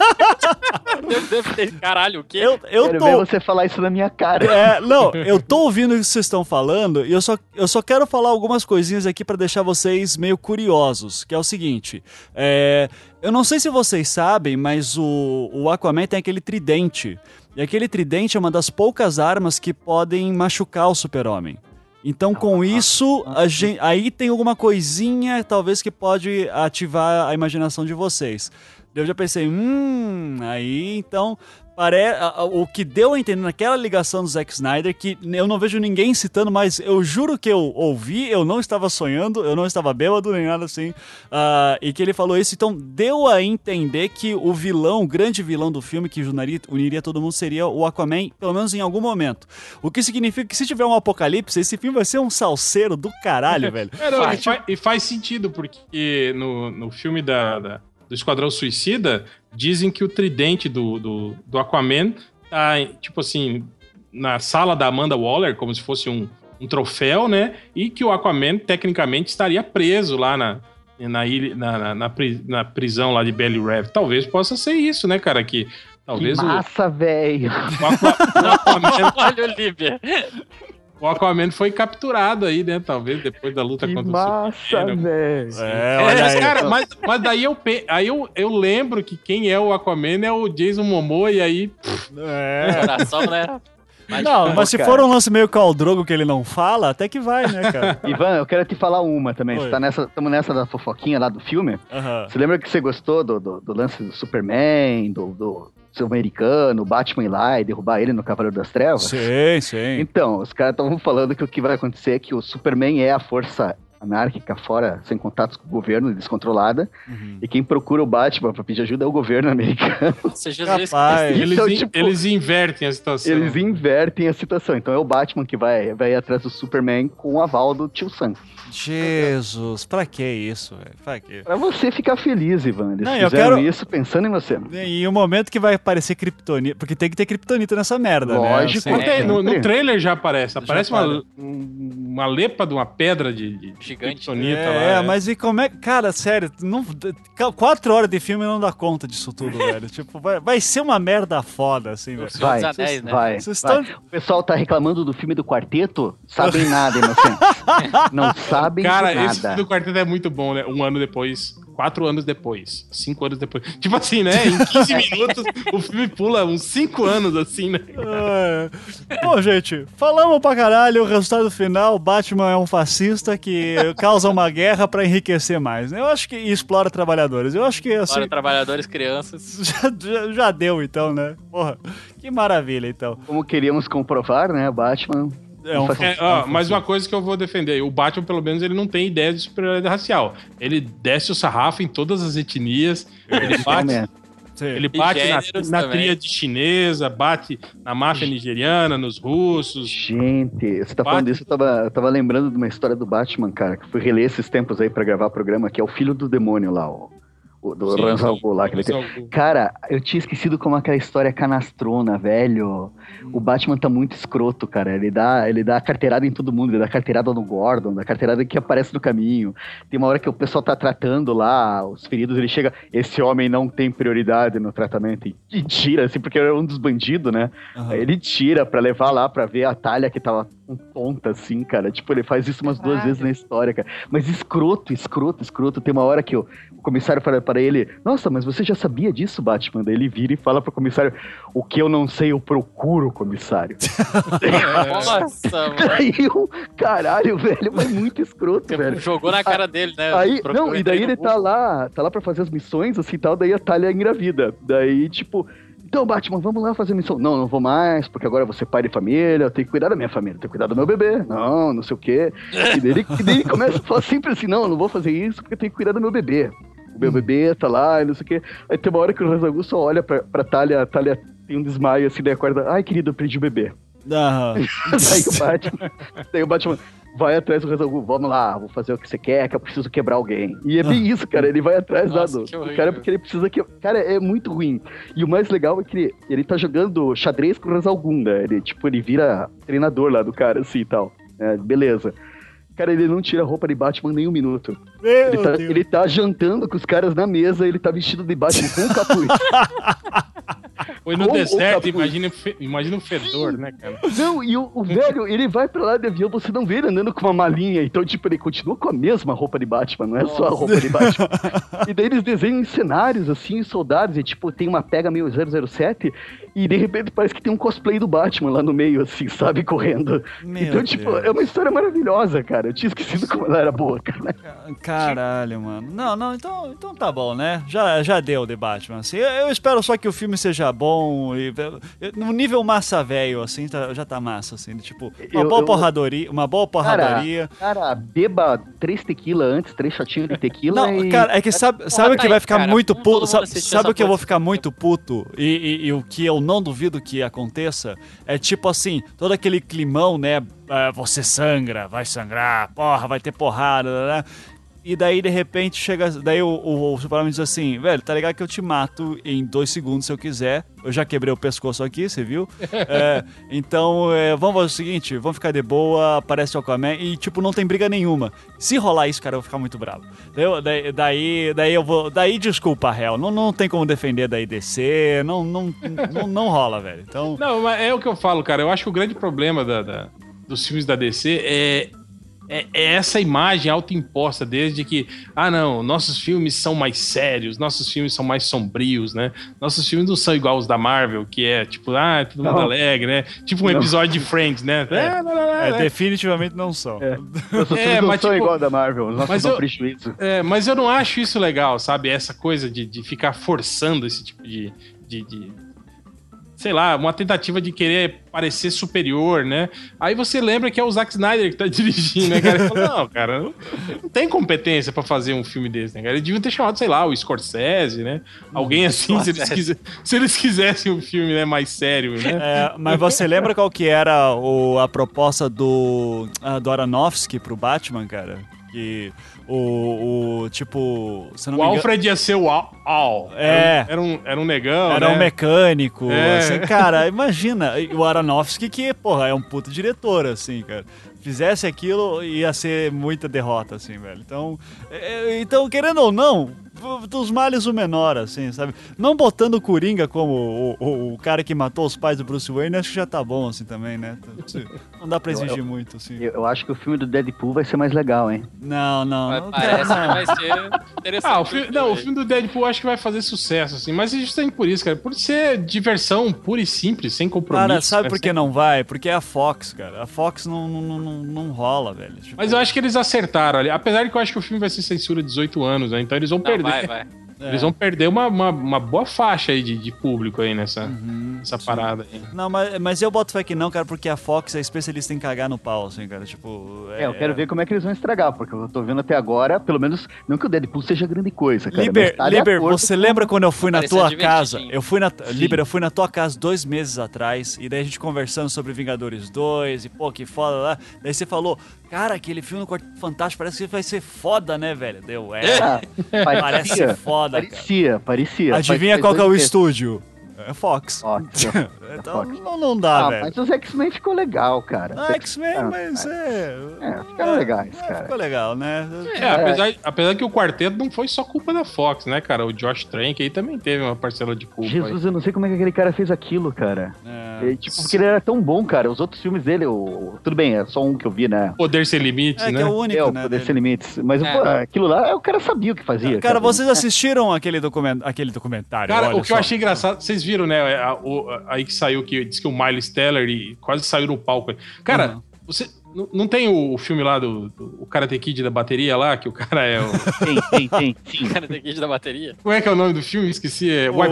Speaker 9: Caralho, o quê?
Speaker 8: Eu quero ver você falar isso na minha cara.
Speaker 4: Eu tô ouvindo o que vocês estão falando e eu só quero falar algumas coisinhas aqui pra deixar vocês meio curiosos, que é o seguinte, eu não sei se vocês sabem, mas o Aquaman tem aquele tridente, e aquele tridente é uma das poucas armas que podem machucar o Super-Homem. Então, com isso, aí tem alguma coisinha, talvez, que pode ativar a imaginação de vocês. Eu já pensei, aí, então, O que deu a entender naquela ligação do Zack Snyder, que eu não vejo ninguém citando, mas eu juro que eu ouvi, eu não estava sonhando, eu não estava bêbado nem nada assim, e que ele falou isso, então deu a entender que o vilão, o grande vilão do filme que uniria todo mundo seria o Aquaman, pelo menos em algum momento. O que significa que se tiver um apocalipse, esse filme vai ser um salseiro do caralho, velho.
Speaker 7: E faz sentido, porque no filme do Esquadrão Suicida, dizem que o tridente do Aquaman tá, tipo assim, na sala da Amanda Waller, como se fosse um troféu, né? E que o Aquaman, tecnicamente, estaria preso lá na prisão lá de Belly Rev. Talvez possa ser isso, né, cara? Que talvez
Speaker 8: que massa, velho!
Speaker 9: Olha o Líbia.
Speaker 7: O Aquaman foi capturado aí, né? Talvez depois da luta contra o Superman.
Speaker 8: Velho.
Speaker 7: Cara, mas daí eu lembro que quem é o Aquaman é o Jason Momoa e aí...
Speaker 9: Coração, né?
Speaker 4: Mas se for um lance meio Khal Drogo que ele não fala, até que vai, né, cara?
Speaker 8: Ivan, eu quero te falar uma também.
Speaker 4: Oi.
Speaker 8: Estamos nessa da fofoquinha lá do filme. Você lembra que você gostou do lance do Superman, do seu americano, o Batman ir lá e derrubar ele no Cavaleiro das Trevas?
Speaker 4: Sim.
Speaker 8: Então, os caras estavam falando que o que vai acontecer é que o Superman é a força anárquica fora, sem contatos com o governo, descontrolada, e quem procura o Batman pra pedir ajuda é o governo americano.
Speaker 7: Eles invertem a situação.
Speaker 8: Eles invertem a situação. Então é o Batman que vai atrás do Superman com o aval do Tio Sam.
Speaker 4: Jesus, pra que isso, velho? Pra quê?
Speaker 8: Pra você ficar feliz, Ivan. Eles fizeram isso pensando em você.
Speaker 4: E o momento que vai aparecer Kryptonita, porque tem que ter Kryptonita nessa merda,
Speaker 8: lógico,
Speaker 4: né?
Speaker 7: No trailer já aparece. Aparece uma lepa de uma pedra de
Speaker 9: gigante.
Speaker 7: Kryptonita lá.
Speaker 4: Mas e como é... Cara, sério, 4 horas de filme não dá conta disso tudo, velho. Tipo, vai ser uma merda foda, assim, velho.
Speaker 8: Vai. O pessoal tá reclamando do filme do Quarteto, sabem nada, inocentes. Não sabem de nada.
Speaker 7: Cara, esse filme do Quarteto é muito bom, né? 1 ano depois, 4 anos depois, 5 anos depois. Tipo assim, né? Em 15 minutos, o filme pula uns 5 anos, assim, né?
Speaker 4: Bom, gente, falamos pra caralho. O resultado final, Batman é um fascista que causa uma guerra pra enriquecer mais, né? Eu acho que explora trabalhadores. Eu acho que, assim...
Speaker 9: Explora trabalhadores, crianças.
Speaker 4: Já deu, então, né? Porra, que maravilha, então.
Speaker 8: Como queríamos comprovar, né? Batman...
Speaker 7: Mas uma coisa que eu vou defender, o Batman, pelo menos, ele não tem ideia de superioridade racial. Ele desce o sarrafo em todas as etnias, ele bate na tríade chinesa, bate na máfia nigeriana, nos russos.
Speaker 8: Gente, você tá falando disso, eu tava lembrando de uma história do Batman, cara, que fui reler esses tempos aí pra gravar o programa, que é o filho do demônio lá, do Ra's al Ghul lá. Cara, eu tinha esquecido como aquela história canastrona, velho. O Batman tá muito escroto, cara. Ele dá carteirada em todo mundo. Ele dá carteirada no Gordon, dá carteirada que aparece no caminho. Tem uma hora que o pessoal tá tratando lá os feridos, ele chega, esse homem não tem prioridade no tratamento. E tira, assim, porque era um dos bandidos, né? Aí ele tira pra levar lá pra ver a Talia que tava com ponta, assim, cara. Tipo, ele faz isso umas 2 vezes na história, cara. Mas escroto. Tem uma hora que o comissário fala para ele, nossa, mas você já sabia disso, Batman? Daí ele vira e fala pro comissário, o que eu não sei, eu procuro, comissário.
Speaker 9: Nossa, mano.
Speaker 8: Daí caralho, velho, mas muito escroto, velho.
Speaker 9: Jogou na cara dele, né?
Speaker 8: E daí ele tá lá pra fazer as missões, assim, tal, daí a Talia engravida. Daí, tipo... Então, Batman, vamos lá fazer a missão. Não vou mais, porque agora eu vou ser pai de família, eu tenho que cuidar da minha família, eu tenho que cuidar do meu bebê. Não sei o quê. E daí ele começa a falar sempre assim, não vou fazer isso porque eu tenho que cuidar do meu bebê. O meu bebê tá lá, não sei o quê. Aí tem uma hora que o Ra's al Ghul só olha pra Talia, a Talia tem um desmaio assim, daí acorda, ai, querido, eu perdi o bebê. Daí o Batman vai atrás do Ra's al Ghul, vamos lá, vou fazer o que você quer, que eu preciso quebrar alguém. E é bem isso, cara, ele vai atrás lá do cara porque ele precisa que... Cara, é muito ruim. E o mais legal é que ele tá jogando xadrez com o Ra's al Ghul, né? Ele vira treinador lá do cara, assim, e tal. Beleza. Cara, ele não tira a roupa de Batman nem 1 minuto. Ele tá jantando com os caras na mesa, ele tá vestido de Batman com o capuz.
Speaker 7: Foi no deserto, imagina o fedor, né, cara?
Speaker 8: Não, e o velho, ele vai pra lá de avião, você não vê ele andando com uma malinha, então, tipo, ele continua com a mesma roupa de Batman, não é só a roupa de Batman. E daí eles desenham em cenários, assim, soldados, e tipo, tem uma pega meio 007, e de repente parece que tem um cosplay do Batman lá no meio, assim, sabe, correndo. Então, tipo, é uma história maravilhosa, cara. Eu tinha esquecido como ela era boa, cara.
Speaker 4: Caralho, mano. Não, então tá bom, né? Já deu de Batman, assim. Eu espero só que o filme seja bom, bom. No nível massa velho, assim, já tá massa, assim. Tipo, uma boa porradaria.
Speaker 8: Cara, beba 3 tequila antes, 3 shotinhos de tequila.
Speaker 4: Não, cara, é que sabe o que vai ficar muito puto? Sabe o que eu vou ficar muito puto? E o que eu não duvido que aconteça? É tipo assim, todo aquele climão, né? Você sangra, vai sangrar, porra, vai ter porrada, né? E daí, de repente, chega. Daí o Superman diz assim: velho, tá ligado que eu te mato em 2 segundos se eu quiser. Eu já quebrei o pescoço aqui, você viu? Então, vamos fazer o seguinte: vamos ficar de boa, aparece o Aquaman e, tipo, não tem briga nenhuma. Se rolar isso, cara, eu vou ficar muito bravo. Daí eu vou. Daí, desculpa, réu. Não tem como defender daí DC. Não rola, velho. Então.
Speaker 7: Não, mas é o que eu falo, cara. Eu acho que o grande problema dos filmes da DC é essa imagem autoimposta desde que, não, nossos filmes são mais sérios, nossos filmes são mais sombrios, né? Nossos filmes não são igual os da Marvel, que é tipo, todo mundo alegre, né? Tipo um episódio de Friends, né?
Speaker 4: Definitivamente não são.
Speaker 8: Nossos filmes não são igual da Marvel, nossos são prejuízo.
Speaker 7: Mas eu não acho isso legal, sabe? Essa coisa de ficar forçando esse tipo de sei lá, uma tentativa de querer parecer superior, né? Aí você lembra que é o Zack Snyder que tá dirigindo, né, cara? Fala, não, cara, não tem competência pra fazer um filme desse, né, cara? Eles deviam ter chamado, sei lá, o Scorsese, né? Alguém assim, se eles quisessem um filme, né, mais sério, né?
Speaker 4: Mas você lembra qual que era a proposta do Aronofsky pro Batman, cara? Que tipo... Se não
Speaker 7: o Alfred ia ser o Al. Era um negão,
Speaker 4: era um mecânico. Assim, cara, imagina. O Aronofsky, que, porra, é um puto diretor, assim, cara. Fizesse aquilo, ia ser muita derrota, assim, velho. Então, querendo ou não, dos males o menor, assim, sabe? Não botando o Coringa como o cara que matou os pais do Bruce Wayne, acho que já tá bom, assim, também, né? Não dá pra exigir muito, assim.
Speaker 8: Eu acho que o filme do Deadpool vai ser mais legal, hein?
Speaker 4: Não.
Speaker 9: Parece que vai ser interessante.
Speaker 7: O filme do Deadpool acho que vai fazer sucesso, assim, mas é justamente por isso, cara. Por ser diversão pura e simples, sem compromisso.
Speaker 4: Cara, sabe por que não vai? Porque é a Fox, cara. A Fox não rola, velho. Tipo...
Speaker 7: Mas eu acho que eles acertaram ali. Apesar de que eu acho que o filme vai ser censura 18 anos, né? Então eles vão perder.
Speaker 9: Vai.
Speaker 7: Eles vão perder uma boa faixa aí de público aí nessa parada aí.
Speaker 4: Não, mas eu boto fé que não, cara, porque a Fox é especialista em cagar no pau, assim, cara. Tipo.
Speaker 8: Eu quero ver como é que eles vão estragar, porque eu tô vendo até agora, pelo menos, não que o Deadpool seja grande coisa, cara.
Speaker 4: Liber, você lembra quando eu fui na tua casa? Eu fui na tua casa 2 meses atrás, e daí a gente conversando sobre Vingadores 2, e pô, que foda lá. Daí você falou, cara, aquele filme do Quarteto Fantástico parece que vai ser foda, né, velho? Parece ser foda.
Speaker 8: Parecia.
Speaker 4: Adivinha qual que é o estúdio? É Fox. Então não dá, velho.
Speaker 8: Mas os X-Men ficou legal, cara.
Speaker 4: X-Men, mas
Speaker 8: ficaram legais, cara.
Speaker 4: Ficou legal, né?
Speaker 7: Apesar que o quarteto não foi só culpa da Fox, né, cara? O Josh Trank aí também teve uma parcela de culpa.
Speaker 8: Jesus, eu não sei como é que aquele cara fez aquilo, cara. Porque ele era tão bom, cara. Os outros filmes dele, tudo bem, é só um que eu vi, né?
Speaker 7: Poder Sem Limites, né?
Speaker 4: Que é o único,
Speaker 8: né? Poder Sem Limites. Mas aquilo lá, o cara sabia o que fazia.
Speaker 4: Cara, vocês assistiram aquele documentário?
Speaker 7: Cara, o que eu achei engraçado, vocês viram, né? Aí que saiu, que diz que o Miles Teller quase saiu no palco. Cara, você não tem o filme lá do Karate Kid da bateria lá, que o cara é o...
Speaker 8: Tem.
Speaker 9: Karate Kid da bateria.
Speaker 7: Como é que é o nome do filme? Esqueci.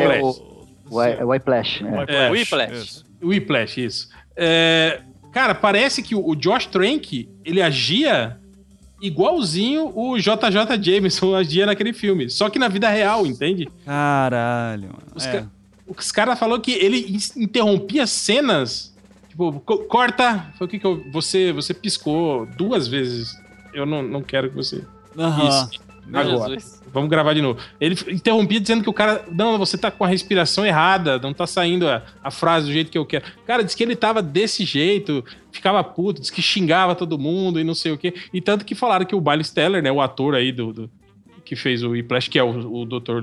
Speaker 8: Whiplash, né?
Speaker 7: Whiplash, isso. Cara, parece que o Josh Trank, ele agia igualzinho o JJ Jameson agia naquele filme. Só que na vida real, entende?
Speaker 4: Caralho, mano.
Speaker 7: Os caras falaram que ele interrompia cenas. Tipo, corta. Foi o que você piscou 2 vezes. Eu não quero que você... Isso. Agora. Jesus. Vamos gravar de novo. Ele interrompia dizendo que o cara... Não, você tá com a respiração errada. Não tá saindo a frase do jeito que eu quero. Cara, disse que ele tava desse jeito. Ficava puto. Disse que xingava todo mundo e não sei o quê. E tanto que falaram que o Miles Teller, né? O ator aí que fez o Whiplash, que é o doutor...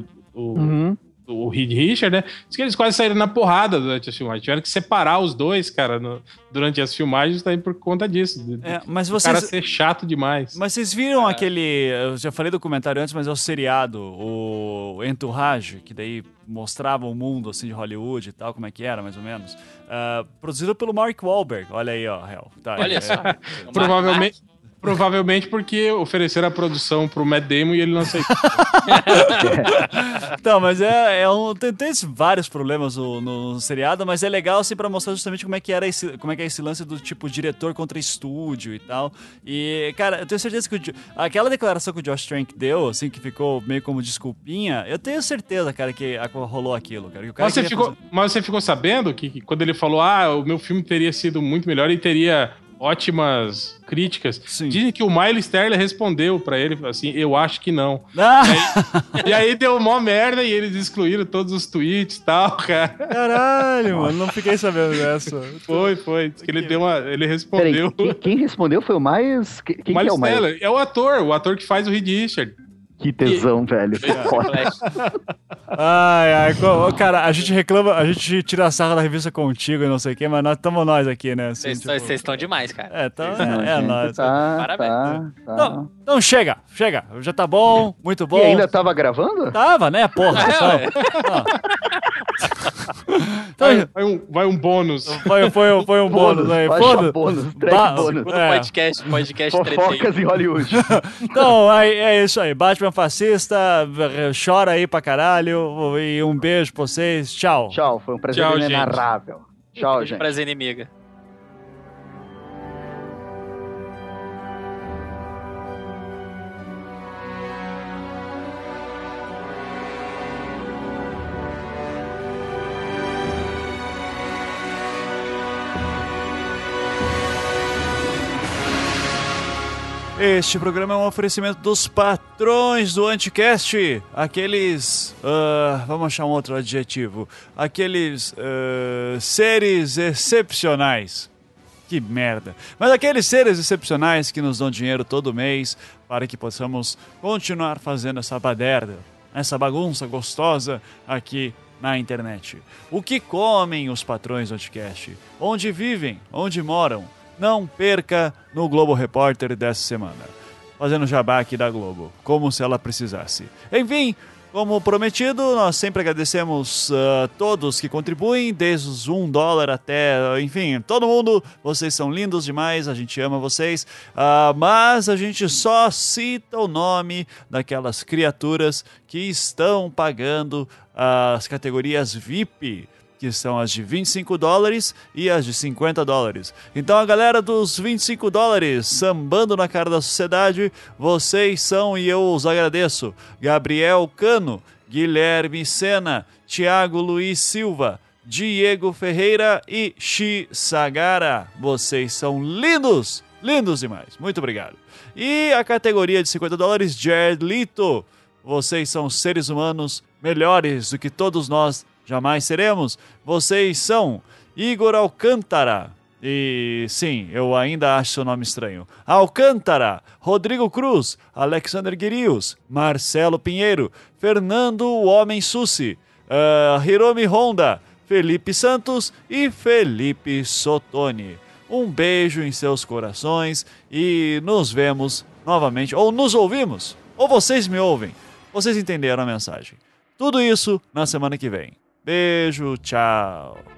Speaker 7: O Reed Richard, né? Diz que eles quase saíram na porrada durante as filmagens. Tiveram que separar os dois, cara, durante as filmagens, também por conta disso.
Speaker 4: Mas
Speaker 7: o cara ser chato demais.
Speaker 4: Mas vocês viram aquele... Eu já falei do comentário antes, mas é o seriado, o Entourage, que daí mostrava o mundo, assim, de Hollywood e tal, como é que era, mais ou menos. Produzido pelo Mark Wahlberg. Olha aí, ó, Hel. Tá,
Speaker 9: olha só.
Speaker 7: Provavelmente porque ofereceram a produção pro Matt Damon e ele não aceitou.
Speaker 4: Então, mas tem vários problemas no seriado, mas é legal assim pra mostrar justamente como é que é esse lance do tipo diretor contra estúdio e tal. E, cara, eu tenho certeza que aquela declaração que o Josh Trank deu, assim, que ficou meio como desculpinha, eu tenho certeza, cara, que rolou aquilo, cara. Que o cara
Speaker 7: mas você ficou sabendo que quando ele falou, o meu filme teria sido muito melhor e teria ótimas críticas. Sim. Dizem que o Miles Teller respondeu pra ele assim, eu acho que não. E aí deu mó merda e eles excluíram todos os tweets e tal, cara.
Speaker 4: Caralho, mano, não fiquei sabendo dessa.
Speaker 7: Foi. Diz que ele respondeu.
Speaker 8: Peraí, quem respondeu foi o Miles? Quem que é o Miles?
Speaker 7: Teller, é o ator que faz o Reed Richard.
Speaker 8: Que tesão, velho.
Speaker 4: Cara, a gente reclama, a gente tira a sarra da revista Contigo e não sei o que, mas nós estamos nós aqui, né?
Speaker 9: Vocês estão demais, cara.
Speaker 4: Nós.
Speaker 9: Parabéns.
Speaker 4: Então chega. Já tá bom, muito bom.
Speaker 8: E ainda tava gravando?
Speaker 4: Tava, né, porra.
Speaker 7: Vai um bônus.
Speaker 4: Foi um bônus aí.
Speaker 8: Bônus, track bônus.
Speaker 9: Podcast
Speaker 8: Fofocas em Hollywood.
Speaker 4: Então, é isso aí. Batman fascista, chora aí pra caralho. E um beijo pra vocês. Tchau.
Speaker 8: Tchau, foi um prazer inenarrável. Tchau, gente.
Speaker 9: Prazer, inimiga.
Speaker 4: Este programa é um oferecimento dos patrões do Anticast. Aqueles... vamos achar um outro adjetivo. Aqueles seres excepcionais. Que merda. Mas aqueles seres excepcionais que nos dão dinheiro todo mês para que possamos continuar fazendo essa baderna, essa bagunça gostosa aqui na internet. O que comem os patrões do Anticast? Onde vivem? Onde moram? Não perca no Globo Repórter dessa semana. Fazendo jabá aqui da Globo, como se ela precisasse. Enfim, como prometido, nós sempre agradecemos a todos que contribuem, desde os $1 até, enfim, todo mundo. Vocês são lindos demais, a gente ama vocês. Mas a gente só cita o nome daquelas criaturas que estão pagando as categorias VIP, que são as de $25 e as de $50. Então a galera dos $25, sambando na cara da sociedade, vocês são, e eu os agradeço, Gabriel Cano, Guilherme Sena, Thiago Luiz Silva, Diego Ferreira e Xi Sagara. Vocês são lindos, lindos demais. Muito obrigado. E a categoria de $50, Jared Leto. Vocês são seres humanos melhores do que todos nós jamais seremos. Vocês são Igor Alcântara. E sim, eu ainda acho seu nome estranho. Alcântara, Rodrigo Cruz, Alexander Guirius, Marcelo Pinheiro, Fernando o Homem Sussi, Hiromi Honda, Felipe Santos e Felipe Sotoni. Um beijo em seus corações e nos vemos novamente, ou nos ouvimos, ou vocês me ouvem. Vocês entenderam a mensagem. Tudo isso na semana que vem. Beijo, tchau.